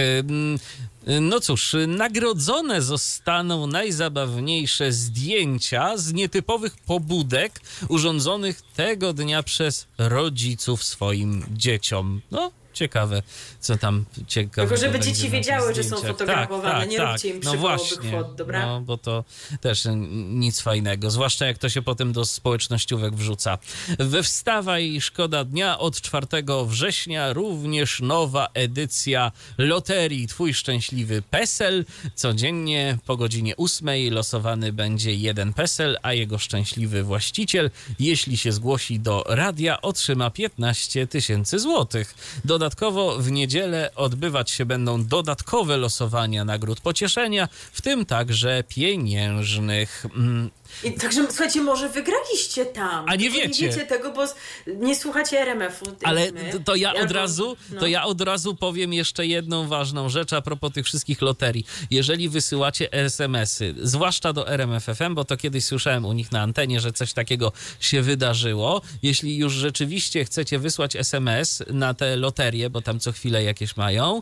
No cóż, nagrodzone zostaną najzabawniejsze zdjęcia z nietypowych pobudek urządzonych tego dnia przez rodziców swoim dzieciom. No, ciekawe, co tam ciekawe. Tylko żeby dzieci wiedziały, że są fotografowane, tak, nie tak, róbcie im no przywołowych fot, dobra? No, bo to też nic fajnego, zwłaszcza jak to się potem do społecznościówek wrzuca. We Wstawaj, szkoda dnia od czwartego września również nowa edycja loterii Twój szczęśliwy PESEL. Codziennie po godzinie ósmej losowany będzie jeden PESEL, a jego szczęśliwy właściciel, jeśli się zgłosi do radia, otrzyma piętnaście tysięcy złotych. Dodatkowo w niedzielę odbywać się będą dodatkowe losowania nagród pocieszenia, w tym także pieniężnych. Mm. I także, słuchajcie, może wygraliście tam. A nie wiecie. Nie wiecie tego, bo nie słuchacie R M F-u. Ale to, to ja od Albo, razu, no. to ja od razu powiem jeszcze jedną ważną rzecz a propos tych wszystkich loterii. Jeżeli wysyłacie es em esy, zwłaszcza do R M F F M, bo to kiedyś słyszałem u nich na antenie, że coś takiego się wydarzyło. Jeśli już rzeczywiście chcecie wysłać es em es na te loterie, bo tam co chwilę jakieś mają,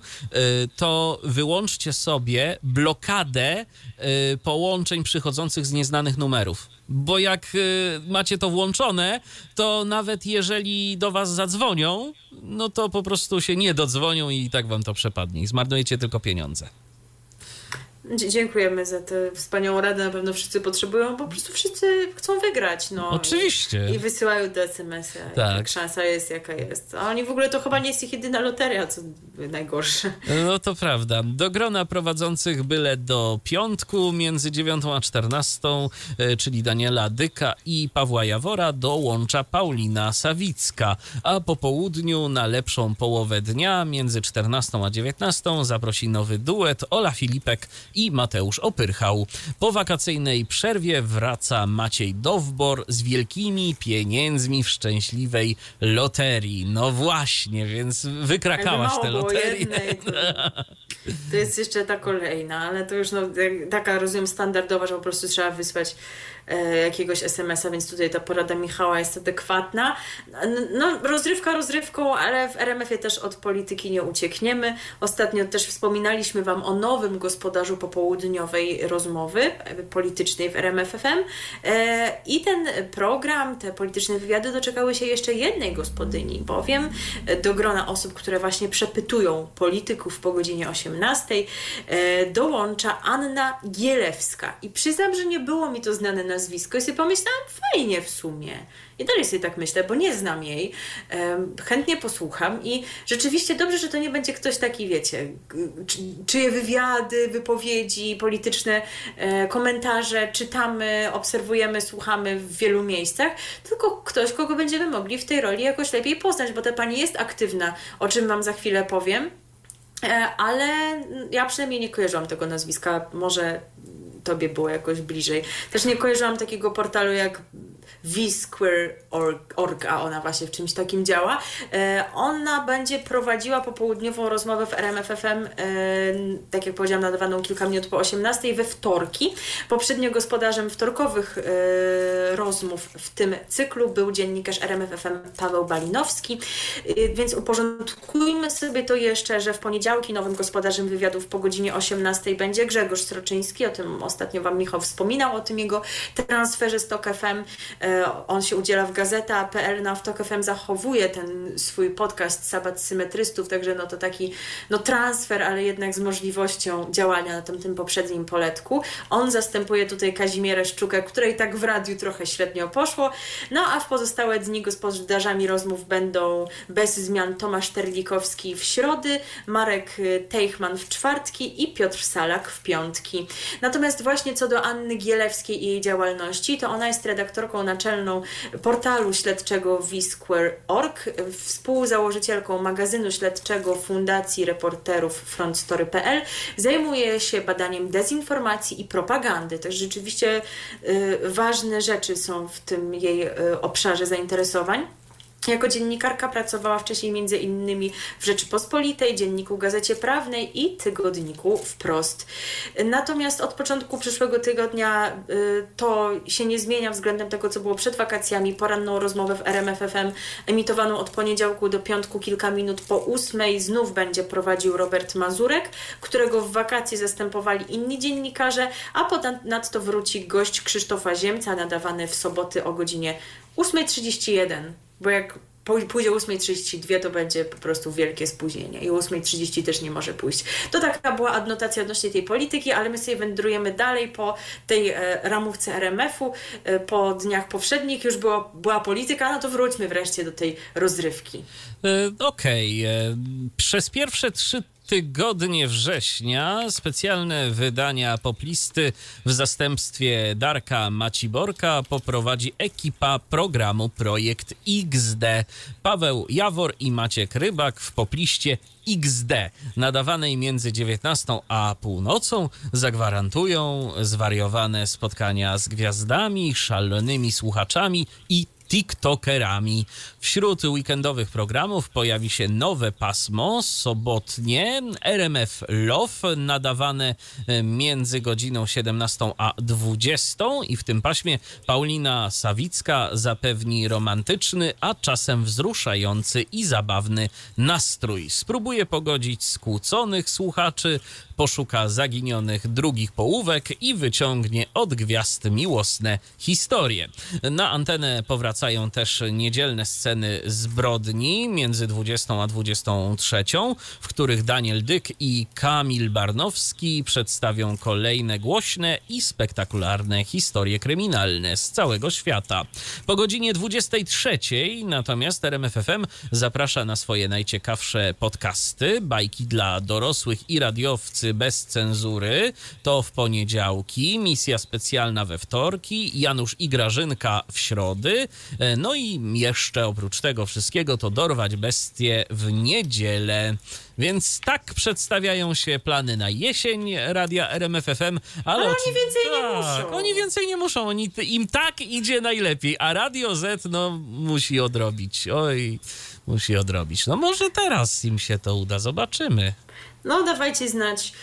to wyłączcie sobie blokadę połączeń przychodzących z nieznanych numerów. Bo jak y, macie to włączone, to nawet jeżeli do was zadzwonią, no to po prostu się nie dodzwonią i tak wam to przepadnie. I zmarnujecie tylko pieniądze. Dziękujemy za tę wspaniałą radę. Na pewno wszyscy potrzebują, po prostu wszyscy chcą wygrać. No. Oczywiście. I, i wysyłają te es em esy. Tak. Jak szansa jest, jaka jest. A oni w ogóle to chyba nie jest ich jedyna loteria, co najgorsze. No to prawda. Do grona prowadzących byle do piątku między dziewiątą a czternastą, czyli Daniela Dyka i Pawła Jawora, dołącza Paulina Sawicka. A po południu na lepszą połowę dnia między czternastą a dziewiętnastą zaprosi nowy duet Ola Filipek i Mateusz Opyrchał. Po wakacyjnej przerwie wraca Maciej Dowbor z wielkimi pieniędzmi w szczęśliwej loterii. No właśnie, więc wykrakałaś tę loterię. Jednej, to, to jest jeszcze ta kolejna, ale to już no, taka, rozumiem, standardowa, że po prostu trzeba wysłać e, jakiegoś es em es a, więc tutaj ta porada Michała jest adekwatna. No, rozrywka rozrywką, ale w er em efie też od polityki nie uciekniemy. Ostatnio też wspominaliśmy Wam o nowym gospodarzu popołudniowej rozmowy politycznej w er em ef ef em e, i ten program, te polityczne wywiady doczekały się jeszcze jednej gospodyni, bowiem do grona osób, które właśnie przepytują polityków po godzinie osiemnastej e, dołącza Anna Gielewska. I przyznam, że nie było mi to znane nazwisko i sobie pomyślałam, fajnie w sumie. I dalej sobie tak myślę, bo nie znam jej. E, chętnie posłucham i rzeczywiście dobrze, że to nie będzie ktoś taki, wiecie, czy, czyje wywiady, wypowiedzi polityczne, e, komentarze czytamy, obserwujemy, słuchamy w wielu miejscach, tylko ktoś, kogo będziemy mogli w tej roli jakoś lepiej poznać, bo ta pani jest aktywna, o czym Wam za chwilę powiem, e, ale ja przynajmniej nie kojarzyłam tego nazwiska, może Tobie było jakoś bliżej. Też nie kojarzyłam takiego portalu jak vsquare kropka org, a ona właśnie w czymś takim działa. E, ona będzie prowadziła popołudniową rozmowę w er em ef ef em, e, tak jak powiedziałam, nadawaną kilka minut po osiemnastej we wtorki. Poprzednio gospodarzem wtorkowych e, rozmów w tym cyklu był dziennikarz er em ef ef em Paweł Balinowski, e, więc uporządkujmy sobie to jeszcze, że w poniedziałki nowym gospodarzem wywiadów po godzinie osiemnastej będzie Grzegorz Sroczyński, o tym ostatnio Wam Michał wspominał, o tym jego transferze z Tok F M. On się udziela w Gazeta kropka pe el, no a w Tok F M zachowuje ten swój podcast Sabat Symetrystów, także no to taki no transfer, ale jednak z możliwością działania na tym, tym poprzednim poletku. On zastępuje tutaj Kazimierę Szczukę, której tak w radiu trochę średnio poszło, no a w pozostałe dni gospodarzami rozmów będą bez zmian Tomasz Terlikowski w środy, Marek Teichman w czwartki i Piotr Salak w piątki. Natomiast właśnie co do Anny Gielewskiej i jej działalności, to ona jest redaktorką naczelną portalu śledczego vsquare kropka org, współzałożycielką magazynu śledczego Fundacji Reporterów frontstory kropka pe el, zajmuje się badaniem dezinformacji i propagandy. Też rzeczywiście y, ważne rzeczy są w tym jej y, obszarze zainteresowań. Jako dziennikarka pracowała wcześniej między innymi w Rzeczypospolitej, Dzienniku Gazecie Prawnej i Tygodniku Wprost. Natomiast od początku przyszłego tygodnia y, to się nie zmienia względem tego, co było przed wakacjami. Poranną rozmowę w er em ef ef em emitowaną od poniedziałku do piątku kilka minut po ósmej znów będzie prowadził Robert Mazurek, którego w wakacje zastępowali inni dziennikarze, a ponadto wróci gość Krzysztofa Ziemca, nadawany w soboty o godzinie ósma trzydzieści jeden. Bo jak pójdzie ósma trzydzieści dwa, to będzie po prostu wielkie spóźnienie i o ósma trzydzieści też nie może pójść. To taka była adnotacja odnośnie tej polityki, ale my sobie wędrujemy dalej po tej e, ramówce er em efu, e, po dniach powszednich już było, była polityka, no to wróćmy wreszcie do tej rozrywki. E, Okej, okay. Przez pierwsze trzy tygodnie września specjalne wydania Poplisty w zastępstwie Darka Maciborka poprowadzi ekipa programu Projekt iks de. Paweł Jawor i Maciek Rybak w Popliście iks de, nadawanej między dziewiętnastą a północą, zagwarantują zwariowane spotkania z gwiazdami, szalonymi słuchaczami i tiktokerami. Wśród weekendowych programów pojawi się nowe pasmo, sobotnie er em ef Love, nadawane między godziną siedemnastą a dwudziestą i w tym paśmie Paulina Sawicka zapewni romantyczny, a czasem wzruszający i zabawny nastrój. Spróbuje pogodzić skłóconych słuchaczy, poszuka zaginionych drugich połówek i wyciągnie od gwiazd miłosne historie. Na antenę powracają też niedzielne sceny zbrodni między dwudziestą a dwudziestą trzecią, w których Daniel Dyk i Kamil Barnowski przedstawią kolejne głośne i spektakularne historie kryminalne z całego świata. Po godzinie dwudziestej trzeciej natomiast er em ef ef em zaprasza na swoje najciekawsze podcasty, bajki dla dorosłych i radiowcy bez cenzury. To w poniedziałki, misja specjalna we wtorki, Janusz i Grażynka w środy. No i jeszcze oprócz tego wszystkiego to dorwać bestie w niedzielę. Więc tak przedstawiają się plany na jesień radia er em ef ef em. Ale, ale oni więcej tak, nie muszą. Oni więcej nie muszą. Oni, im tak idzie najlepiej, a Radio Z no musi odrobić. Oj, musi odrobić. No może teraz im się to uda, zobaczymy. No dawajcie znać,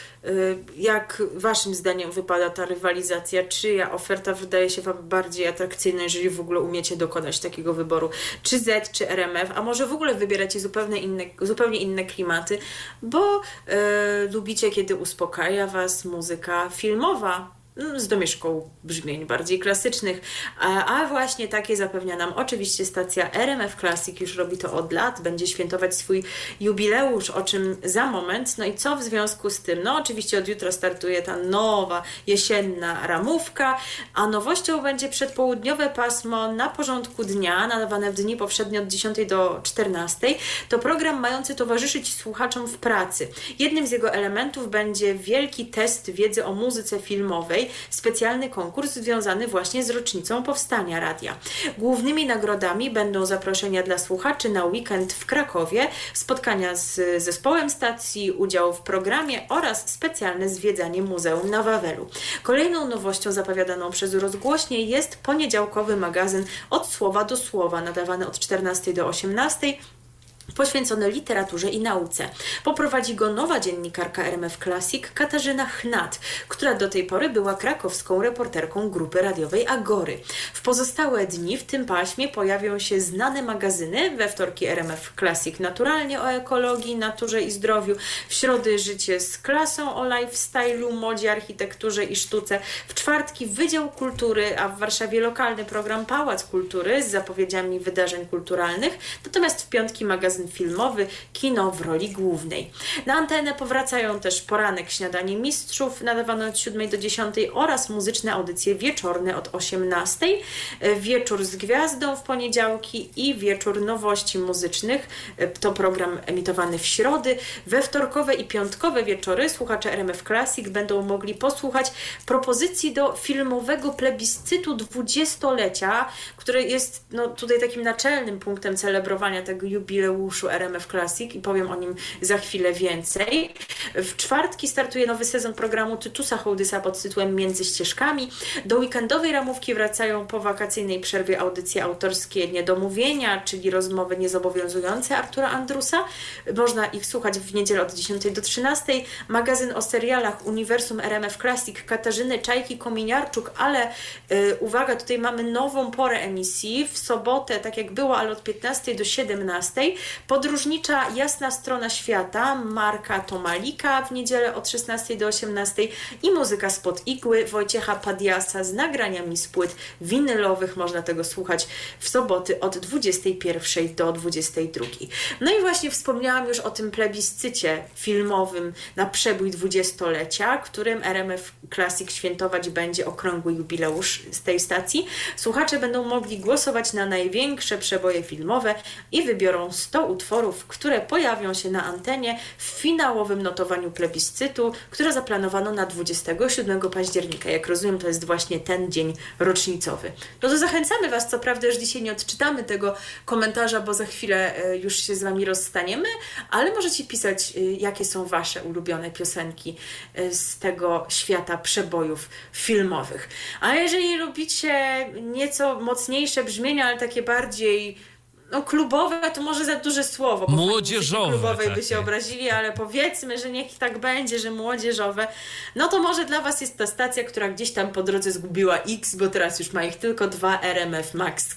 jak waszym zdaniem wypada ta rywalizacja, czyja oferta wydaje się wam bardziej atrakcyjna, jeżeli w ogóle umiecie dokonać takiego wyboru, czy Z, czy R M F, a może w ogóle wybieracie zupełnie inne, zupełnie inne klimaty, bo e, lubicie, kiedy uspokaja was muzyka filmowa, z domieszką brzmień bardziej klasycznych, a, a właśnie takie zapewnia nam oczywiście stacja R M F Classic, już robi to od lat, będzie świętować swój jubileusz, o czym za moment. No i co w związku z tym? No oczywiście od jutra startuje ta nowa jesienna ramówka, a nowością będzie przedpołudniowe pasmo na porządku dnia, nadawane w dni powszednie od dziesiątej do czternastej. To program mający towarzyszyć słuchaczom w pracy. Jednym z jego elementów będzie wielki test wiedzy o muzyce filmowej, specjalny konkurs związany właśnie z rocznicą powstania radia. Głównymi nagrodami będą zaproszenia dla słuchaczy na weekend w Krakowie, spotkania z zespołem stacji, udział w programie oraz specjalne zwiedzanie muzeum na Wawelu. Kolejną nowością zapowiadaną przez rozgłośnie jest poniedziałkowy magazyn Od słowa do słowa, nadawany od czternastej do osiemnastej, poświęcony literaturze i nauce. Poprowadzi go nowa dziennikarka R M F Classic Katarzyna Chnat, która do tej pory była krakowską reporterką grupy radiowej Agory. W pozostałe dni w tym paśmie pojawią się znane magazyny, we wtorki R M F Classic naturalnie o ekologii, naturze i zdrowiu, w środy Życie z klasą o lifestyle'u, modzie, architekturze i sztuce, w czwartki Wydział Kultury, a w Warszawie lokalny program Pałac Kultury z zapowiedziami wydarzeń kulturalnych, natomiast w piątki magazyn filmowy Kino w roli głównej. Na antenę powracają też poranek Śniadanie Mistrzów, nadawane od siódmej do dziesiątej oraz muzyczne audycje wieczorne od osiemnastej, Wieczór z Gwiazdą w poniedziałki i Wieczór Nowości Muzycznych. To program emitowany w środy. We wtorkowe i piątkowe wieczory słuchacze R M F Classic będą mogli posłuchać propozycji do filmowego plebiscytu dwudziestolecia, który jest no, tutaj takim naczelnym punktem celebrowania tego jubileuszu R M F Classic i powiem o nim za chwilę więcej. W czwartki startuje nowy sezon programu Tytusa Hołdysa pod tytułem Między ścieżkami. Do weekendowej ramówki wracają po wakacyjnej przerwie audycje autorskie Niedomówienia, czyli rozmowy niezobowiązujące Artura Andrusa. Można ich słuchać w niedzielę od dziesiątej do trzynastej. Magazyn o serialach Uniwersum R M F Classic Katarzyny Czajki-Kominiarczuk, ale yy, uwaga, tutaj mamy nową porę emisji. W sobotę, tak jak było, ale od piętnastej do siedemnastej. Podróżnicza Jasna Strona Świata Marka Tomalika w niedzielę od szesnastej do osiemnastej i muzyka spod igły Wojciecha Padiasa z nagraniami z płyt winylowych. Można tego słuchać w soboty od dwudziestej pierwszej do dwudziestej drugiej. No i właśnie wspomniałam już o tym plebiscycie filmowym na przebój dwudziestolecia, którym R M F Classic świętować będzie okrągły jubileusz z tej stacji. Słuchacze będą mogli głosować na największe przeboje filmowe i wybiorą sto utworów, które pojawią się na antenie w finałowym notowaniu plebiscytu, które zaplanowano na dwudziestego siódmego października. Jak rozumiem, to jest właśnie ten dzień rocznicowy. No to zachęcamy Was, co prawda już dzisiaj nie odczytamy tego komentarza, bo za chwilę już się z Wami rozstaniemy, ale możecie pisać, jakie są Wasze ulubione piosenki z tego świata przebojów filmowych. A jeżeli lubicie nieco mocniejsze brzmienia, ale takie bardziej no klubowe, to może za duże słowo, bo młodzieżowe klubowej takie. by się obrazili, ale powiedzmy, że niech tak będzie, że młodzieżowe, no to może dla Was jest ta stacja, która gdzieś tam po drodze zgubiła X, bo teraz już ma ich tylko dwa R M F Max.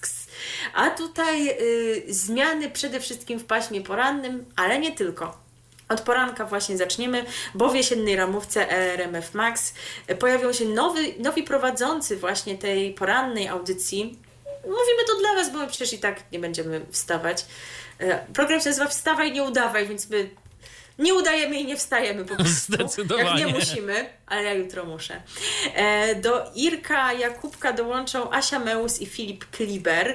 A tutaj y, zmiany przede wszystkim w paśmie porannym, ale nie tylko. Od poranka właśnie zaczniemy, bo w jesiennej ramówce R M F Max pojawią się nowy, nowi prowadzący właśnie tej porannej audycji. Mówimy to dla Was, bo my przecież i tak nie będziemy wstawać. Program się nazywa Wstawaj, nie udawaj, więc my nie udajemy i nie wstajemy po prostu. Zdecydowanie. Jak nie musimy, ale ja jutro muszę. Do Irka Jakubka dołączą Asia Meus i Filip Kliber.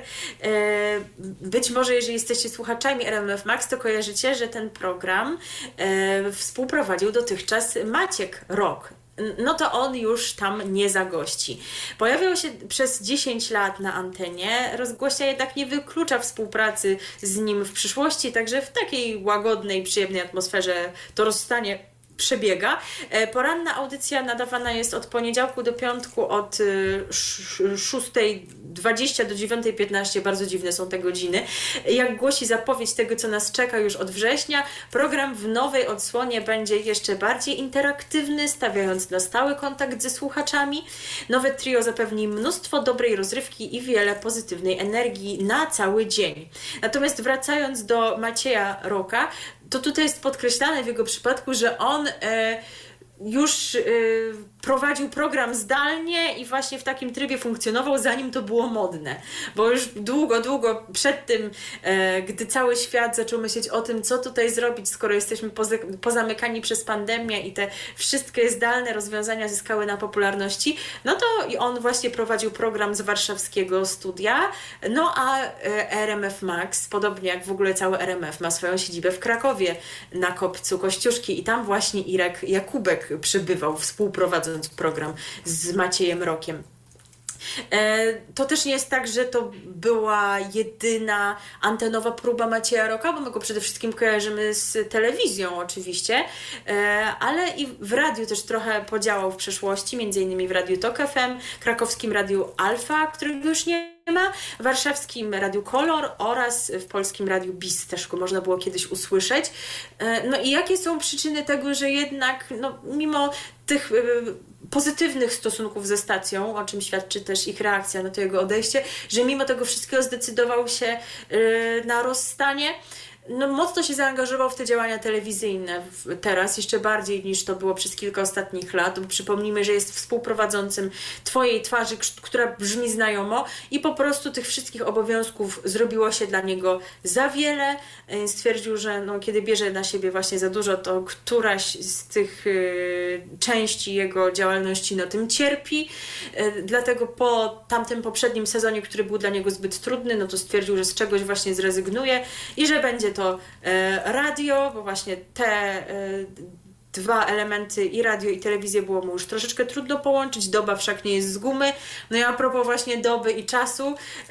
Być może, jeżeli jesteście słuchaczami R M F Max, to kojarzycie, że ten program współprowadził dotychczas Maciek Rok. No to on już tam nie zagości. Pojawiał się przez dziesięć lat na antenie, rozgłośnia jednak nie wyklucza współpracy z nim w przyszłości, także w takiej łagodnej, przyjemnej atmosferze to rozstanie przebiega. Poranna audycja nadawana jest od poniedziałku do piątku od szósta dwadzieścia do dziewiąta piętnaście. Bardzo dziwne są te godziny. Jak głosi zapowiedź tego, co nas czeka już od września, program w nowej odsłonie będzie jeszcze bardziej interaktywny, stawiając na stały kontakt ze słuchaczami. Nowe trio zapewni mnóstwo dobrej rozrywki i wiele pozytywnej energii na cały dzień. Natomiast wracając do Macieja Roka, to tutaj jest podkreślane w jego przypadku, że on e, już e, prowadził program zdalnie i właśnie w takim trybie funkcjonował, zanim to było modne. Bo już długo, długo przed tym, e, gdy cały świat zaczął myśleć o tym, co tutaj zrobić, skoro jesteśmy poza, pozamykani przez pandemię i te wszystkie zdalne rozwiązania zyskały na popularności, no to i on właśnie prowadził program z warszawskiego studia. No a e, R M F Max, podobnie jak w ogóle cały R M F, ma swoją siedzibę w Krakowie na Kopcu Kościuszki i tam właśnie Irek Jakubek przybywał, współprowadząc program z Maciejem Rokiem. To też nie jest tak, że to była jedyna antenowa próba Macieja Roka, bo my go przede wszystkim kojarzymy z telewizją oczywiście, ale i w radiu też trochę podziałał w przeszłości, między innymi w Radiu Tok F M, krakowskim Radiu Alfa, którego już nie ma, warszawskim Radiu Kolor oraz w polskim Radiu Bis też go można było kiedyś usłyszeć. No i jakie są przyczyny tego, że jednak no, mimo tych pozytywnych stosunków ze stacją, o czym świadczy też ich reakcja na to jego odejście, że mimo tego wszystkiego zdecydował się na rozstanie. No, mocno się zaangażował w te działania telewizyjne teraz, jeszcze bardziej niż to było przez kilka ostatnich lat. Przypomnijmy, że jest współprowadzącym Twojej twarzy, która brzmi znajomo i po prostu tych wszystkich obowiązków zrobiło się dla niego za wiele. Stwierdził, że no, kiedy bierze na siebie właśnie za dużo, to któraś z tych y, części jego działalności no, tym cierpi. Y, dlatego po tamtym poprzednim sezonie, który był dla niego zbyt trudny, no to stwierdził, że z czegoś właśnie zrezygnuje i że będzie to e, radio, bo właśnie te e, dwa elementy i radio i telewizję było mu już troszeczkę trudno połączyć, doba wszak nie jest z gumy. No i a propos właśnie doby i czasu,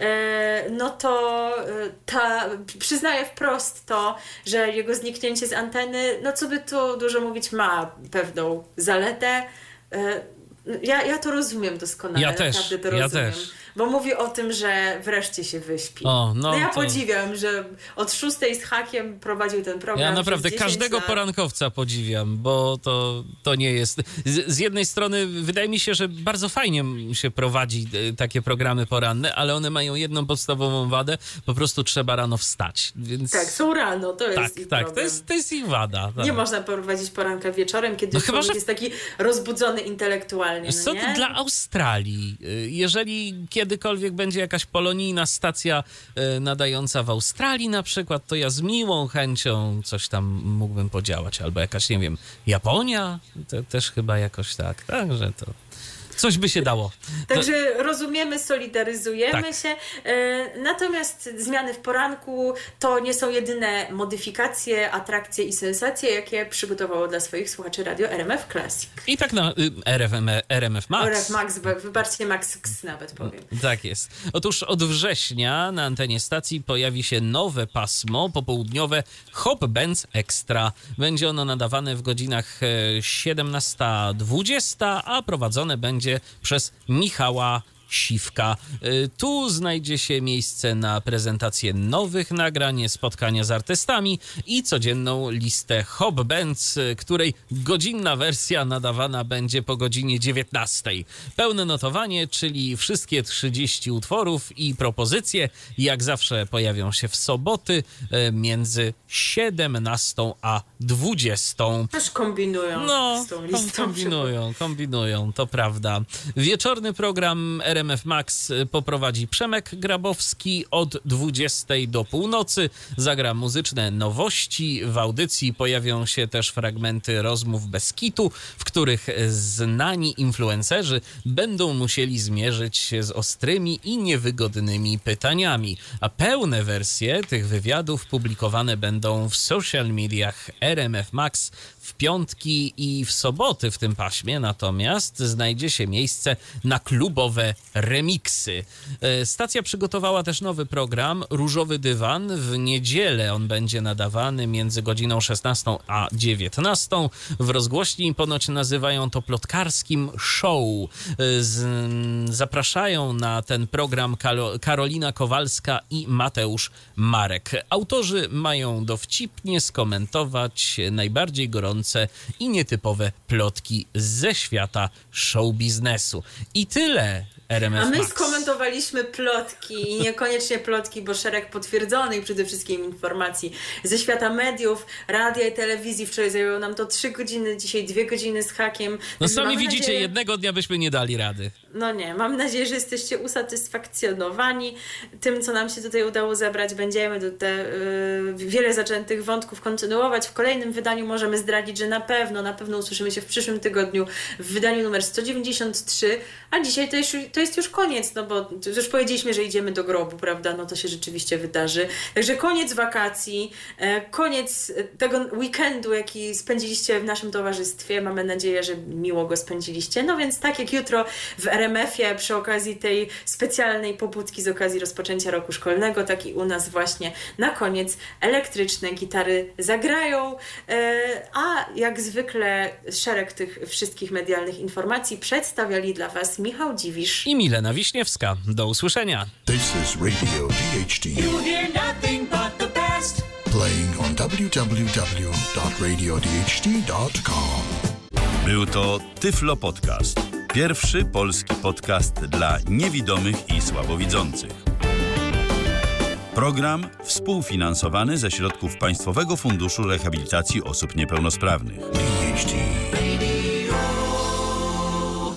e, no to e, ta, przyznaję wprost to, że jego zniknięcie z anteny, no co by tu dużo mówić, ma pewną zaletę. E, ja, ja to rozumiem doskonale, ja też, naprawdę to ja rozumiem. też. Bo mówi o tym, że wreszcie się wyśpi. O, no, no ja to... podziwiam, że od szóstej z hakiem prowadził ten program. Ja naprawdę każdego lat. porankowca podziwiam, bo to, to nie jest... Z, z jednej strony wydaje mi się, że bardzo fajnie się prowadzi takie programy poranne, ale one mają jedną podstawową wadę, po prostu trzeba rano wstać. Więc... Tak, są rano, to jest tak, ich tak, problem. to jest, to jest ich wada. Tak. Nie można prowadzić poranka wieczorem, kiedy no człowiek chyba, że... jest taki rozbudzony intelektualnie. No co nie? to dla Australii? Jeżeli kiedykolwiek będzie jakaś polonijna stacja y, nadająca w Australii na przykład, to ja z miłą chęcią coś tam mógłbym podziałać. Albo jakaś, nie wiem, Japonia, to też chyba jakoś tak, także to... Coś by się dało. Także to... rozumiemy, solidaryzujemy tak. się. E, natomiast zmiany w poranku to nie są jedyne modyfikacje, atrakcje i sensacje, jakie przygotowało dla swoich słuchaczy radio R M F Classic. I tak na y, R F M, R M F Max. R F Max, wybaczcie, Max nawet powiem. Tak jest. Otóż od września na antenie stacji pojawi się nowe pasmo popołudniowe Hop Benz Extra. Będzie ono nadawane w godzinach siedemnasta dwadzieścia, a prowadzone będzie przez Michała Siwka. Tu znajdzie się miejsce na prezentację nowych nagrań, spotkania z artystami i codzienną listę Hop Benz, której godzinna wersja nadawana będzie po godzinie dziewiętnastej. Pełne notowanie, czyli wszystkie trzydzieści utworów i propozycje, jak zawsze pojawią się w soboty między siedemnastą a dwudziestą. Też kombinują no, z tą listą. kombinują, kombinują, to prawda. Wieczorny program R M F Max poprowadzi Przemek Grabowski od dwudziestej do północy. Zagra muzyczne nowości. W audycji pojawią się też fragmenty rozmów bez kitu, w których znani influencerzy będą musieli zmierzyć się z ostrymi i niewygodnymi pytaniami. A pełne wersje tych wywiadów publikowane będą w social mediach R M F Max W piątki i w soboty w tym paśmie natomiast znajdzie się miejsce na klubowe remiksy. Stacja przygotowała też nowy program Różowy Dywan. W niedzielę on będzie nadawany między godziną szesnastą a dziewiętnastą. W rozgłośni ponoć nazywają to plotkarskim show. Z, zapraszają na ten program Karolina Kowalska i Mateusz Marek. Autorzy mają dowcipnie skomentować najbardziej gorące i nietypowe plotki ze świata show biznesu. I tyle. R M F A my Max. skomentowaliśmy plotki i niekoniecznie plotki, bo szereg potwierdzonych przede wszystkim informacji ze świata mediów, radia i telewizji. Wczoraj zajęło nam to trzy godziny, dzisiaj dwie godziny z hakiem. No sami Mamy widzicie, nadzieję... jednego dnia byśmy nie dali rady. No nie, mam nadzieję, że jesteście usatysfakcjonowani tym, co nam się tutaj udało zebrać. Będziemy do te, yy, wiele zaczętych wątków kontynuować. W kolejnym wydaniu możemy zdradzić, że na pewno, na pewno usłyszymy się w przyszłym tygodniu w wydaniu numer sto dziewięćdziesiąt trzy, a dzisiaj to już, to jest już koniec, no bo już powiedzieliśmy, że idziemy do grobu, prawda? No to się rzeczywiście wydarzy. Także koniec wakacji, e, koniec tego weekendu, jaki spędziliście w naszym towarzystwie. Mamy nadzieję, że miło go spędziliście. No więc tak jak jutro w R M F ie przy okazji tej specjalnej pobudki z okazji rozpoczęcia roku szkolnego, tak i u nas właśnie na koniec elektryczne gitary zagrają, e, a jak zwykle szereg tych wszystkich medialnych informacji przedstawiali dla Was Michał Dziwisz I Milena Wiśniewska. Do usłyszenia. This is Radio D H T. You hear nothing but the best. Playing on w w w dot radio d h t dot com. Był to Tyflo Podcast. Pierwszy polski podcast dla niewidomych i słabowidzących. Program współfinansowany ze środków Państwowego Funduszu Rehabilitacji Osób Niepełnosprawnych. D H T.